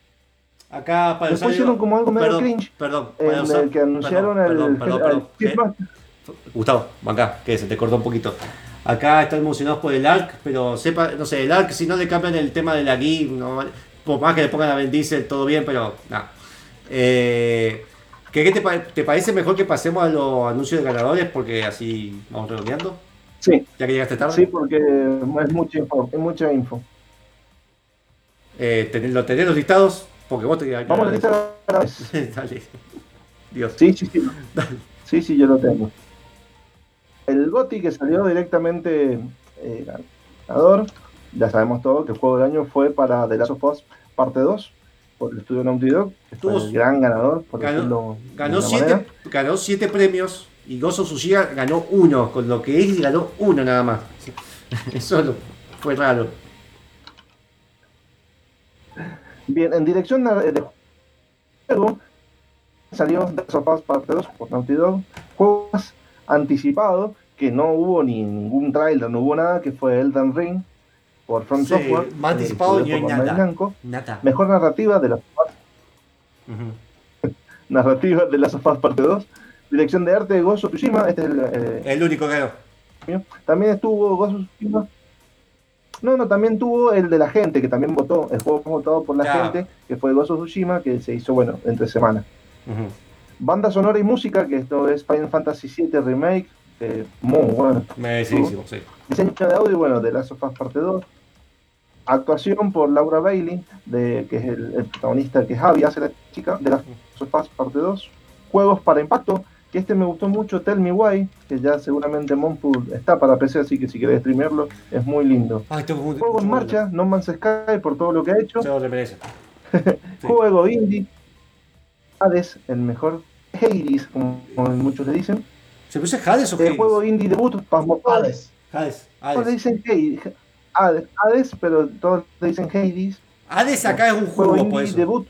Acá para Después usar- hicieron como algo medio perdón, cringe, Perdón, en para usar- el que anunciaron perdón, el, perdón, al perdón, Chip ¿qué? Master. Gustavo, acá, que se te cortó un poquito. Acá están emocionados por el Ark, pero sepa, no sé, el Ark si no le cambian el tema de la G I F, no, por más que le pongan a Vin Diesel, todo bien, pero nada. Eh, ¿qué, qué te, pa- te parece mejor que pasemos a los anuncios de ganadores? Porque así vamos redondeando, Sí, ya que llegaste tarde. sí, porque es mucha info, es mucha info. Eh, ten- lo tenés los listados, porque vos te Vamos a listar a la vez. Dale. Dios. Sí, sí, sí. Sí, sí, yo lo tengo. El GOTY que salió directamente eh, ganador, ya sabemos todo que el juego del año fue para The Last of Us parte dos, por el estudio Naughty Dog, que fue Tuvo- el gran ganador, por ganó- decirlo de Ganó alguna siete, manera. ganó siete premios Y Ghost of Tsushima ganó uno, con lo que es ganó uno nada más. Eso lo- fue raro. Bien, en dirección de de juego salió The Last of Us Parte dos por Naughty Dog, juego más anticipado, que no hubo ni ningún trailer, no hubo nada, que fue Elden Ring por From Sí, Software. más eh, anticipado estudiado y por no hay Bandai nada. Namco. Nada. Mejor narrativa de la Ujú. narrativa de Last of Us Parte dos. Dirección de arte de Ghost of Tsushima, este es el, eh, El único que ganó. también estuvo Ghost of Tsushima. No, no, también tuvo el de la gente, que también votó, el juego más votado por la Claro. gente, que fue Ghost of Tsushima, que se hizo, bueno, entre semana. Ujú. Banda sonora y música, que esto es Final Fantasy siete Remake, eh, muy bueno. Merecidísimo, sí. Diseño de audio, bueno, de Last of Us Parte dos. Actuación por Laura Bailey, de, que es el, el protagonista, que es Abby, hace la chica, de Last of Us Parte dos. Juegos para impacto, que este me gustó mucho, Tell Me Why, que ya seguramente Monpool está para P C, así que si querés streamearlo, es muy lindo. Ay, esto es muy- Juego en muy marcha, No Man's Sky, por todo lo que ha hecho. Se lo merece. Sí. Juego indie, Hades, el mejor Hades, como, como muchos le dicen. ¿Se puso Hades o El Hades? juego indie debut, Phasmophobia. Hades. Hades. Todos le Hades. dicen Hades, Hades, Hades, pero todos le dicen Hades. Hades acá es un Juego juego, por indie eso. debut.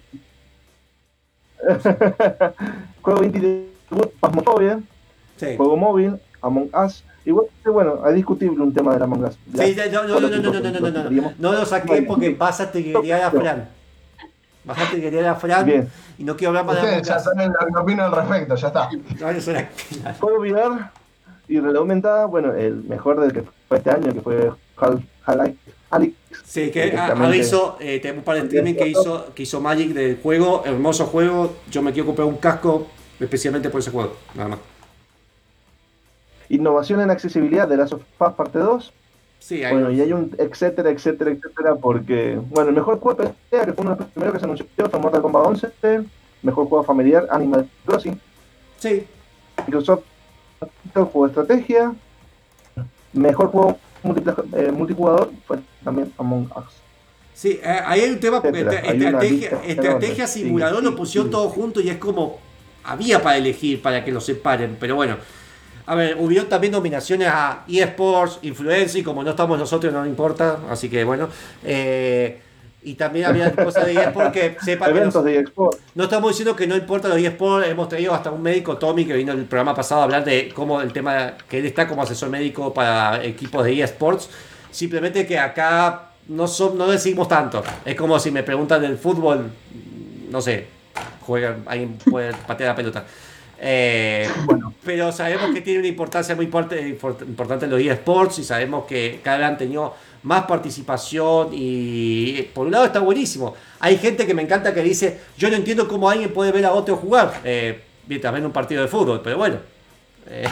Juego indie debut, Phasmophobia. Sí. Juego móvil, Among Us. Igual, bueno, es discutible un tema del Among Us. Ya, Sí, ya, no, no, no, no, no, no, no, no, no, no, no lo saqué porque vas a triggerear a Fran. Vas a triggerear a Fran Bien. y no quiero hablar más de Ustedes ya Among Us. saben lo que opino al respecto, ya está. No, eso era- Juego V R y realidad aumentada, bueno, el mejor del que fue este año, que fue Hal- Half-Life Alyx. Sí, que Directamente. aviso, eh, tenemos un par de streaming que hizo, que hizo Magic del juego, hermoso juego. Yo me quiero comprar un casco especialmente por ese juego, nada más. Innovación en accesibilidad de Last of Us Parte dos. Sí, hay Bueno, y hay un etcétera, etcétera, etcétera, porque, bueno, el mejor juego de pelea, que fue uno de los primeros que se anunció, fue Mortal Kombat once. Mejor juego familiar, Animal Crossing. Sí, Microsoft, juego de estrategia. Mejor juego multipla- eh, multijugador fue también Among Us. sí, eh, ahí hay un tema porque Etcétera. estra- Hay una estrategia, lista estrategia enorme. simulador Sí, lo sí, pusieron sí. todo junto y es como había para elegir para que lo separen, pero bueno. A ver, hubieron también nominaciones a eSports, Influencer, y como no estamos nosotros no importa, así que bueno. Eh, y también había cosas de eSports que sepan que Eventos los- de eSport. no estamos diciendo que no importa los eSports, hemos traído hasta un médico, Tommy, que vino en el programa pasado a hablar de cómo el tema, que él está como asesor médico para equipos de eSports. Simplemente que acá no, son, no decidimos tanto. Es como si me preguntan del fútbol, no sé, juegan, alguien puede patear la pelota. Eh, pero sabemos que tiene una importancia muy importante, importante en los eSports y sabemos que cada vez han tenido más participación y por un lado está buenísimo. Hay gente que me encanta que dice, yo no entiendo cómo alguien puede ver a otro jugar eh, mientras ven un partido de fútbol, pero bueno. Eh,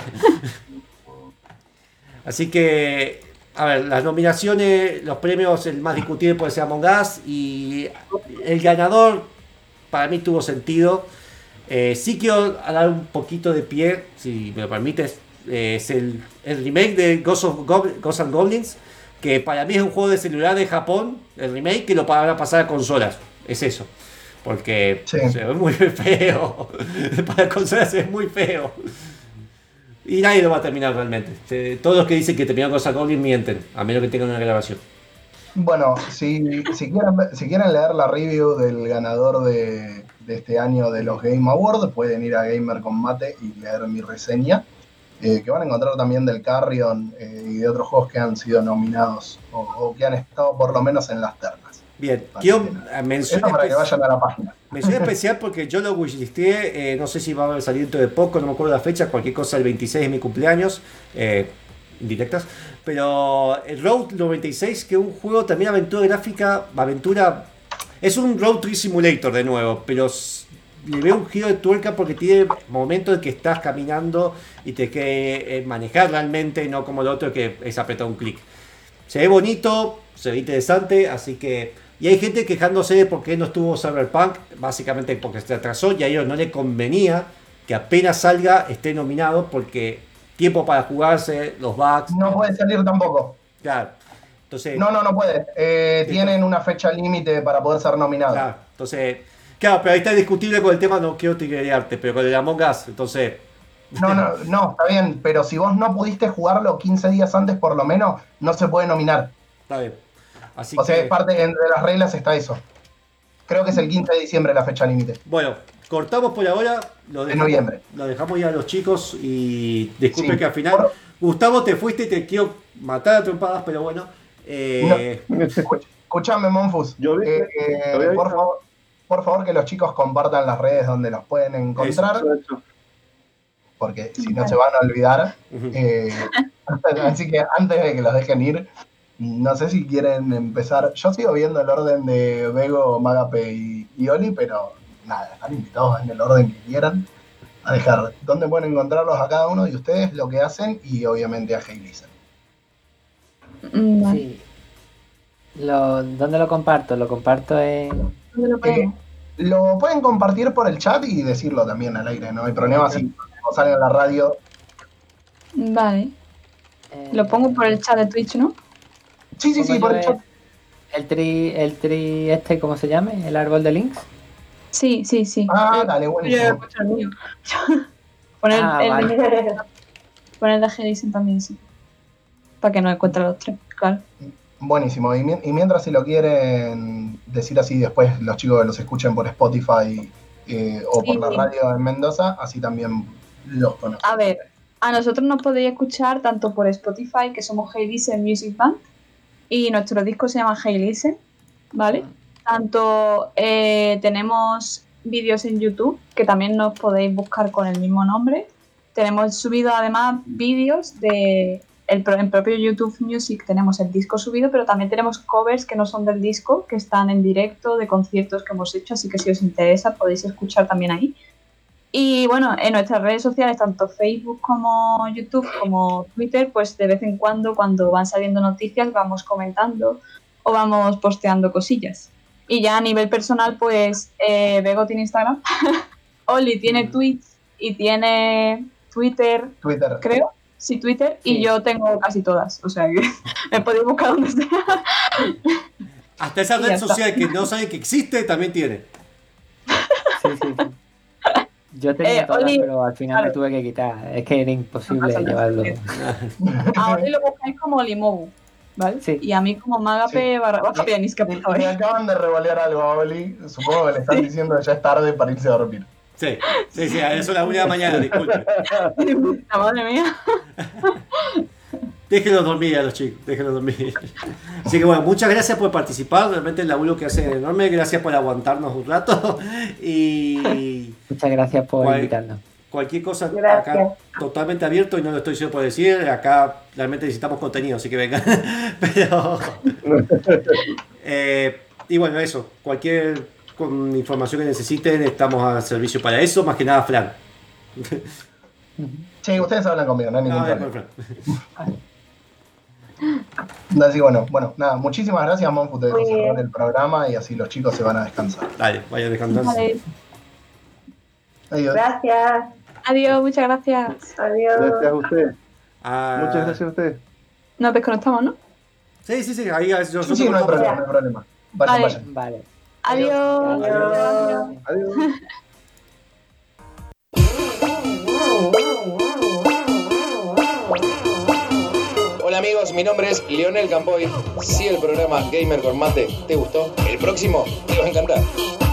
Así que, a ver, las nominaciones, los premios, el más discutible puede ser Among Us y el ganador para mí tuvo sentido. Eh, sí quiero dar un poquito de pie, si me lo permites, eh, es el, el remake de Ghost of Gob- Ghosts and Goblins, que para mí es un juego de celular de Japón, el remake que lo van a pasar a consolas, es eso, porque Sí. se ve muy feo, para consolas se ve muy feo. Y nadie lo va a terminar realmente. Eh, Todos los que dicen que terminaron Ghosts and Goblins mienten, a menos que tengan una grabación. Bueno, si, si, quieren, ver- si quieren leer la review del ganador de, de este año de los Game Awards, pueden ir a Gamer con Mate y leer mi reseña, eh, que van a encontrar también del Carrion eh, y de otros juegos que han sido nominados o, o que han estado por lo menos en las ternas. Bien, Así quiero que nada. mención Eso para que espe- vayan a la página. mención especial porque yo lo wishlisteé, eh, no sé si va a salir dentro de poco, no me acuerdo la fecha, cualquier cosa el veintiséis de mi cumpleaños, eh, indirectas, pero el Road noventa y seis, que es un juego también aventura gráfica, aventura, es un Road Trip Simulator de nuevo, pero s- le veo un giro de tuerca porque tiene momentos en que estás caminando y te que eh, manejar realmente, no como el otro que es apretar un clic. Se ve bonito, se ve interesante, así que... Y hay gente quejándose de por qué no estuvo Cyberpunk, básicamente porque se atrasó y a ellos no les convenía que apenas salga esté nominado porque tiempo para jugarse, los bugs... No puede salir tampoco. Claro, entonces... No, no, no puede. Eh, tienen una fecha límite para poder ser nominado. Claro, entonces... Claro, pero ahí está discutible con el tema, no quiero tigrearte, pero con el Among Us, entonces... No, no, no, está bien, pero si vos no pudiste jugarlo quince días antes por lo menos, no se puede nominar. Está bien. Así o sea, que... es parte, entre las reglas está eso. Creo que es el quince de diciembre la fecha límite. Bueno, cortamos por ahora. Lo De dejamos, noviembre. Lo dejamos ya a los chicos y disculpe Sí. que al final... Por- Gustavo, te fuiste y te quiero matar a trompadas, pero bueno. Eh, No. Escuch- Escuchame, Monfus. Yo vi- Eh, eh, lo había por, visto. favor, por favor, que los chicos compartan las redes donde los pueden encontrar, Eso, eso. porque si no se van a olvidar. ujú. Eh, así que antes de que los dejen ir, no sé si quieren empezar. Yo sigo viendo el orden de Vego, Magape y, y Oli, pero nada, están invitados en el orden que quieran a dejar dónde pueden encontrarlos a cada uno de ustedes, lo que hacen y obviamente a Heilisen. Mm, vale. Sí. Lo, ¿Dónde lo comparto? Lo comparto en... ¿Dónde lo ponemos? Lo pueden compartir por el chat y decirlo también al aire, no hay problema. Si no sale en la radio, Vale. eh, Lo pongo por el chat de Twitch, ¿no? sí, sí, sí, pongo por yo el chat. El tri, el tri este, ¿cómo se llame? El árbol de links. Sí, sí, sí. Ah, Eh, dale, yo he buenísimo. puesto el mío. Poner Ah, el, vale. de, poner el de Helisen también, sí. Para que no encuentre los tres, claro. Buenísimo. Y, mi- y mientras si lo quieren decir así después los chicos que los escuchen por Spotify eh, o por Sí. la radio en Mendoza, así también los conocen. A ver, a nosotros nos podéis escuchar tanto por Spotify, que somos Heilisen Music Band, y nuestro disco se llama Heilisen, ¿vale? Tanto eh, tenemos vídeos en YouTube, que también nos podéis buscar con el mismo nombre. Tenemos subido además vídeos de... El, pro- en propio YouTube Music tenemos el disco subido, pero también tenemos covers que no son del disco, que están en directo, de conciertos que hemos hecho, así que si os interesa podéis escuchar también ahí. Y bueno, en nuestras redes sociales, tanto Facebook como YouTube como Twitter, pues de vez en cuando, cuando van saliendo noticias, vamos comentando o vamos posteando cosillas. Y ya a nivel personal, pues eh, Bego tiene Instagram, Oli tiene Twitch y tiene Twitter, Twitter. creo. Sí, Twitter, Sí. y yo tengo casi todas, o sea que me podéis buscar donde sea. Hasta esa Y red ya está. social que no saben que existe también tiene. Sí, sí, sí. Yo tenía Eh, todas, Oli, pero al final vale. me tuve que quitar. Es que era imposible No pasa nada. llevarlo. A Oli lo buscáis como Limobu, ¿vale? Sí. Y a mí como Magape Sí. barra baja pianisca, por Me favor. acaban de revolear algo a Oli. Supongo que le están diciendo que ya es tarde para irse a dormir. Sí, sí, sí, a eso la una de la mañana, disculpe. La madre mía. Déjenlos dormir a los chicos, déjenlos dormir. Así que bueno, muchas gracias por participar, realmente el laburo que hacen es enorme, gracias por aguantarnos un rato y Muchas gracias por Guay. invitarnos. cualquier cosa Gracias. acá totalmente abierto y no lo estoy diciendo por decir, acá realmente necesitamos contenido, así que vengan. Pero eh, y bueno, eso, cualquier con información que necesiten, estamos al servicio para eso, más que nada Fran. Sí, ustedes hablan conmigo, no hay ningún No, problema. Fran. Así que bueno, bueno, nada, muchísimas gracias, Monfu, de Muy bien. cerrar el programa y así los chicos se van a descansar. Dale, vaya descansando. Vale. Adiós. Gracias. Adiós, muchas gracias. Adiós. Gracias a usted. Ah, Muchas gracias a usted. Nos desconectamos, ¿no? Sí, sí, sí, ahí yo, Sí, yo sí, no hay problema, no hay problema. Vayan, Vale. vayan. Vale. Adiós. Adiós. Adiós. Hola amigos, mi nombre es Leonel Campoy. Si el programa Gamer con Mate te gustó, el próximo te va a encantar.